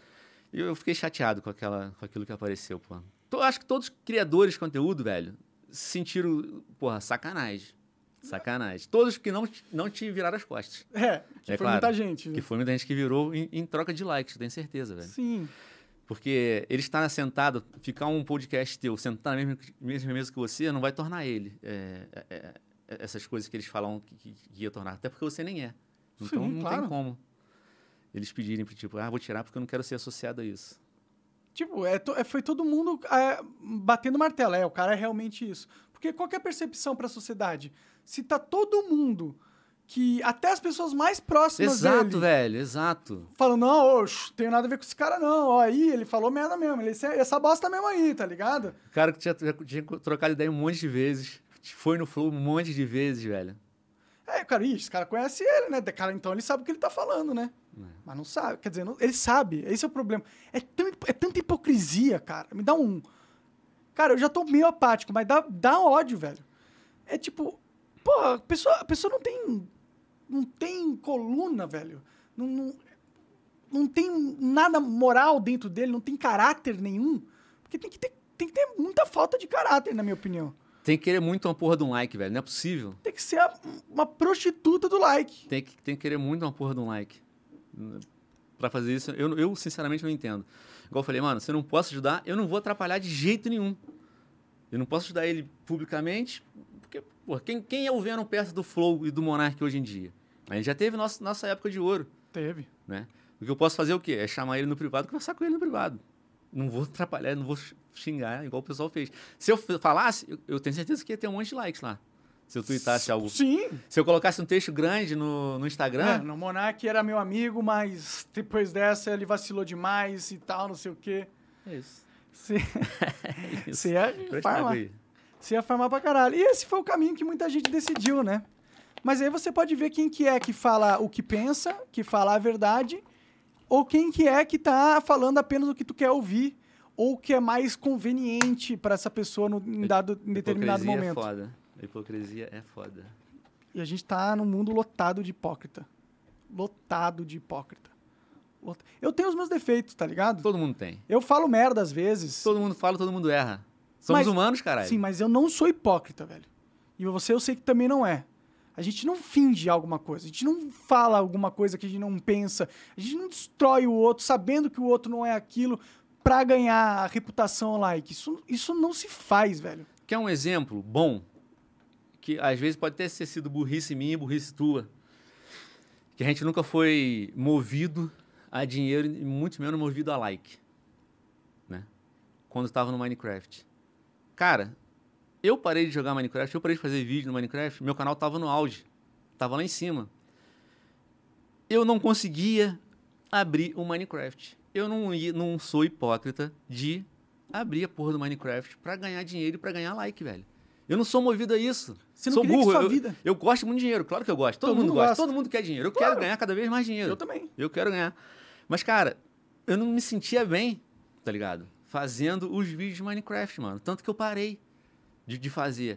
E eu fiquei chateado com aquilo que apareceu, pô. Acho que todos os criadores de conteúdo, velho, se sentiram, porra, sacanagem. Sacanagem. Todos que não te viraram as costas. Que foi muita gente. Que foi muita gente que virou em troca de likes, eu tenho certeza, velho. Sim. Porque ele estar sentado, ficar um podcast teu, sentar na mesma mesa que você, não vai tornar ele essas coisas que eles falam que ia tornar. Até porque você nem é. Então Sim, não claro. tem como eles pedirem, tipo, vou tirar porque eu não quero ser associado a isso. Tipo, foi todo mundo batendo martelo. O cara é realmente isso. Porque qual que é a percepção pra sociedade? Se tá todo mundo, que até as pessoas mais próximas Exato, dele, velho, exato. falam, não, tem nada a ver com esse cara não. Ó, aí ele falou merda mesmo, essa bosta mesmo aí, tá ligado? O cara que já tinha trocado ideia um monte de vezes, foi no Flow um monte de vezes, velho. Cara, esse cara conhece ele, né? Cara, então ele sabe o que ele tá falando, né? Mas não sabe, quer dizer, ele sabe, esse é o problema. É tanta hipocrisia, cara. Me dá um... Cara, eu já tô meio apático, mas dá ódio, velho. É tipo, porra, a pessoa não tem coluna, velho. Não tem nada moral dentro dele, não tem caráter nenhum. Porque tem que ter muita falta de caráter, na minha opinião. Tem que querer muito uma porra de um like, velho. Não é possível. Tem que ser uma prostituta do like. Tem que querer muito uma porra de um like. Pra fazer isso, eu sinceramente não entendo. Igual eu falei, mano, se eu não posso ajudar, eu não vou atrapalhar de jeito nenhum. Eu não posso ajudar ele publicamente, porque, porra, quem é o Venom perto do Flow e do Monark hoje em dia? A gente já teve nossa época de ouro. Teve. Né? O que eu posso fazer é o quê? É chamar ele no privado e conversar com ele no privado. Não vou atrapalhar, não vou xingar, igual o pessoal fez. Se eu falasse, eu tenho certeza que ia ter um monte de likes lá. Se eu tweetasse algo. Sim. Se eu colocasse um texto grande no Instagram... No Monark era meu amigo, mas depois dessa ele vacilou demais e tal, não sei o quê. É isso. Você ia farmar. Você ia farmar pra caralho. E esse foi o caminho que muita gente decidiu, né? Mas aí você pode ver quem que é que fala o que pensa, que fala a verdade, ou quem que é que tá falando apenas o que tu quer ouvir, ou que é mais conveniente pra essa pessoa em determinado momento. É foda. A hipocrisia é foda. E a gente tá num mundo lotado de hipócrita. Lotado de hipócrita. Eu tenho os meus defeitos, tá ligado? Todo mundo tem. Eu falo merda às vezes. Todo mundo fala, todo mundo erra. Somos humanos, caralho. Sim, mas eu não sou hipócrita, velho. E você eu sei que também não é. A gente não finge alguma coisa. A gente não fala alguma coisa que a gente não pensa. A gente não destrói o outro sabendo que o outro não é aquilo pra ganhar a reputação like. Isso não se faz, velho. Quer um exemplo bom? Que às vezes pode ter sido burrice minha e burrice tua. Que a gente nunca foi movido a dinheiro e muito menos movido a like. Né? Quando estava no Minecraft. Cara, eu parei de jogar Minecraft, eu parei de fazer vídeo no Minecraft, meu canal estava no auge. Estava lá em cima. Eu não conseguia abrir o Minecraft. eu não sou hipócrita de abrir a porra do Minecraft pra ganhar dinheiro e pra ganhar like, velho. Eu não sou movido a isso. Você não sou queria que burro. sua vida... Eu gosto muito de dinheiro, claro que eu gosto. Todo mundo gosta. Todo mundo quer dinheiro. Eu quero ganhar cada vez mais dinheiro. Eu também. Eu quero ganhar. Mas, cara, eu não me sentia bem, tá ligado? Fazendo os vídeos de Minecraft, mano. Tanto que eu parei de fazer.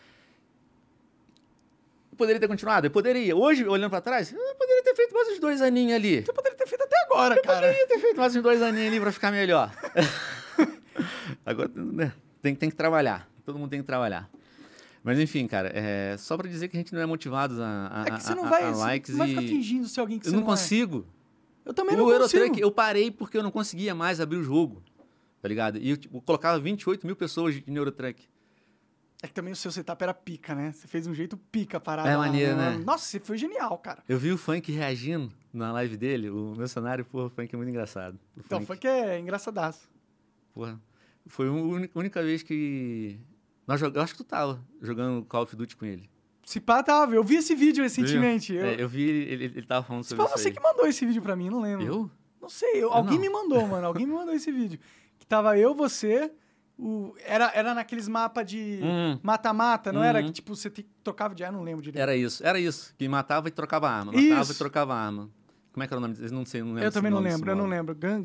Eu poderia ter continuado? Eu poderia. Hoje, olhando pra trás, eu poderia ter feito mais uns 2 aninhos ali. Você poderia ter feito até agora, cara. Eu poderia ter feito mais uns 2 aninhos ali pra ficar melhor. Agora, né, tem que trabalhar. Todo mundo tem que trabalhar. Mas, enfim, cara, só pra dizer que a gente não é motivado a É que você não vai, likes você não vai ficar fingindo ser alguém que você eu não não consigo. Eu também não O consigo. Eurotruck, eu parei porque eu não conseguia mais abrir o jogo, tá ligado? E eu colocava 28 mil pessoas no Eurotruck. É que também o seu setup era pica, né? Você fez um jeito pica a parada. É lá, maneiro, né? Nossa, você foi genial, cara. Eu vi o Funk reagindo na live dele, o meu cenário, porra, o Funk é muito engraçado. Então, foi que é engraçadaço. Porra, foi a única vez que... eu acho que tu tava jogando Call of Duty com ele. Se pá, tava. Eu vi esse vídeo recentemente. Eu vi ele tava falando Se sobre pá, isso você aí. que mandou esse vídeo pra mim, não lembro. Eu? Não sei, alguém não. me mandou, mano. Alguém me mandou esse vídeo. Que tava eu, você... Era naqueles mapas de mata-mata, não era? Que, tipo, você trocava de ar, não lembro direito. Era isso. Que matava e trocava arma. Isso. Matava e trocava arma. Como é que era o nome? Eu não sei, não lembro. Eu também não lembro, eu não lembro. Gun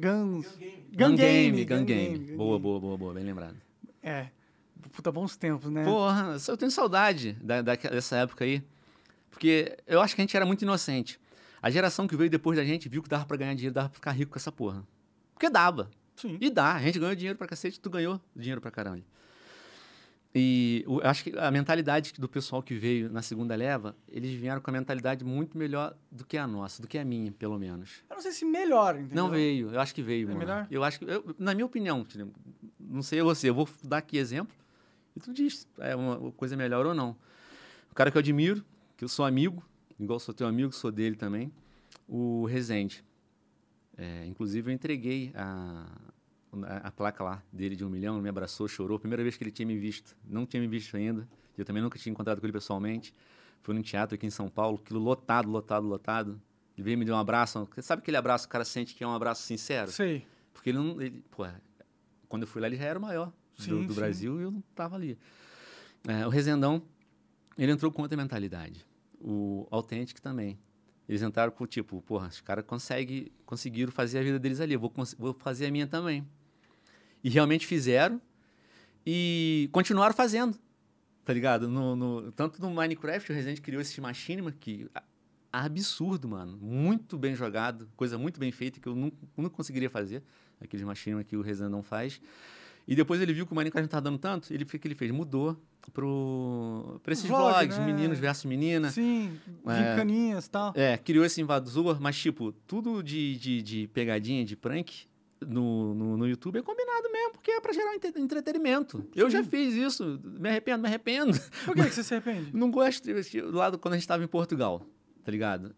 Game. Boa, bem lembrado. É. Puta, bons tempos, né? Porra, eu tenho saudade dessa época aí. Porque eu acho que a gente era muito inocente. A geração que veio depois da gente viu que dava pra ganhar dinheiro, dava pra ficar rico com essa porra. Porque dava. Sim. E dá. A gente ganhou dinheiro pra cacete, tu ganhou dinheiro pra caramba. E eu acho que a mentalidade do pessoal que veio na segunda leva, eles vieram com a mentalidade muito melhor do que a nossa, do que a minha, pelo menos. Eu não sei se melhor, entendeu? Não veio, eu acho que veio, mano. Melhor? Eu acho que, na minha opinião, não sei você, eu vou dar aqui exemplo e tu diz se é uma coisa melhor ou não. O cara que eu admiro, que eu sou amigo, igual sou teu amigo, sou dele também, o Rezende. Inclusive eu entreguei a placa lá dele de 1 milhão, me abraçou, chorou. Primeira vez que ele tinha me visto. Não tinha me visto ainda. Eu também nunca tinha encontrado com ele pessoalmente. Foi num teatro aqui em São Paulo, aquilo lotado. Ele veio me deu um abraço. Sabe aquele abraço que o cara sente que é um abraço sincero? Sei. Porque ele não... quando eu fui lá, ele já era o maior do Brasil e eu não tava ali. O Rezendão, ele entrou com outra mentalidade. O Authentic também. Eles entraram com tipo, porra, os caras conseguiram fazer a vida deles ali. Eu vou fazer a minha também. E realmente fizeram e continuaram fazendo, tá ligado? Tanto no Minecraft, o Resident criou esse Machinima que... absurdo, mano. Muito bem jogado, coisa muito bem feita que eu não conseguiria fazer. Aqueles Machinima que o Resident não faz. E depois ele viu que o Minecraft não estava dando tanto, o que ele fez? Mudou pra esses vlogs, né? Meninos versus menina. Sim, gincaninhas e tal. Criou esse invasor, mas tipo, tudo de pegadinha, de prank no YouTube é combinado mesmo, porque é pra gerar entretenimento. Sim. Eu já fiz isso, me arrependo. Por que você se arrepende? Não gosto, lá quando a gente estava em Portugal, tá ligado?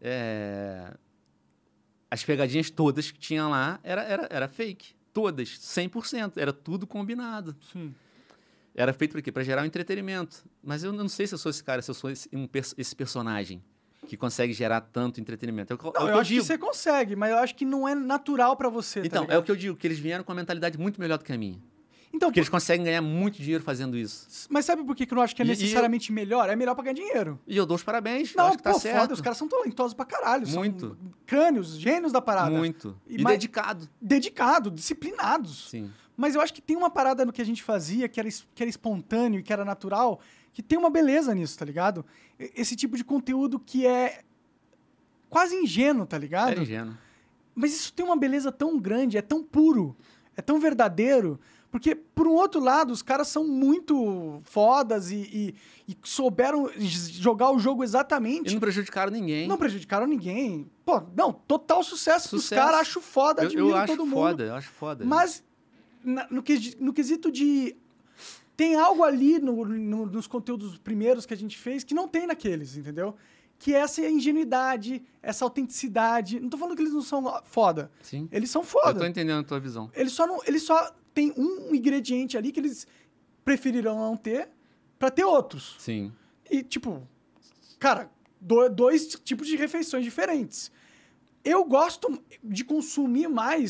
As pegadinhas todas que tinha lá era fake. Todas, 100%. Era tudo combinado. Sim. Era feito para quê? Para gerar um entretenimento. Mas eu não sei se eu sou esse cara, se eu sou esse personagem que consegue gerar tanto entretenimento. Eu acho que você consegue, mas eu acho que não é natural para você. Então, tá é o que eu digo, que eles vieram com uma mentalidade muito melhor do que a minha. Então, porque eles conseguem ganhar muito dinheiro fazendo isso. Mas sabe por que eu não acho que é necessariamente melhor? É melhor pra ganhar dinheiro. E eu dou os parabéns. Não, eu acho que tá certo. Foda, os caras são talentosos pra caralho. Muito. São crânios, gênios da parada. Muito. E dedicado. Dedicado, disciplinados. Sim. Mas eu acho que tem uma parada no que a gente fazia que era espontâneo e que era natural, que tem uma beleza nisso, tá ligado? Esse tipo de conteúdo que é quase ingênuo, tá ligado? É ingênuo. Mas isso tem uma beleza tão grande, é tão puro, é tão verdadeiro. Porque, por um outro lado, os caras são muito fodas e souberam jogar o jogo exatamente. E não prejudicaram ninguém. Não prejudicaram ninguém. Pô, não, total sucesso pros caras. Acho foda, admiro todo mundo. Eu acho foda. Mas, no quesito de... Tem algo ali nos conteúdos primeiros que a gente fez que não tem naqueles, entendeu? Que é essa ingenuidade, essa autenticidade. Não tô falando que eles não são foda. Sim. Eles são foda. Eu tô entendendo a tua visão. Eles só tem um ingrediente ali que eles preferirão não ter pra ter outros. Sim. E, tipo, cara, dois tipos de refeições diferentes. Eu gosto de consumir mais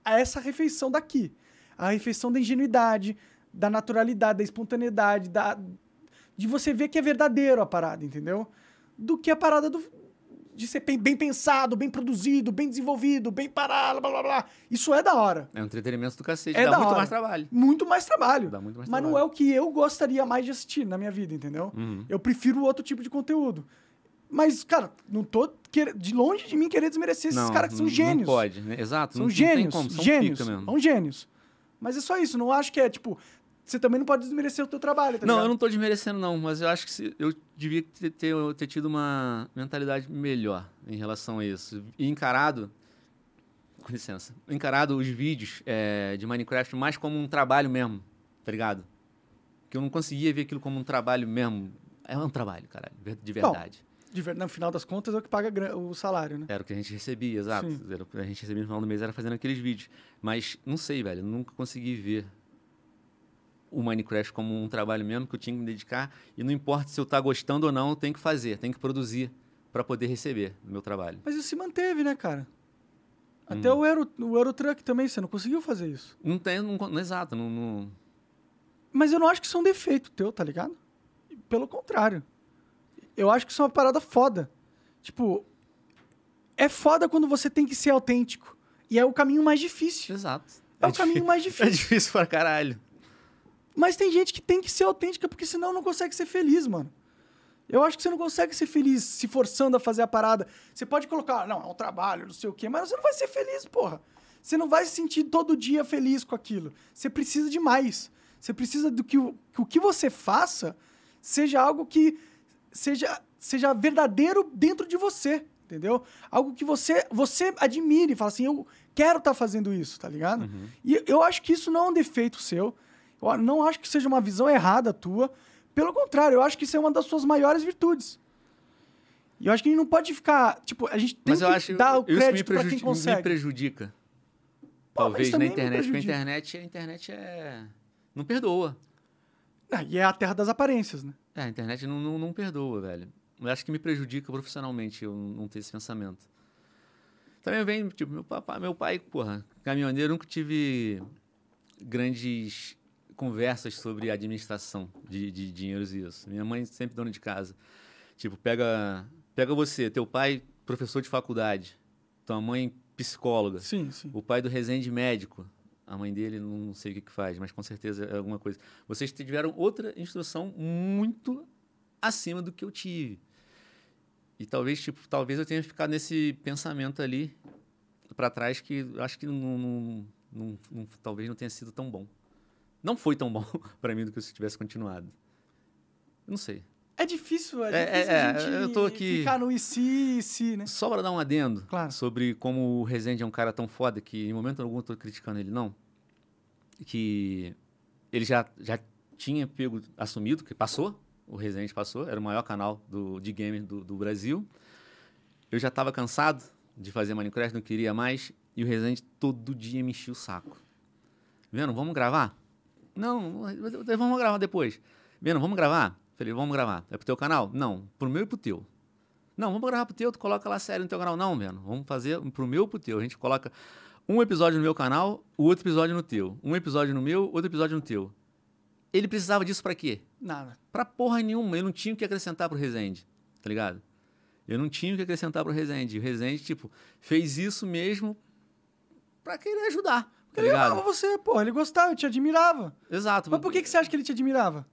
a essa refeição daqui. A refeição da ingenuidade, da naturalidade, da espontaneidade, de você ver que é verdadeiro a parada, entendeu? Do que a parada de ser bem pensado, bem produzido, bem desenvolvido, bem parado, blá, blá, blá. Isso é da hora. É um entretenimento do cacete. É Dá da muito hora. mais trabalho. Muito mais trabalho. Dá muito mais Mas trabalho. não é o que eu gostaria mais de assistir na minha vida, entendeu? Eu prefiro outro tipo de conteúdo. Mas, cara, não tô de longe de mim querer desmerecer esses caras que são gênios. Não pode, né? Exato. São não gênios, tem como. São gênios. pica mesmo. São gênios. Mas é só isso. Não acho que é, tipo... Você também não pode desmerecer o teu trabalho, tá Não, ligado? eu não tô desmerecendo, não. Mas eu acho que eu devia ter tido uma mentalidade melhor em relação a isso. E encarado... Com licença. Encarado os vídeos de Minecraft mais como um trabalho mesmo, tá ligado? Que eu não conseguia ver aquilo como um trabalho mesmo. É um trabalho, caralho. De verdade. No final das contas, é o que paga o salário, né? Era o que a gente recebia, exato. Sim. Era o que a gente recebia no final do mês, era fazendo aqueles vídeos. Mas, não sei, velho. Eu nunca consegui ver o Minecraft como um trabalho mesmo que eu tinha que me dedicar. E não importa se eu tá gostando ou não, eu tenho que fazer, tenho que produzir para poder receber o meu trabalho. Mas isso se manteve, né, cara? Até o Eurotruck também, você não conseguiu fazer isso. Não tem, exato. Não... Mas eu não acho que isso é um defeito teu, tá ligado? Pelo contrário. Eu acho que isso é uma parada foda. Tipo, é foda quando você tem que ser autêntico. E é o caminho mais difícil. Exato. É o caminho mais difícil. É difícil pra caralho. Mas tem gente que tem que ser autêntica, porque senão não consegue ser feliz, mano. Eu acho que você não consegue ser feliz se forçando a fazer a parada. Você pode colocar, não, é um trabalho, não sei o quê, mas você não vai ser feliz, porra. Você não vai se sentir todo dia feliz com aquilo. Você precisa de mais. Você precisa do que o que você faça seja algo que seja verdadeiro dentro de você, entendeu? Algo que você admire e fala assim, eu quero estar fazendo isso, tá ligado? Uhum. E eu acho que isso não é um defeito seu. Eu não acho que seja uma visão errada tua. Pelo contrário, eu acho que isso é uma das suas maiores virtudes. E eu acho que a gente não pode ficar... Tipo, a gente tem que dar o crédito pra quem consegue. Me prejudica. Pô, Talvez na internet. Porque prejudica. a internet não perdoa. E é a terra das aparências, né? A internet não perdoa, velho. Eu acho que me prejudica profissionalmente eu não ter esse pensamento. Também vem, tipo, meu pai, porra, caminhoneiro, nunca tive grandes conversas sobre administração de dinheiros e isso. Minha mãe sempre dona de casa. Tipo, pega você, teu pai, professor de faculdade, tua mãe, psicóloga. Sim, sim. O pai do Resende, médico. A mãe dele, não sei o que faz, mas com certeza é alguma coisa. Vocês tiveram outra instrução muito acima do que eu tive. E talvez eu tenha ficado nesse pensamento ali para trás que eu acho que talvez não tenha sido tão bom. Não foi tão bom para mim do que se tivesse continuado. Não sei. É difícil a gente eu tô aqui ficar no e se, né? Só para dar um adendo Claro. sobre como o Resende é um cara tão foda que em momento algum eu tô criticando ele, não. Que ele já tinha assumido, que passou, o Resende passou, era o maior canal de game do Brasil. Eu já estava cansado de fazer Minecraft, não queria mais, e o Resende todo dia me enchia o saco. Vendo, vamos gravar? Não, vamos gravar depois. Vendo, vamos gravar? Falei, vamos gravar. É pro teu canal? Não, pro meu e pro teu. Não, vamos gravar pro teu, tu coloca lá a série no teu canal. Não, Vendo, vamos fazer pro meu e pro teu. A gente coloca um episódio no meu canal, o outro episódio no teu. Um episódio no meu, outro episódio no teu. Ele precisava disso pra quê? Nada. Pra porra nenhuma. Eu não tinha o que acrescentar pro Resende, tá ligado? Eu não tinha o que acrescentar pro Resende. O Resende, tipo, fez isso mesmo pra querer ajudar, tá Ele ligado? amava você, pô. Ele gostava, ele te admirava. Exato. Mas por que você acha que ele te admirava?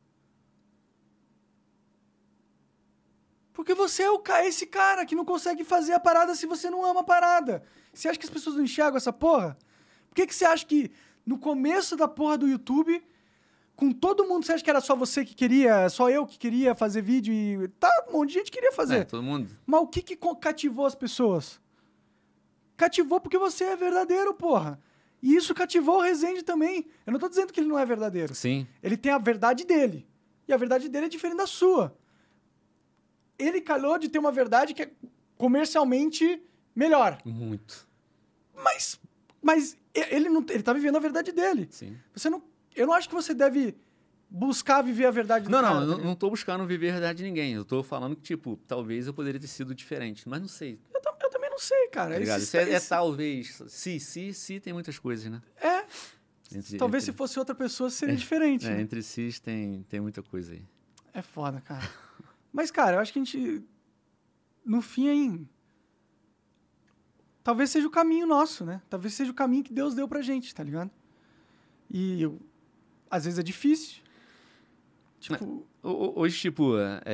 Porque você é esse cara que não consegue fazer a parada se você não ama a parada. Você acha que as pessoas não enxergam essa porra? Por que você acha que no começo da porra do YouTube, com todo mundo, você acha que era só você que queria, só eu que queria fazer vídeo e... Tá, um monte de gente queria fazer. Todo mundo. Mas o que cativou as pessoas? Cativou porque você é verdadeiro, porra. E isso cativou o Resende também. Eu não tô dizendo que ele não é verdadeiro. Sim. Ele tem a verdade dele. E a verdade dele é diferente da sua. Ele calhou de ter uma verdade que é comercialmente melhor. Muito. Mas ele tá vivendo a verdade dele. Sim. Eu não acho que você deve buscar viver a verdade do cara. Não tô buscando viver a verdade de ninguém. Eu tô falando que, tipo, talvez eu poderia ter sido diferente, mas não sei. Eu também não sei, cara. Tá ligado? Isso é talvez... Se tem muitas coisas, né? Talvez se fosse outra pessoa seria diferente. Né? Entre si tem muita coisa aí. É foda, cara. Mas, cara, eu acho que a gente... No fim, hein? Talvez seja o caminho nosso, né? Talvez seja o caminho que Deus deu pra gente, tá ligado? E às vezes é difícil. Tipo... Hoje, tipo...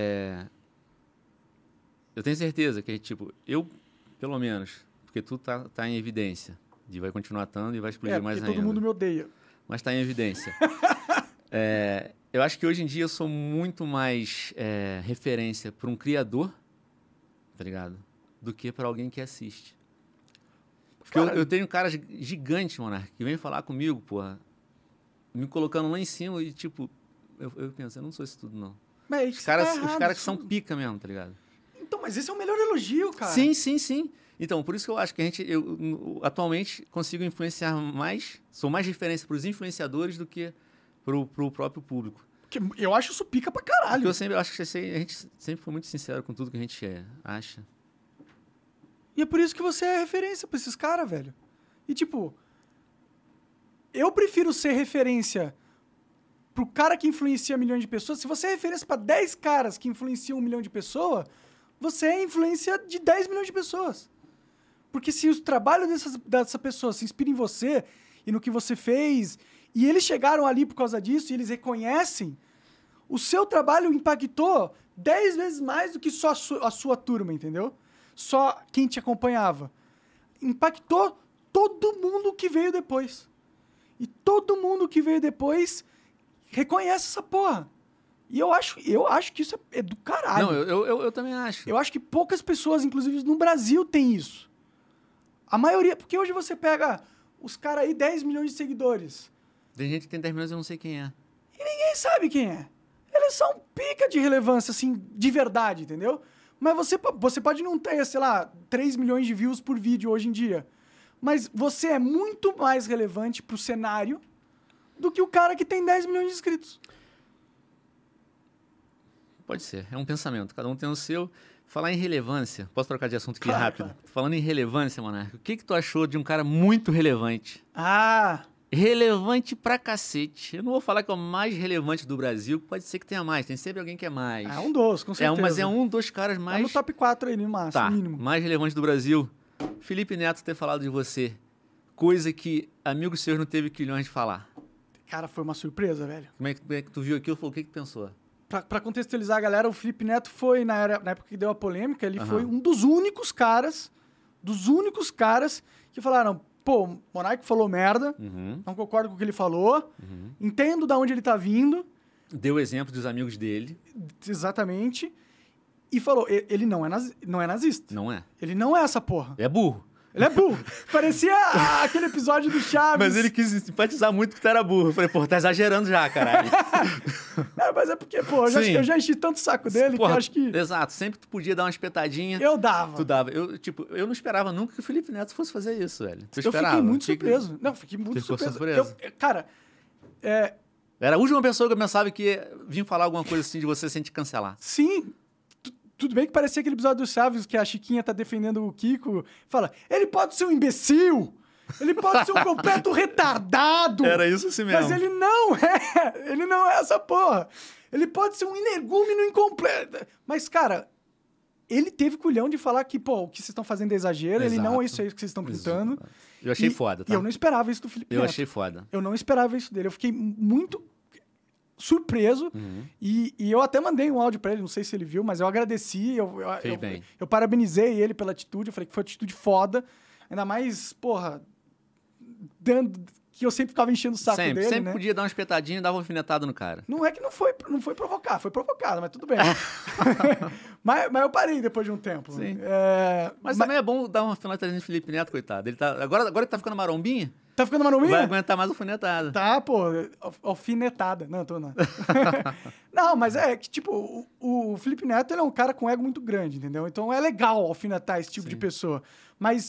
Eu tenho certeza que, tipo... Eu, pelo menos... Porque tu tá em evidência. E vai continuar estando e vai explodir mais ainda. todo mundo me odeia. Mas tá em evidência. Eu acho que hoje em dia eu sou muito mais referência para um criador, tá ligado? Do que para alguém que assiste. Porque eu tenho caras gigantes, Monark, que vem falar comigo, porra, me colocando lá em cima e, tipo, eu penso, eu não sou isso tudo, não. Mas os caras que são pica mesmo, tá ligado? Então, mas esse é o melhor elogio, cara. Sim. Então, por isso que eu acho que eu atualmente consigo influenciar mais, sou mais referência para os influenciadores do que pro próprio público. Eu acho isso pica pra caralho. Porque eu acho que a gente sempre foi muito sincero com tudo que a gente acha. E é por isso que você é referência pra esses caras, velho. E, tipo, eu prefiro ser referência pro cara que influencia milhões de pessoas. Se você é referência pra 10 caras que influenciam 1 milhão de pessoas, você é influência de 10 milhões de pessoas. Porque se o trabalho dessa pessoa se inspira em você e no que você fez, e eles chegaram ali por causa disso, e eles reconhecem, o seu trabalho impactou 10 vezes mais do que só a sua turma, entendeu? Só quem te acompanhava. Impactou todo mundo que veio depois. E todo mundo que veio depois reconhece essa porra. E eu acho que isso é do caralho. Não, eu também acho. Eu acho que poucas pessoas, inclusive no Brasil, têm isso. A maioria... Porque hoje você pega os caras aí, 10 milhões de seguidores. Tem gente que tem 10 milhões e eu não sei quem é. E ninguém sabe quem é. Eles são pica de relevância, assim, de verdade, entendeu? Mas você pode não ter, sei lá, 3 milhões de views por vídeo hoje em dia. Mas você é muito mais relevante pro cenário do que o cara que tem 10 milhões de inscritos. Pode ser, é um pensamento. Cada um tem o seu. Falar em relevância, posso trocar de assunto aqui Claro, rápido? claro. Falando em relevância, Monarca, o que tu achou de um cara muito relevante? Ah... Relevante pra cacete. Eu não vou falar que é o mais relevante do Brasil, pode ser que tenha mais. Tem sempre alguém que é mais. É um dos, com certeza. Mas é um dos caras mais... Tá no top 4 aí, no máximo, Tá, mínimo. mais relevante do Brasil. Felipe Neto ter falado de você. Coisa que amigos seus não teve quilhões de falar. Cara, foi uma surpresa, velho. Como é que tu viu aquilo e falou, o que pensou? Pra contextualizar a galera, o Felipe Neto foi, na época que deu a polêmica, ele foi um dos únicos caras que falaram, pô, o Monark falou merda, não concordo com o que ele falou, entendo de onde ele tá vindo. Deu exemplo dos amigos dele. Exatamente. E falou, ele não é nazista. Não é. Ele não é essa porra. É burro. Ele é burro. Parecia aquele episódio do Chaves. Mas ele quis simpatizar muito que tu era burro. Eu falei, pô, tá exagerando já, caralho. Não, mas é porque, pô, eu já enchi tanto o saco dele que eu acho que... Exato, sempre tu podia dar uma espetadinha. Eu dava. Tu dava. Eu não esperava nunca que o Felipe Neto fosse fazer isso, velho. Tu esperava? Eu fiquei muito surpreso. Não, fiquei muito surpreso. Cara, Era a última pessoa que eu pensava que ia vir falar alguma coisa assim de você sem te cancelar. Sim. Tudo bem que parecia aquele episódio do Chaves que a Chiquinha tá defendendo o Kiko. Fala, ele pode ser um imbecil, ele pode ser um completo retardado. Era isso assim mesmo. Mas ele não é essa porra. Ele pode ser um energúmeno incompleto. Mas, cara, ele teve culhão de falar que, pô, o que vocês estão fazendo é exagero, ele não é isso aí que vocês estão pintando. Eu achei foda, tá? E eu não esperava isso do Felipe Neto. Eu achei foda. Eu não esperava isso dele. Eu fiquei muito surpreso. E eu até mandei um áudio pra ele, não sei se ele viu, mas eu agradeci. Eu parabenizei ele pela atitude. Eu falei que foi uma atitude foda. Ainda mais, porra, que eu sempre ficava enchendo o saco dele, sempre né? podia dar uma espetadinha e dar uma alfinetada no cara. Não é que não foi provocar, foi provocado, mas tudo bem. mas eu parei depois de um tempo. Sim. Mas também é bom dar uma alfinetadinha no Felipe Neto, coitado. Ele tá, agora que tá ficando marombinha, tá ficando marombinha? vai aguentar mais alfinetada. Tá, pô, alfinetada. Não, tô não. Não, mas é que, tipo, o Felipe Neto, ele é um cara com ego muito grande, entendeu? Então é legal alfinetar esse tipo de pessoa. Mas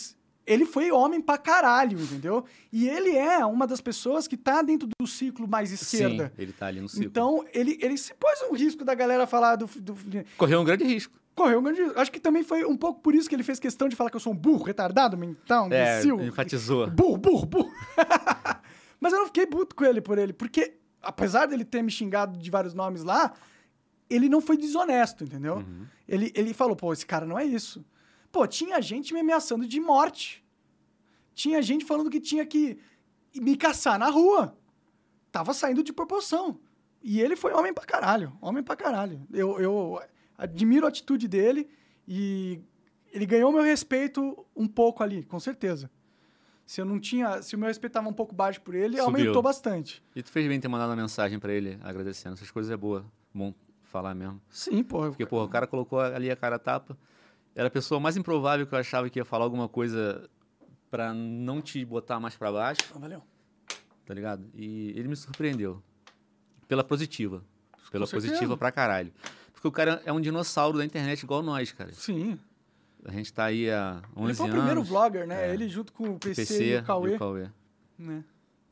ele foi homem pra caralho, entendeu? E ele é uma das pessoas que tá dentro do ciclo mais esquerda. Sim, ele tá ali no ciclo. Então, ele se pôs um risco da galera falar do... Correu um grande risco. Correu um grande risco. Acho que também foi um pouco por isso que ele fez questão de falar que eu sou um burro, retardado, mental, imbecil. Enfatizou. Burro. Mas eu não fiquei puto com ele por ele, porque apesar dele ter me xingado de vários nomes lá, ele não foi desonesto, entendeu? Uhum. Ele falou, pô, esse cara não é isso. Pô, tinha gente me ameaçando de morte. Tinha gente falando que tinha que me caçar na rua. Tava saindo de proporção. E ele foi homem pra caralho. Homem pra caralho. Eu admiro a atitude dele e ele ganhou meu respeito um pouco ali, com certeza. Se o meu respeito tava um pouco baixo por ele, Subiu. aumentou bastante. E tu fez bem ter mandado uma mensagem pra ele agradecendo. Essas coisas é boa. Bom falar mesmo. Sim, pô. Porque, porra, o cara colocou ali a cara a tapa. Era a pessoa mais improvável que eu achava que ia falar alguma coisa pra não te botar mais pra baixo. Valeu. Tá ligado? E ele me surpreendeu. Pela positiva. Pela certeza. positiva pra caralho. Porque o cara é um dinossauro da internet igual nós, cara. Sim. A gente tá aí há 11 anos. Ele foi o primeiro vlogger, né? É. Ele junto com o PC, PC e o Cauê. Cauê. Né?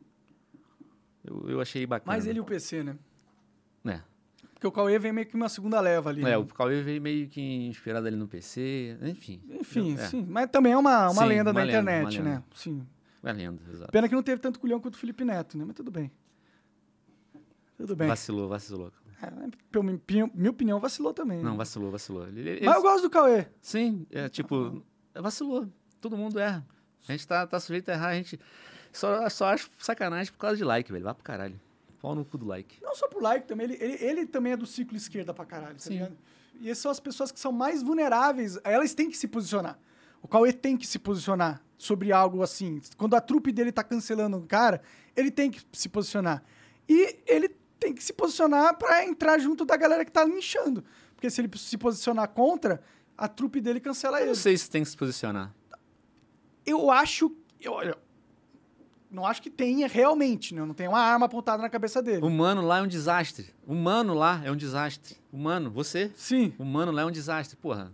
Eu achei bacana. Mais ele e o PC, né? É. Porque o Cauê vem meio que uma segunda leva ali. É, né? o Cauê veio meio que inspirado ali no PC, enfim. Enfim, É. sim. Mas também é uma Sim, lenda uma da lenda, internet, uma lenda. né? Sim. É lenda, exato. Pena que não teve tanto culhão quanto o Felipe Neto, né? Mas tudo bem. Tudo bem. Vacilou. Minha opinião, vacilou também. Não, vacilou. Ele- Mas eu gosto do Cauê. Sim, tipo, vacilou. Todo mundo erra. A gente tá sujeito a errar, a gente só acha sacanagem por causa de like, velho. Vai pro caralho. Pau no cu do like. Não só por like também, ele também é do ciclo esquerda pra caralho, tá Sim. ligado? E essas são as pessoas que são mais vulneráveis, elas têm que se posicionar. O Cauê tem que se posicionar sobre algo assim. Quando a trupe dele tá cancelando um cara, ele tem que se posicionar. E ele tem que se posicionar pra entrar junto da galera que tá linchando. Porque se ele se posicionar contra, a trupe dele cancela Eu ele. não sei se tem que se posicionar. Eu acho... Eu não acho que tenha realmente, né? Não tem uma arma apontada na cabeça dele. Humano lá é um desastre. Humano lá é um desastre. Humano, você? Sim. Humano lá é um desastre. Porra.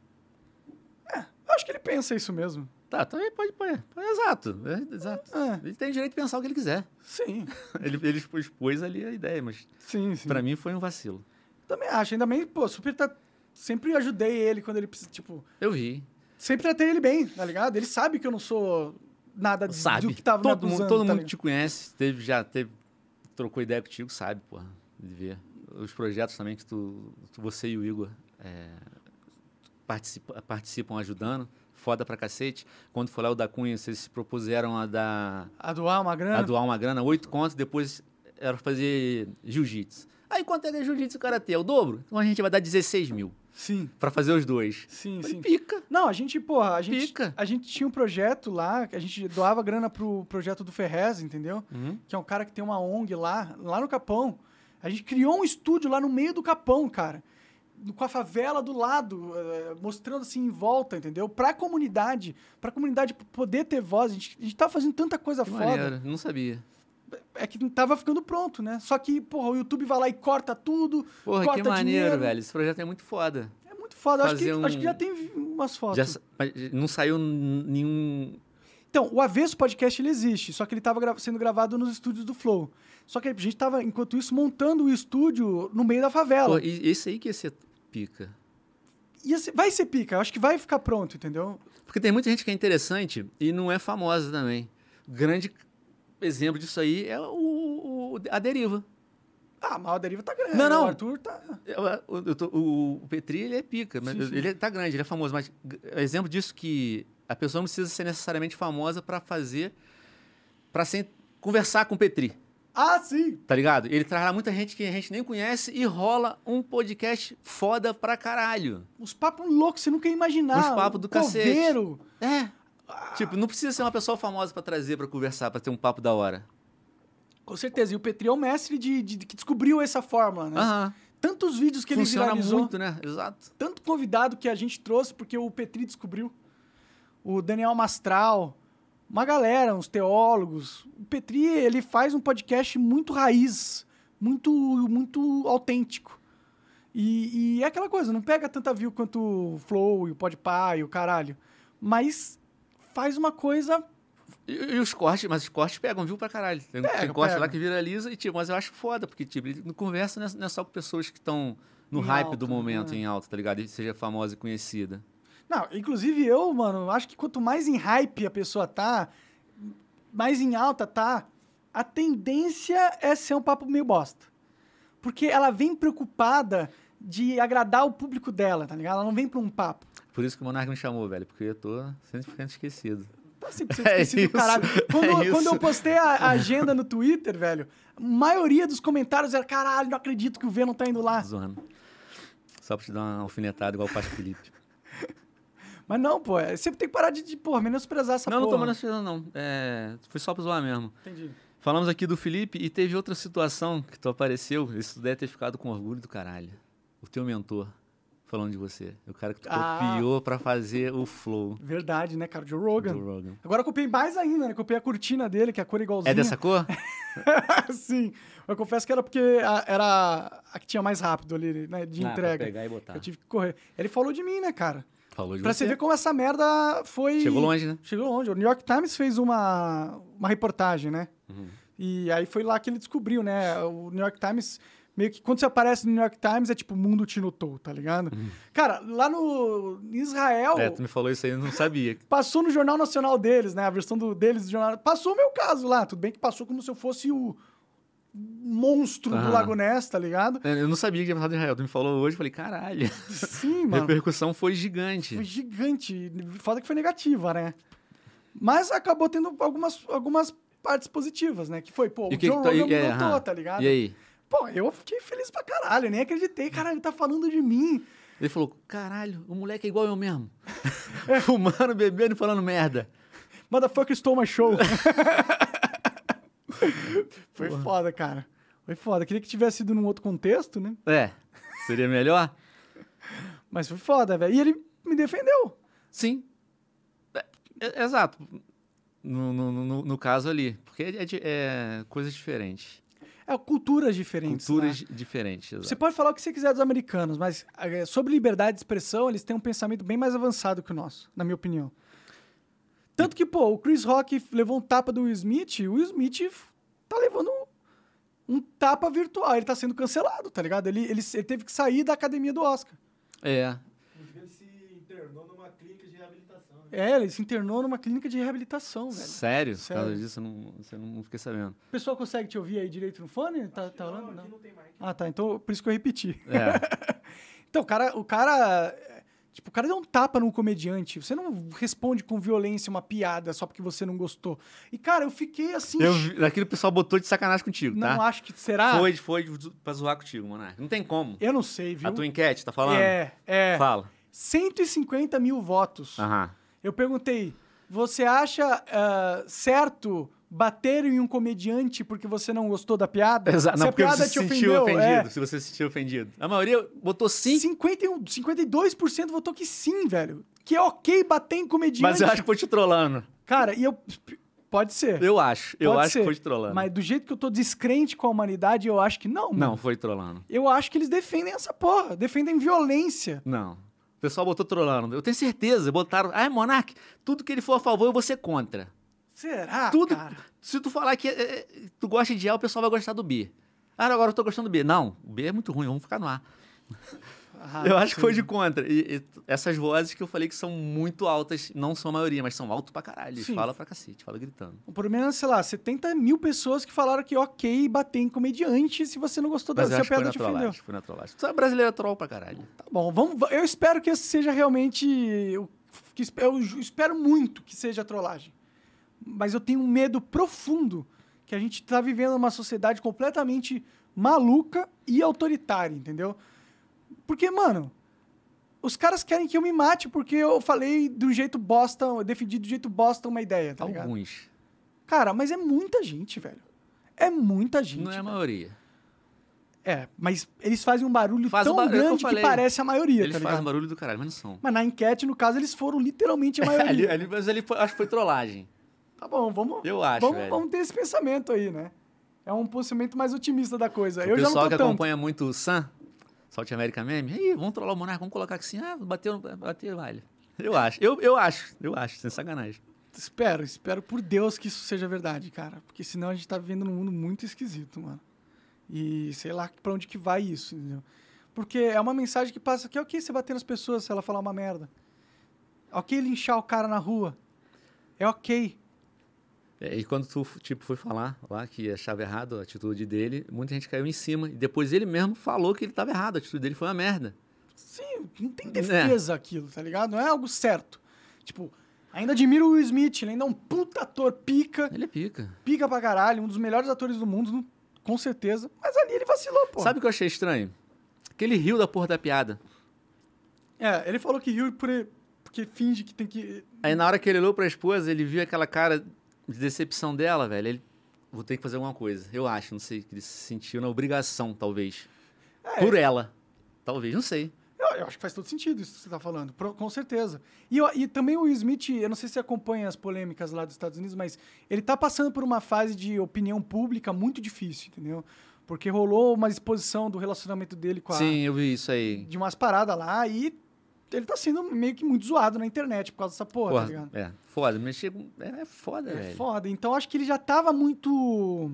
Eu acho que ele pensa isso mesmo. Tá, também pode. Exato. Exato. É. Ele tem direito de pensar o que ele quiser. Sim. Ele expôs ali a ideia, mas Sim, sim. pra mim foi um vacilo. Também acho. Ainda bem, pô, sempre ajudei ele quando ele precisa, tipo... Eu vi. Sempre tratei ele bem, tá ligado? Ele sabe que eu não sou nada Sabe. do que tava me Todo mundo, acusando, todo tá mundo ligado? te conhece, trocou ideia contigo, sabe, porra, de ver. Os projetos também que você e o Igor participam ajudando, foda pra cacete. Quando foi lá o da Cunha, vocês se propuseram A doar uma grana? a doar uma grana, 8 contos, depois era fazer jiu-jitsu. Aí quanto é que é jiu-jitsu e karatê? É o dobro? Então a gente vai dar 16 mil Sim, pra fazer os dois. sim, Falei, sim. pica. Não, a gente Pica. a gente tinha um projeto lá, que a gente doava grana pro projeto do Ferrez, entendeu? Uhum. Que é um cara que tem uma ONG lá no Capão. A gente criou um estúdio lá no meio do Capão, cara. Com a favela do lado, mostrando assim em volta, entendeu? Pra comunidade poder ter voz. A gente tava fazendo tanta coisa Que foda. maneiro, não sabia. É que não tava ficando pronto, né? Só que, porra, o YouTube vai lá e corta tudo. Porra, corta que maneiro, dinheiro. velho. Esse projeto é muito foda. É muito foda. Acho Fazer que já tem umas fotos. Mas não saiu nenhum... Então, o Avesso Podcast, ele existe, só que ele estava sendo gravado nos estúdios do Flow. Só que a gente estava, enquanto isso, montando o estúdio no meio da favela. Pô, e esse aí que ia ser pica. Vai ser pica, eu acho que vai ficar pronto, entendeu? Porque tem muita gente que é interessante e não é famosa também. Grande exemplo disso aí é a Deriva. Ah, mas a deriva tá grande. Não. O Arthur tá... O Petri, ele é pica, mas Sim, sim. ele tá grande, ele é famoso. Mas exemplo disso que a pessoa não precisa ser necessariamente famosa para conversar com o Petri. Ah, sim! Tá ligado? Ele traz lá muita gente que a gente nem conhece e rola um podcast foda pra caralho. Uns papos loucos, você nunca ia imaginar. Uns papos do cacete. Coveiro. É. Tipo, não precisa ser uma pessoa famosa pra trazer, pra conversar, pra ter um papo da hora. Com certeza. E o Petri é o mestre que descobriu essa fórmula, né? Aham. Tantos vídeos que ele Funciona viralizou. muito, né? Exato. Tanto convidado que a gente trouxe, porque o Petri descobriu. O Daniel Mastral, uma galera, uns teólogos. O Petri, ele faz um podcast muito raiz, muito, muito autêntico. E é aquela coisa, não pega tanta view quanto o Flow e o Podpah e o caralho. Mas faz uma coisa... E os cortes, mas os cortes pegam, viu, pra caralho. Tem corte pega. lá que viraliza, e, tipo, mas eu acho foda, porque, tipo, ele não conversa não é só com pessoas que estão no Em hype alta, do momento, né? em alta, tá ligado? E seja famosa e conhecida. Não, inclusive eu, mano, acho que quanto mais em hype a pessoa tá, mais em alta tá, a tendência é ser um papo meio bosta. Porque ela vem preocupada de agradar o público dela, tá ligado? Ela não vem pra um papo. Por isso que o Monark me chamou, velho, porque eu tô 100% esquecido. Tá sempre sendo esquecido do caralho. Quando eu postei a agenda no Twitter, velho, a maioria dos comentários era, caralho, não acredito que o Venom tá indo lá. Zoando. Só pra te dar uma alfinetada igual o Pastor Felipe. Mas não, pô, sempre tem que parar de porra, menosprezar essa Não, porra. não tô menosprezando, não. Foi só pra zoar mesmo. Entendi. Falamos aqui do Felipe e teve outra situação que tu apareceu. Isso deve ter ficado com orgulho do caralho. O teu mentor falando de você. O cara que tu copiou pra fazer o flow. Verdade, né, cara? Joe Rogan. Joe Rogan. Agora eu copiei mais ainda, né? Copiei a cortina dele, que é a cor igualzinha. É dessa cor? Sim. Eu confesso que era porque era a que tinha mais rápido ali, né? De entrega. Pra pegar e botar. Eu tive que correr. Ele falou de mim, né, cara? Falou de Pra você ver como essa merda foi... Chegou longe, né? Chegou longe. O New York Times fez uma reportagem, né? Uhum. E aí foi lá que ele descobriu, né? O New York Times... Meio que quando você aparece no New York Times, é tipo, o mundo te notou, tá ligado? Cara, lá no em Israel... Tu me falou isso aí, eu não sabia. Passou no Jornal Nacional deles, né? A versão deles do jornal. Passou o meu caso lá. Tudo bem que passou como se eu fosse o monstro do Lago Ness, tá ligado? Eu não sabia que tinha passado em Israel. Tu me falou hoje, eu falei, caralho. Sim, A mano. repercussão foi gigante. Foi gigante. Foda que foi negativa, né? Mas acabou tendo algumas partes positivas, né? Que foi, pô, o Joe Rogan me notou, tá ligado? E aí? Pô, eu fiquei feliz pra caralho. Eu nem acreditei. Caralho, ele tá falando de mim. Ele falou, caralho, o moleque é igual eu mesmo. Fumando, bebendo e falando merda. Motherfucker stole my show. Foi foda, cara. Foi foda. Queria que tivesse sido num outro contexto, né? Seria melhor? Mas foi foda, velho. E ele me defendeu. Sim. Exato. No caso ali. Porque é coisas diferentes. Culturas diferentes. Culturas né? diferentes, exato. Você pode falar o que você quiser dos americanos, mas sobre liberdade de expressão, eles têm um pensamento bem mais avançado que o nosso, na minha opinião. Tanto que, pô, o Chris Rock levou um tapa do Will Smith, e o Will Smith tá levando um tapa virtual. Ele tá sendo cancelado, tá ligado? Ele teve que sair da academia do Oscar. Inclusive, ele se internou numa clínica de reabilitação. Né? Ele se internou numa clínica de reabilitação, velho. Sério? Por Sério. causa disso, eu não fiquei sabendo. O pessoal consegue te ouvir aí direito no fone? Tá Não, falando? aqui não tem mic. Ah, tá. Então, por isso que eu repeti. É. Então, o cara deu um tapa num comediante. Você não responde com violência uma piada só porque você não gostou. E, cara, eu fiquei assim... Daquele pessoal botou de sacanagem contigo, tá? Não acho que... Será? Foi pra zoar contigo, Monark. Não tem como. Eu não sei, viu? A tua enquete, tá falando? Fala. 150 mil votos. Aham. Eu perguntei, você acha certo bater em um comediante porque você não gostou da piada? Exato. Se Não, a porque piada você te se sentiu ofendeu, ofendido. Se você se sentiu ofendido. A maioria botou sim. 52% votou que sim, velho. Que é ok bater em comediante. Mas eu acho que foi te trollando. Cara, pode ser. Eu acho que foi te trollando. Mas do jeito que eu tô descrente com a humanidade, eu acho que não, mano. Não, foi trollando. Eu acho que eles defendem essa porra. Defendem violência. Não. O pessoal botou trollando. Eu tenho certeza. Botaram. Ai, Monark, tudo que ele for a favor, eu vou ser contra. Será, Tudo. cara? Se tu falar que tu gosta de A, o pessoal vai gostar do B. Ah, agora eu tô gostando do B. Não, o B é muito ruim, vamos ficar no A. Eu acho que foi de contra. E essas vozes que eu falei que são muito altas, não são a maioria, mas são alto pra caralho. Sim. Fala pra cacete, fala gritando. Pelo menos, sei lá, 70 mil pessoas que falaram que ok bater em comediante se você não gostou da Mas eu se a acho que foi piada na te ofendeu. trollagem, foi na trollagem. Tu é brasileiro troll pra caralho. Tá bom, eu espero que esse seja realmente... Eu espero muito que seja trollagem. Mas eu tenho um medo profundo que a gente tá vivendo uma sociedade completamente maluca e autoritária, entendeu? Porque, mano, os caras querem que eu me mate porque eu falei do jeito bosta, eu defendi do jeito bosta uma ideia, tá ligado? Alguns. Cara, mas é muita gente, velho. É muita gente. Não é a velho. maioria. Mas eles fazem um barulho Faz tão o barulho que eu grande que falei. parece a maioria, Eles tá fazem ligado? barulho do caralho, mas não são. Mas na enquete, no caso, eles foram literalmente a maioria. Mas ali acho que foi trollagem. Tá bom, vamos... Eu acho, velho. Vamos ter esse pensamento aí, né? É um pensamento mais otimista da coisa. O Eu já não pessoal tô que tanto. acompanha muito o Sam, South America Meme, aí, vamos trollar o Monark, vamos colocar aqui assim, bateu, vale. Eu acho, sem sacanagem. Espero por Deus que isso seja verdade, cara. Porque senão a gente tá vivendo num mundo muito esquisito, mano. E sei lá pra onde que vai isso, entendeu? Porque é uma mensagem que passa que é ok você bater nas pessoas se ela falar uma merda. É ok linchar o cara na rua. É ok. E quando tu, tipo, foi falar lá que achava errado a atitude dele, muita gente caiu em cima. E depois ele mesmo falou que ele estava errado, a atitude dele foi uma merda. Sim, não tem defesa aquilo, tá ligado? Não é algo certo. Tipo, ainda admiro o Will Smith, ele ainda é um puta ator, pica. Ele é pica. Pica pra caralho, um dos melhores atores do mundo, com certeza. Mas ali ele vacilou, pô. Sabe o que eu achei estranho? Que ele riu da porra da piada. Ele falou que riu porque finge que tem que... Aí na hora que ele olhou pra esposa, ele viu aquela cara de decepção dela, velho. Ele, vou ter que fazer alguma coisa. Eu acho, não sei, que ele se sentiu na obrigação, talvez. Por ela. Talvez, não sei. Eu acho que faz todo sentido isso que você tá falando, com certeza. E também o Will Smith, eu não sei se você acompanha as polêmicas lá dos Estados Unidos, mas ele tá passando por uma fase de opinião pública muito difícil, entendeu? Porque rolou uma exposição do relacionamento dele com a... Sim, eu vi isso aí. De umas paradas lá e ele tá sendo meio que muito zoado na internet por causa dessa porra, tá ligado? Foda. Mexer com... É foda, velho. É foda. Então acho que ele já tava muito...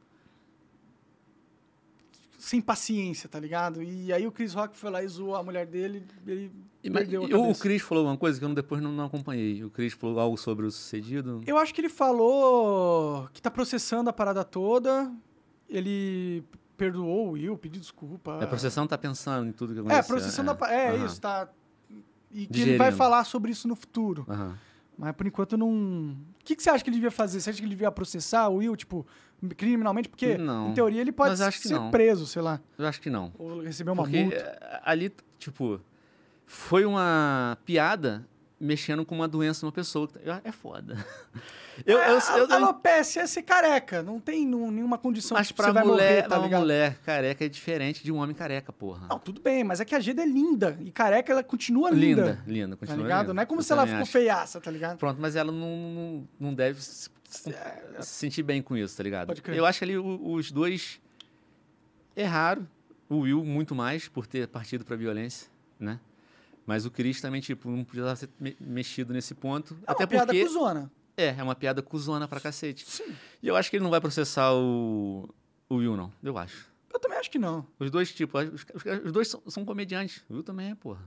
sem paciência, tá ligado? E aí o Chris Rock foi lá e zoou a mulher dele, ele perdeu a cabeça. O Chris falou uma coisa que eu depois não acompanhei. O Chris falou algo sobre o sucedido. Eu acho que ele falou que tá processando a parada toda, ele perdoou o Will, pediu desculpa. A processão tá pensando em tudo que aconteceu. Processando isso, tá... E que Digerindo. ele vai falar sobre isso no futuro. Aham. Mas por enquanto não... O que você acha que ele devia fazer? Você acha que ele devia processar o Will, tipo, criminalmente? Porque, Não. em teoria, ele pode Mas acho que ser não. preso, sei lá. Eu acho que não. Ou receber uma Porque multa. ali, tipo, foi uma piada mexendo com uma doença de uma pessoa. É foda. A alopecia é ser careca. Não tem nenhuma condição Mas que pra você vai morrer, tá uma ligado? mulher careca é diferente de um homem careca, porra. Não, tudo bem, mas é que a Geda é linda. E careca, ela continua linda. Linda, Tá continua ligado? linda. Não é como Eu se ela também ficou acho. feiaça, tá ligado? Pronto, mas ela não deve se sentir bem com isso, tá ligado? Pode crer. Eu acho que ali os dois erraram. O Will muito mais por ter partido pra violência, né? Mas o Chris também, tipo, não podia ser mexido nesse ponto. É até uma piada porque cuzona. é uma piada cuzona pra cacete. Sim. E eu acho que ele não vai processar o Will, não. Eu acho. Eu também acho que não. Os dois, tipo, os dois são comediantes. O Will também é, porra.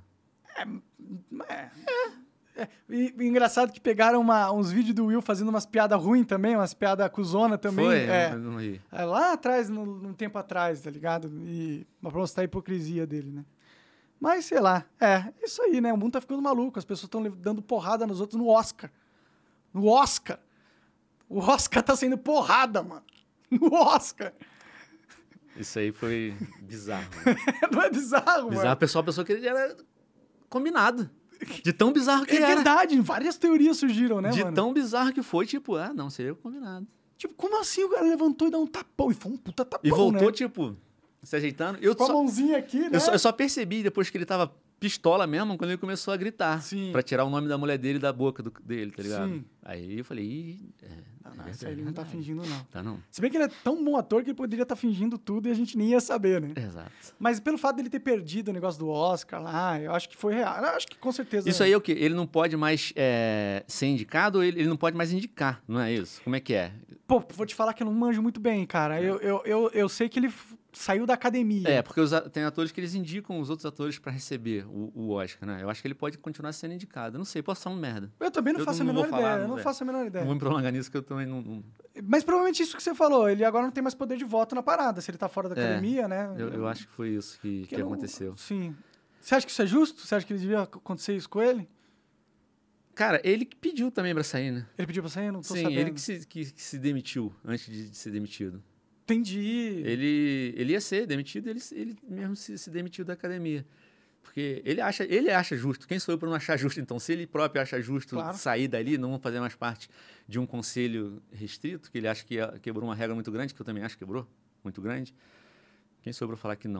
E engraçado que pegaram uns vídeos do Will fazendo umas piadas ruins também, umas piadas cuzona também. Foi? Eu não ri. Lá atrás, num tempo atrás, tá ligado? E pra mostrar a hipocrisia dele, né? Mas, sei lá, isso aí, né? O mundo tá ficando maluco, as pessoas estão dando porrada nos outros no Oscar. No Oscar! O Oscar tá sendo porrada, mano. No Oscar! Isso aí foi bizarro. Não é bizarro, Bizarro. mano? O pessoal pensou que ele era combinado. De tão bizarro que É era. verdade, várias teorias surgiram, né, De mano? tão bizarro que foi, tipo, não, seria combinado. Tipo, como assim o cara levantou e deu um tapão? E foi um puta tapão, E voltou, né? tipo, se ajeitando. Com a mãozinha aqui, né? Eu só percebi depois que ele tava pistola mesmo, quando ele começou a gritar. Sim. Pra tirar o nome da mulher dele da boca dele, tá ligado? Sim. Aí eu falei, Não, isso aí ele não tá fingindo, não. Tá não? Se bem que ele é tão bom ator que ele poderia estar fingindo tudo e a gente nem ia saber, né? Exato. Mas pelo fato dele ter perdido o negócio do Oscar lá, eu acho que foi real. Eu acho que com certeza... Isso aí é o quê? Ele não pode mais ser indicado ou ele não pode mais indicar, não é isso? Como é que é? Pô, vou te falar que eu não manjo muito bem, cara. Eu sei que ele saiu da academia. Porque tem atores que eles indicam os outros atores pra receber o Oscar, né? Eu acho que ele pode continuar sendo indicado. Eu não sei, posso falar uma merda. Eu também não faço a não menor vou falar, ideia. Eu não faço a menor Não ideia. vou me prolongar nisso que eu também não... Mas provavelmente isso que você falou. Ele agora não tem mais poder de voto na parada. Se ele tá fora da academia, né? Eu acho que foi isso que não- aconteceu. Sim. Você acha que isso é justo? Você acha que devia acontecer isso com ele? Cara, ele que pediu também pra sair, né? Ele pediu pra sair? Eu não tô Sim, sabendo. ele que se demitiu antes de ser demitido. Entendi. Ele ia ser demitido, ele mesmo se demitiu da academia. Porque ele acha justo. Quem sou eu para não achar justo, então? Se ele próprio acha justo Claro. sair dali, não fazer mais parte de um conselho restrito, que ele acha que quebrou uma regra muito grande, que eu também acho que quebrou, muito grande, quem sou eu para falar que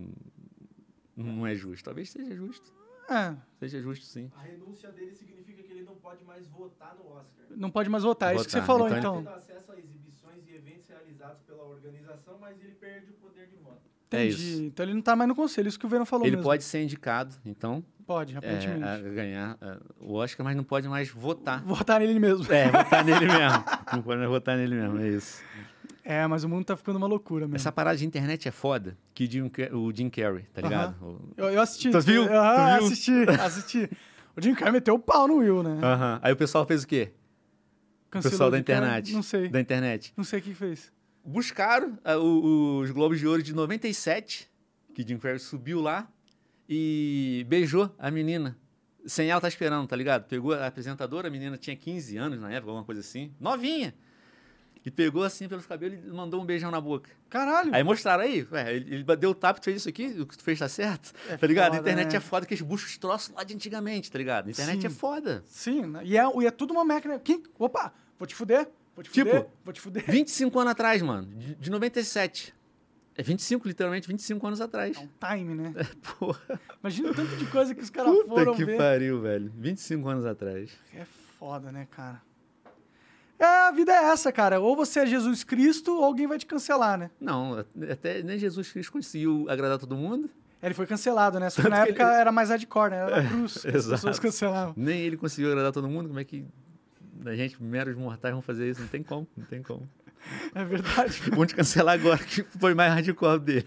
não é justo? Talvez seja justo. Seja justo, sim. A renúncia dele significa que ele não pode mais votar no Oscar. Não pode mais votar. É isso que você Votar. falou, Então então. Ele tem acesso a exibições e eventos realizados pela organização, mas ele perde o poder de voto. É Entendi. isso. Então ele não tá mais no conselho. Isso que o Verão falou Ele mesmo. pode ser indicado, então, Pode, aparentemente. a ganhar o Oscar, mas não pode mais votar. Votar nele mesmo. Votar nele mesmo. Não pode mais votar nele mesmo, é isso. Mas o mundo tá ficando uma loucura mesmo. Essa parada de internet é foda, que o Jim Carrey, tá ligado? Eu assisti. Tu viu? Assisti. O Jim Carrey meteu o pau no Will, né? Aí o pessoal fez o quê? Cancelou o pessoal da o Jim Carrey? internet. Não sei. Da internet. Não sei o que fez. Buscaram os Globos de Ouro de 97, que Jim Carrey subiu lá e beijou a menina. Sem ela estar esperando, tá ligado? Pegou a apresentadora, a menina tinha 15 anos na época, alguma coisa assim. Novinha! E pegou assim pelos cabelos e mandou um beijão na boca. Caralho! Aí mostraram aí, ele deu o tapa, tu fez isso aqui, o que tu fez tá certo. Tá ligado? Foda, A internet né? é foda, que eles buscam os troços lá de antigamente, tá ligado? A internet Sim. é foda. Sim, né? E é tudo uma máquina. Opa, vou te fuder. Vou te fuder. 25 anos atrás, mano, de 97. É 25, literalmente, 25 anos atrás. É um time, né? Porra. Imagina o tanto de coisa que os caras Puta foram que ver. pariu, velho. 25 anos atrás. É foda, né, cara? A vida é essa, cara. Ou você é Jesus Cristo, ou alguém vai te cancelar, né? Não, até nem Jesus Cristo conseguiu agradar todo mundo. Ele foi cancelado, né? Só que Tanto na que época era mais hardcore, né? Era na cruz. que As Exato. pessoas cancelavam. Nem ele conseguiu agradar todo mundo. Como é que a gente, meros mortais, vão fazer isso? Não tem como, não tem como. É verdade. Vamos te cancelar agora, que foi mais hardcore dele.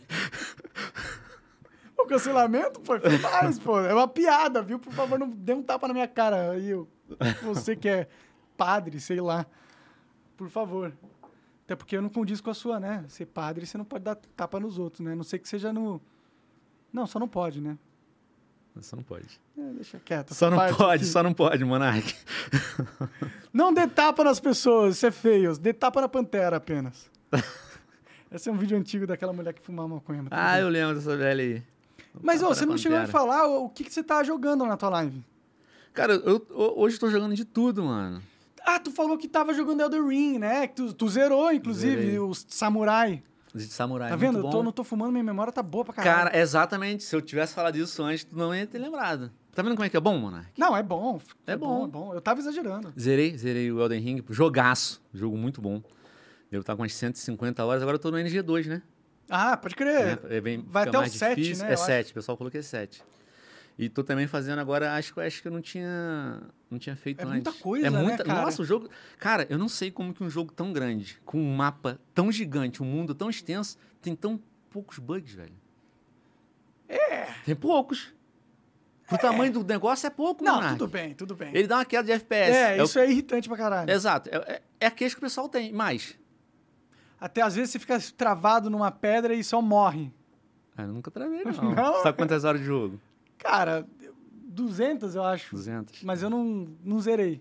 O cancelamento foi mais, pô. É uma piada, viu? Por favor, não dê um tapa na minha cara. Aí, você que é padre, sei lá. Por favor. Até porque eu não condiz com a sua, né? Ser padre, você não pode dar tapa nos outros, né? A não sei que seja no... Não, só não pode, né? Só não pode. Deixa quieto. Só essa não parte pode, aqui. só não pode, Monark. Não dê tapa nas pessoas, isso é feio. Dê tapa na pantera apenas. Esse é um vídeo antigo daquela mulher que fumava maconha. mas tudo bem. Eu lembro dessa velha aí. Mas, Tapa você na não chegou a me Pantera. falar o que você tá jogando na tua live. Cara, hoje eu tô jogando de tudo, mano. Tu falou que tava jogando Elden Ring, né? Que tu zerou, inclusive, Zerei. os Samurai. De samurai, Tá muito vendo? bom. Não tô fumando, minha memória tá boa pra caralho. Cara, exatamente. Se eu tivesse falado isso antes, tu não ia ter lembrado. Tá vendo como é que é bom, Monark? Não, é bom. É bom. É bom. Eu tava exagerando. Zerei o Elden Ring. Jogaço. Jogo muito bom. Eu tava com umas 150 horas, agora eu tô no NG2, né? Pode crer. Vai fica até o mais 7, difícil. né? É eu 7, o pessoal falou que é 7. E tô também fazendo agora, acho que eu não tinha feito É antes. muita coisa, né, cara? Nossa, o jogo... Cara, eu não sei como que um jogo tão grande, com um mapa tão gigante, um mundo tão extenso, tem tão poucos bugs, velho. Tem poucos. Pro tamanho do negócio é pouco, Não, Monark. tudo bem. Ele dá uma queda de FPS. Isso é irritante pra caralho. Exato. É a queixa que o pessoal tem. Mas... Até às vezes você fica travado numa pedra e só morre. Eu nunca travei, não. Não? Você sabe quantas horas de jogo? Cara, 200 eu acho. 200. Mas eu não zerei.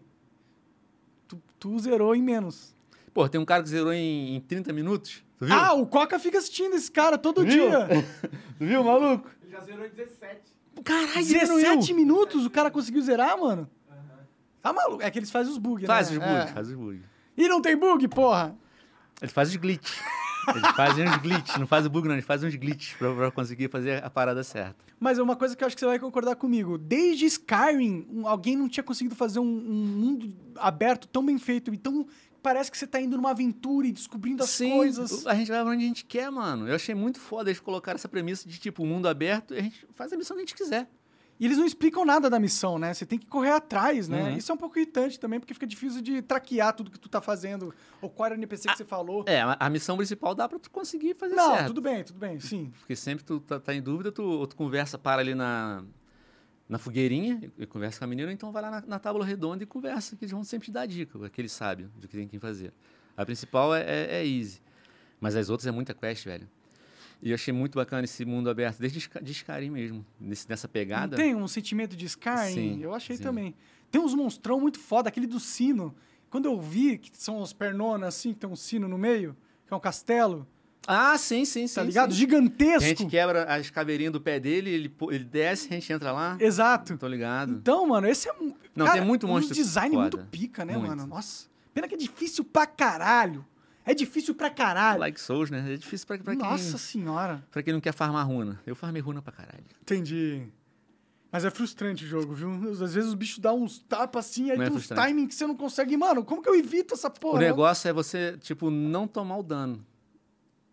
Tu zerou em menos. Pô, tem um cara que zerou em 30 minutos. Tu viu? O Coca fica assistindo esse cara todo Viu? dia. Tu viu, maluco? Ele já zerou em 17. Caralho, 17 minutos o cara conseguiu zerar, mano? Tá maluco? É que eles fazem os bugs, né? Faz os bugs, faz os bugs. E não tem bug, porra? Ele faz os glitch. Eles fazem uns glitch. Não faz o bug, não. Eles fazem uns glitch pra conseguir fazer a parada certa. Mas é uma coisa que eu acho que você vai concordar comigo. Desde Skyrim, alguém não tinha conseguido fazer um mundo aberto tão bem feito e tão... Parece que você tá indo numa aventura e descobrindo as coisas. A gente vai pra onde a gente quer, mano. Eu achei muito foda eles colocarem essa premissa de, tipo, mundo aberto e a gente faz a missão que a gente quiser. E eles não explicam nada da missão, né? Você tem que correr atrás, né? Uhum. Isso é um pouco irritante também, porque fica difícil de traquear tudo que tu tá fazendo. Ou qual era o NPC que você falou. A missão principal dá pra tu conseguir fazer Não, certo. tudo bem, sim. Porque sempre tu tá em dúvida, tu conversa, para ali na fogueirinha e conversa com a menina, ou então vai lá na tábua redonda e conversa, que eles vão sempre te dar dica, que eles sabem do que tem que fazer. A principal é easy, mas as outras é muita quest, velho. E eu achei muito bacana esse mundo aberto, desde de Skyrim mesmo, nessa pegada. Não tem um sentimento de Skyrim? Sim, Eu achei sim. também. Tem uns monstrão muito foda, aquele do sino. Quando eu vi, que são os pernonas assim, que tem um sino no meio, que é um castelo, Ah, sim. tá ligado? Sim. Gigantesco. A gente quebra as caveirinhas do pé dele, ele desce, a gente entra lá. Exato. Tô ligado. Então, mano, esse é... Não, cara, tem muito monstro um design foda. muito pica, né, Muito. mano? Nossa. Pena que é difícil pra caralho. É difícil pra caralho. Like Souls, né? É difícil pra Nossa senhora. pra quem não quer farmar runa. Eu farmei runa pra caralho. Entendi. Mas é frustrante o jogo, viu? Às vezes os bichos dão uns tapas assim, aí Não é tem uns frustrante. timings que você não consegue... Mano, como que eu evito essa porra? O negócio é você, tipo, não tomar o dano.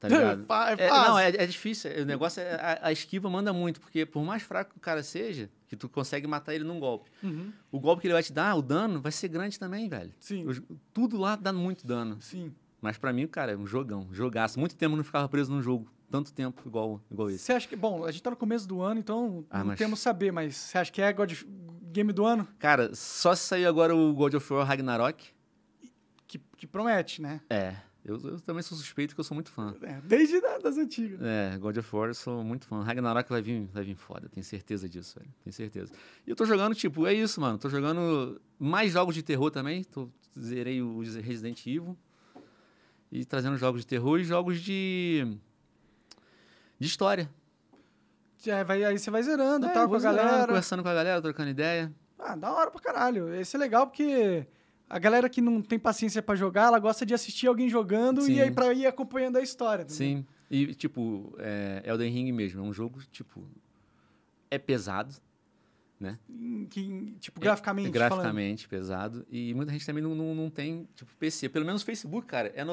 tá ligado? É fácil. Não, é difícil. O negócio a esquiva manda muito, porque por mais fraco que o cara seja, que tu consegue matar ele num golpe. Uhum. O golpe que ele vai te dar, o dano, vai ser grande também, velho. Sim. Tudo lá dá muito dano. Sim. Mas pra mim, cara, é um jogaço. Muito tempo eu não ficava preso num jogo. Tanto tempo igual esse. Você acha que... Bom, a gente tá no começo do ano, então não mas- temos saber, mas você acha que é Game do ano? Cara, só se sair agora o God of War Ragnarok. Que promete, né? Eu também sou suspeito que eu sou muito fã. Desde das antigas. God of War eu sou muito fã. Ragnarok vai vir foda, tenho certeza disso, velho. Tenho certeza. E eu tô jogando, tipo, é isso, mano. Tô jogando mais jogos de terror também. Zerei o Resident Evil. E trazendo jogos de terror e jogos de história. Aí você vai zerando, tal, eu com vou a zerando, galera. conversando com a galera, trocando ideia. Da hora pra caralho. Esse é legal porque a galera que não tem paciência pra jogar, ela gosta de assistir alguém jogando Sim. e aí pra ir acompanhando a história. Entendeu? Sim. E, tipo, Elden Ring mesmo. É um jogo, tipo... É pesado, né? Tipo, graficamente. Graficamente pesado. E muita gente também não tem, tipo, PC. Pelo menos o Facebook, cara, é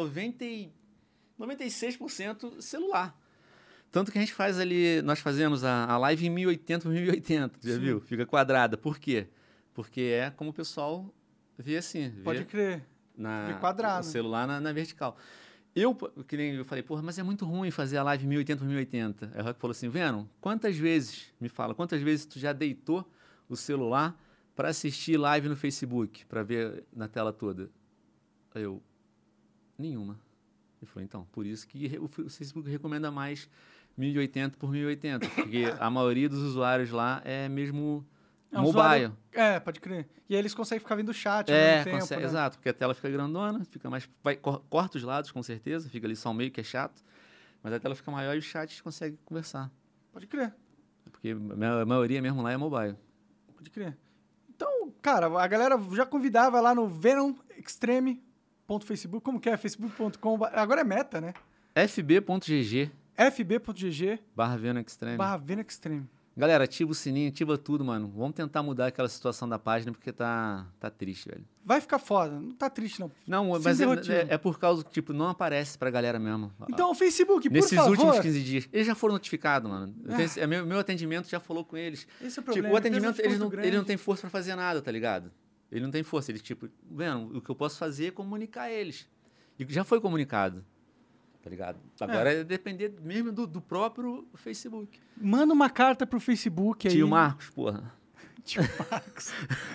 96% celular. Tanto que a gente faz ali... Nós fazemos a live em 1080 por 1080, já viu? Fica quadrada. Por quê? Porque é como o pessoal vê assim. Pode crer. Vê quadrado. O celular na vertical. Que nem eu falei, porra, mas é muito ruim fazer a live 1080 por 1080. Aí o Rock falou assim, Venom, quantas vezes tu já deitou o celular para assistir live no Facebook, para ver na tela toda? Aí eu, nenhuma. Ele falou, então, por isso que o Facebook recomenda mais 1080 por 1080, porque a maioria dos usuários lá é mesmo mobile. Pode crer. E aí eles conseguem ficar vendo o chat ao mesmo tempo, consegue, né? exato, porque a tela fica grandona, fica mais, corta os lados com certeza, fica ali só o meio que é chato, mas a tela fica maior e o chat consegue conversar. Pode crer. Porque a maioria mesmo lá é mobile. Pode crer. Então, cara, a galera já convidava lá no venomextreme.facebook, como que é? facebook.com, agora é meta, né? fb.gg fb.gg /VenoExtreme. /VenoExtreme. Galera, ativa o sininho, ativa tudo, mano. Vamos tentar mudar aquela situação da página, porque tá triste, velho. Vai ficar foda. Não tá triste, não. Não, Sim, mas derrotivo. é por causa que, tipo, não aparece pra galera mesmo. Então, o Facebook, por Nesses favor... últimos 15 dias. Eles já foram notificados, mano. Meu atendimento já falou com eles. Esse é o problema. Tipo, o atendimento, Empresa ficou muito ele não grande. tem força pra fazer nada, tá ligado? Ele não tem força. Ele, tipo, vendo, o que eu posso fazer é comunicar eles. E já foi comunicado, tá ligado? Agora é depender mesmo do próprio Facebook. Manda uma carta pro Facebook aí. Tio Marcos, porra. Tio Marcos.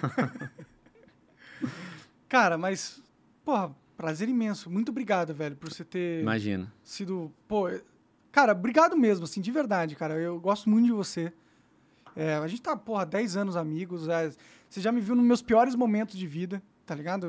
Cara, mas... Porra, prazer imenso. Muito obrigado, velho, por você ter... Imagina. Sido... Pô... Cara, obrigado mesmo, assim, de verdade, cara. Eu gosto muito de você. A gente tá, porra, 10 anos amigos. Você já me viu nos meus piores momentos de vida, tá ligado?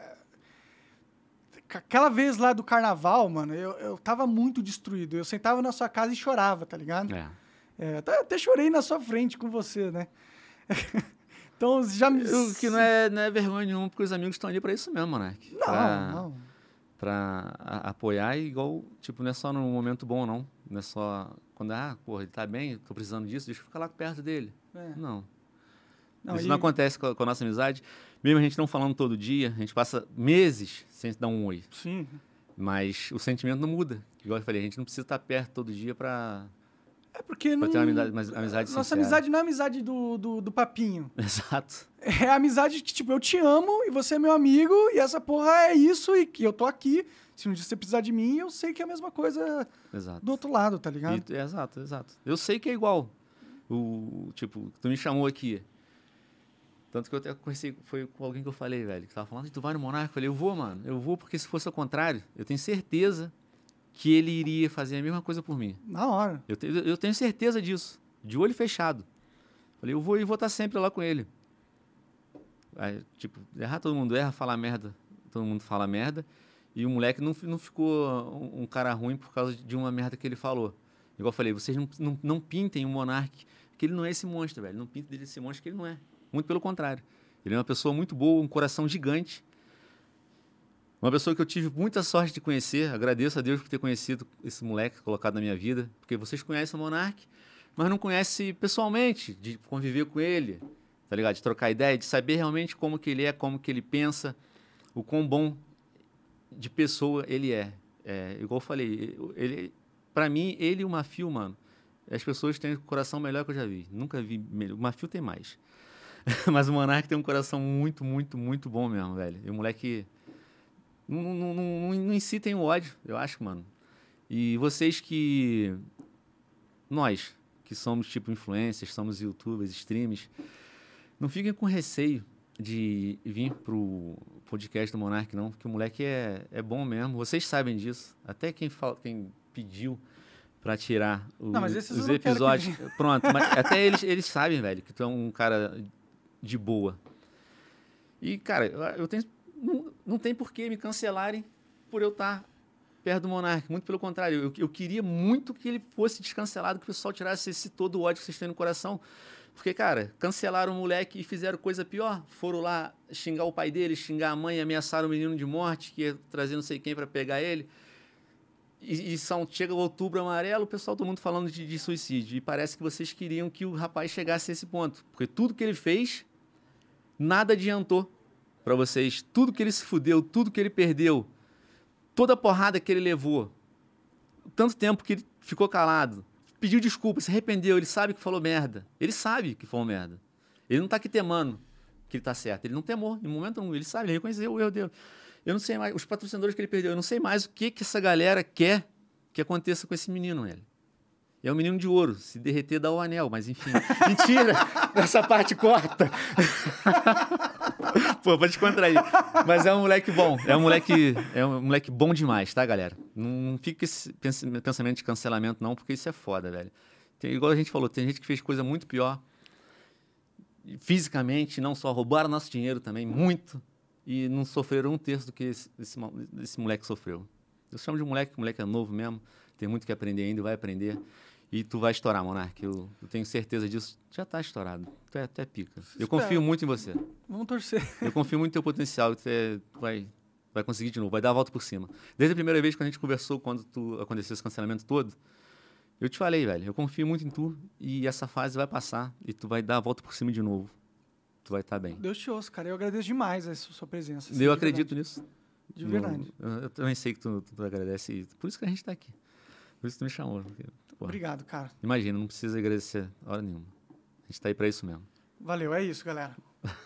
Aquela vez lá do carnaval, mano, eu tava muito destruído. Eu sentava na sua casa e chorava, tá ligado? Até chorei na sua frente com você, né? Então, já me... O que não é vergonha nenhuma, porque os amigos estão ali pra isso mesmo, Monark. Não. Pra apoiar, igual, tipo, não é só no momento bom, não. Não é só quando, porra, ele tá bem, tô precisando disso, deixa eu ficar lá perto dele. Não. Isso não acontece com a nossa amizade. Mesmo a gente não falando todo dia, a gente passa meses sem se dar um oi. Sim. Mas o sentimento não muda. Igual eu falei, a gente não precisa estar perto todo dia pra porque não... ter uma amizade Nossa sincera. amizade não é amizade do papinho. Exato. É a amizade que, tipo, eu te amo e você é meu amigo e essa porra é isso e que eu tô aqui. Se um dia você precisar de mim, eu sei que é a mesma coisa do outro lado, tá ligado? Exato. Eu sei que é igual. Tipo, tu me chamou aqui. Tanto que eu até conheci, foi com alguém que eu falei, velho, que tava falando, tu vai no Monarca? Eu falei, eu vou, mano. Eu vou porque se fosse ao contrário, eu tenho certeza que ele iria fazer a mesma coisa por mim. Na hora. Eu tenho certeza disso. De olho fechado. Falei, eu vou estar sempre lá com ele. Aí, tipo, todo mundo erra, fala merda. Todo mundo fala merda. E o moleque não ficou um cara ruim por causa de uma merda que ele falou. Igual eu falei, vocês não pintem o Monark, que ele não é esse monstro, velho. Não pintem dele esse monstro que ele não é. Muito pelo contrário. Ele é uma pessoa muito boa, um coração gigante. Uma pessoa que eu tive muita sorte de conhecer. Agradeço a Deus por ter conhecido esse moleque colocado na minha vida. Porque vocês conhecem o Monark, mas não conhecem pessoalmente, de conviver com ele, tá ligado? De trocar ideia, de saber realmente como que ele é, como que ele pensa, o quão bom de pessoa ele é. igual eu falei, pra mim, ele e o Mafio, mano, as pessoas têm o coração melhor que eu já vi. Nunca vi melhor. O Mafio tem mais. Mas o Monark tem um coração muito, muito, muito bom mesmo, velho. E o moleque não incitem o ódio, eu acho, mano. E vocês nós, que somos tipo influencers, somos youtubers, streamers, não fiquem com receio de vir pro podcast do Monark, não, porque o moleque é bom mesmo. Vocês sabem disso. Até quem pediu pra tirar os episódios. Pronto, mas até eles sabem, velho, que tu é um cara de boa. E, cara, eu tenho. Não tem por que me cancelarem por eu estar perto do Monark. Muito pelo contrário, eu queria muito que ele fosse descancelado, que o pessoal tirasse todo o ódio que vocês têm no coração. Porque, cara, cancelaram o moleque e fizeram coisa pior. Foram lá xingar o pai dele, xingar a mãe, ameaçaram o menino de morte, que ia trazer não sei quem para pegar ele. Chega o Outubro Amarelo, o pessoal, todo mundo falando de suicídio. E parece que vocês queriam que o rapaz chegasse a esse ponto. Porque tudo que ele fez, nada adiantou para vocês. Tudo que ele se fudeu, tudo que ele perdeu, toda a porrada que ele levou, tanto tempo que ele ficou calado, pediu desculpa, se arrependeu, ele sabe que falou merda. Ele sabe que falou merda. Ele não tá aqui temando que ele tá certo. Ele não temou, em momento nenhum. Ele sabe, ele reconheceu o erro dele. Eu não sei mais, os patrocinadores que ele perdeu, eu não sei mais o que essa galera quer que aconteça com esse menino, velho. É um menino de ouro, se derreter dá o anel, mas enfim. Mentira! Essa parte corta. Pô, pode te contrair. Mas é um moleque bom, é um moleque bom demais, tá, galera? Não fica com esse pensamento de cancelamento, não, porque isso é foda, velho. Igual a gente falou, tem gente que fez coisa muito pior, fisicamente, não só roubaram nosso dinheiro também, muito, e não sofreram um terço do que esse moleque sofreu. Eu chamo de moleque, o moleque é novo mesmo, tem muito que aprender ainda, vai aprender. E tu vai estourar, Monark. Eu tenho certeza disso. Já tá estourado. Tu é pica. Eu confio muito em você. Vamos torcer. Eu confio muito no teu potencial. Tu vai conseguir de novo. Vai dar a volta por cima. Desde a primeira vez que a gente conversou, quando aconteceu esse cancelamento todo, eu te falei, velho, eu confio muito em tu e essa fase vai passar e tu vai dar a volta por cima de novo. Tu vai estar bem. Deus te ouça, cara. Eu agradeço demais a sua presença. Eu acredito nisso. De verdade. Eu também sei que tu agradece e por isso que a gente tá aqui. Por isso que tu me chamou. Porra. Obrigado, cara. Imagina, não precisa agradecer hora nenhuma. A gente tá aí pra isso mesmo. Valeu, é isso, galera.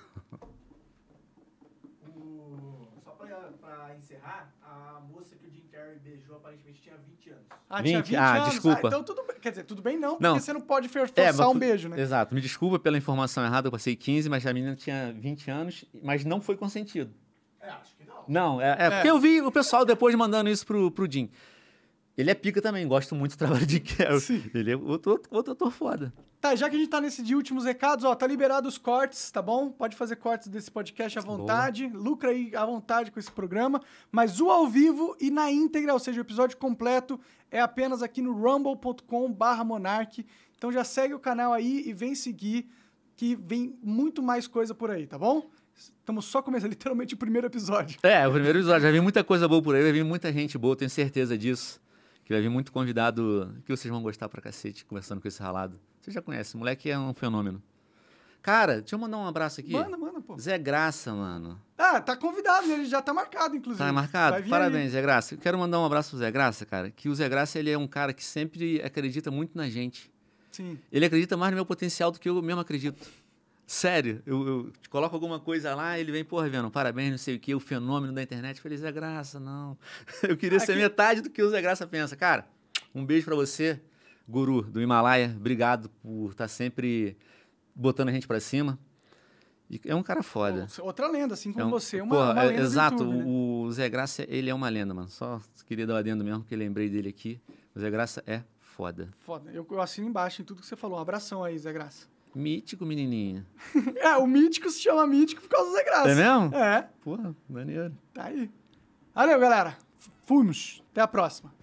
Só pra encerrar, a moça que o Jim Carrey beijou aparentemente tinha 20 anos. Tinha 20 anos? Desculpa. Então tudo bem. Quer dizer, tudo bem não, porque você não pode forçar um beijo, né? Exato. Me desculpa pela informação errada, eu passei 15, mas a menina tinha 20 anos, mas não foi consentido. Acho que não. Não, porque eu vi o pessoal depois mandando isso pro Jim. Ele é pica também, gosto muito do trabalho de Carrey. Ele é outro ator foda. Tá, já que a gente tá nesse de últimos recados, ó, tá liberado os cortes, tá bom? Pode fazer cortes desse podcast à vontade, lucra aí à vontade com esse programa, mas o ao vivo e na íntegra, ou seja, o episódio completo, é apenas aqui no rumble.com/monark. Então já segue o canal aí e vem seguir, que vem muito mais coisa por aí, tá bom? Estamos só começando, literalmente, o primeiro episódio. O primeiro episódio. Já vi muita coisa boa por aí, vai vir muita gente boa, tenho certeza disso. Que vai vir muito convidado que vocês vão gostar pra cacete, conversando com esse ralado. Você já conhece, o moleque é um fenômeno. Cara, deixa eu mandar um abraço aqui. Manda, pô. Zé Graça, mano. Tá convidado, ele já tá marcado, inclusive. Tá marcado? Parabéns, ali. Zé Graça. Eu quero mandar um abraço pro Zé Graça, cara, que o Zé Graça, ele é um cara que sempre acredita muito na gente. Sim. Ele acredita mais no meu potencial do que eu mesmo acredito. Sério, eu te coloco alguma coisa lá, ele vem, porra, Viano, parabéns, não sei o quê, o fenômeno da internet. Eu falei, Zé Graça, não. Eu queria ser metade do que o Zé Graça pensa. Cara, um beijo pra você, guru do Himalaia. Obrigado por estar sempre botando a gente pra cima. E é um cara foda. Outra lenda, assim como você, uma lenda exato, do YouTube, né? O Zé Graça, ele é uma lenda, mano. Só queria dar o adendo mesmo, porque lembrei dele aqui. O Zé Graça é foda. Foda. Eu assino embaixo em tudo que você falou. Um abração aí, Zé Graça. Mítico, menininho. O Mítico se chama Mítico por causa do Zé Graça. É mesmo? É. Porra, maneiro. Tá aí. Valeu, galera. Fomos. Até a próxima.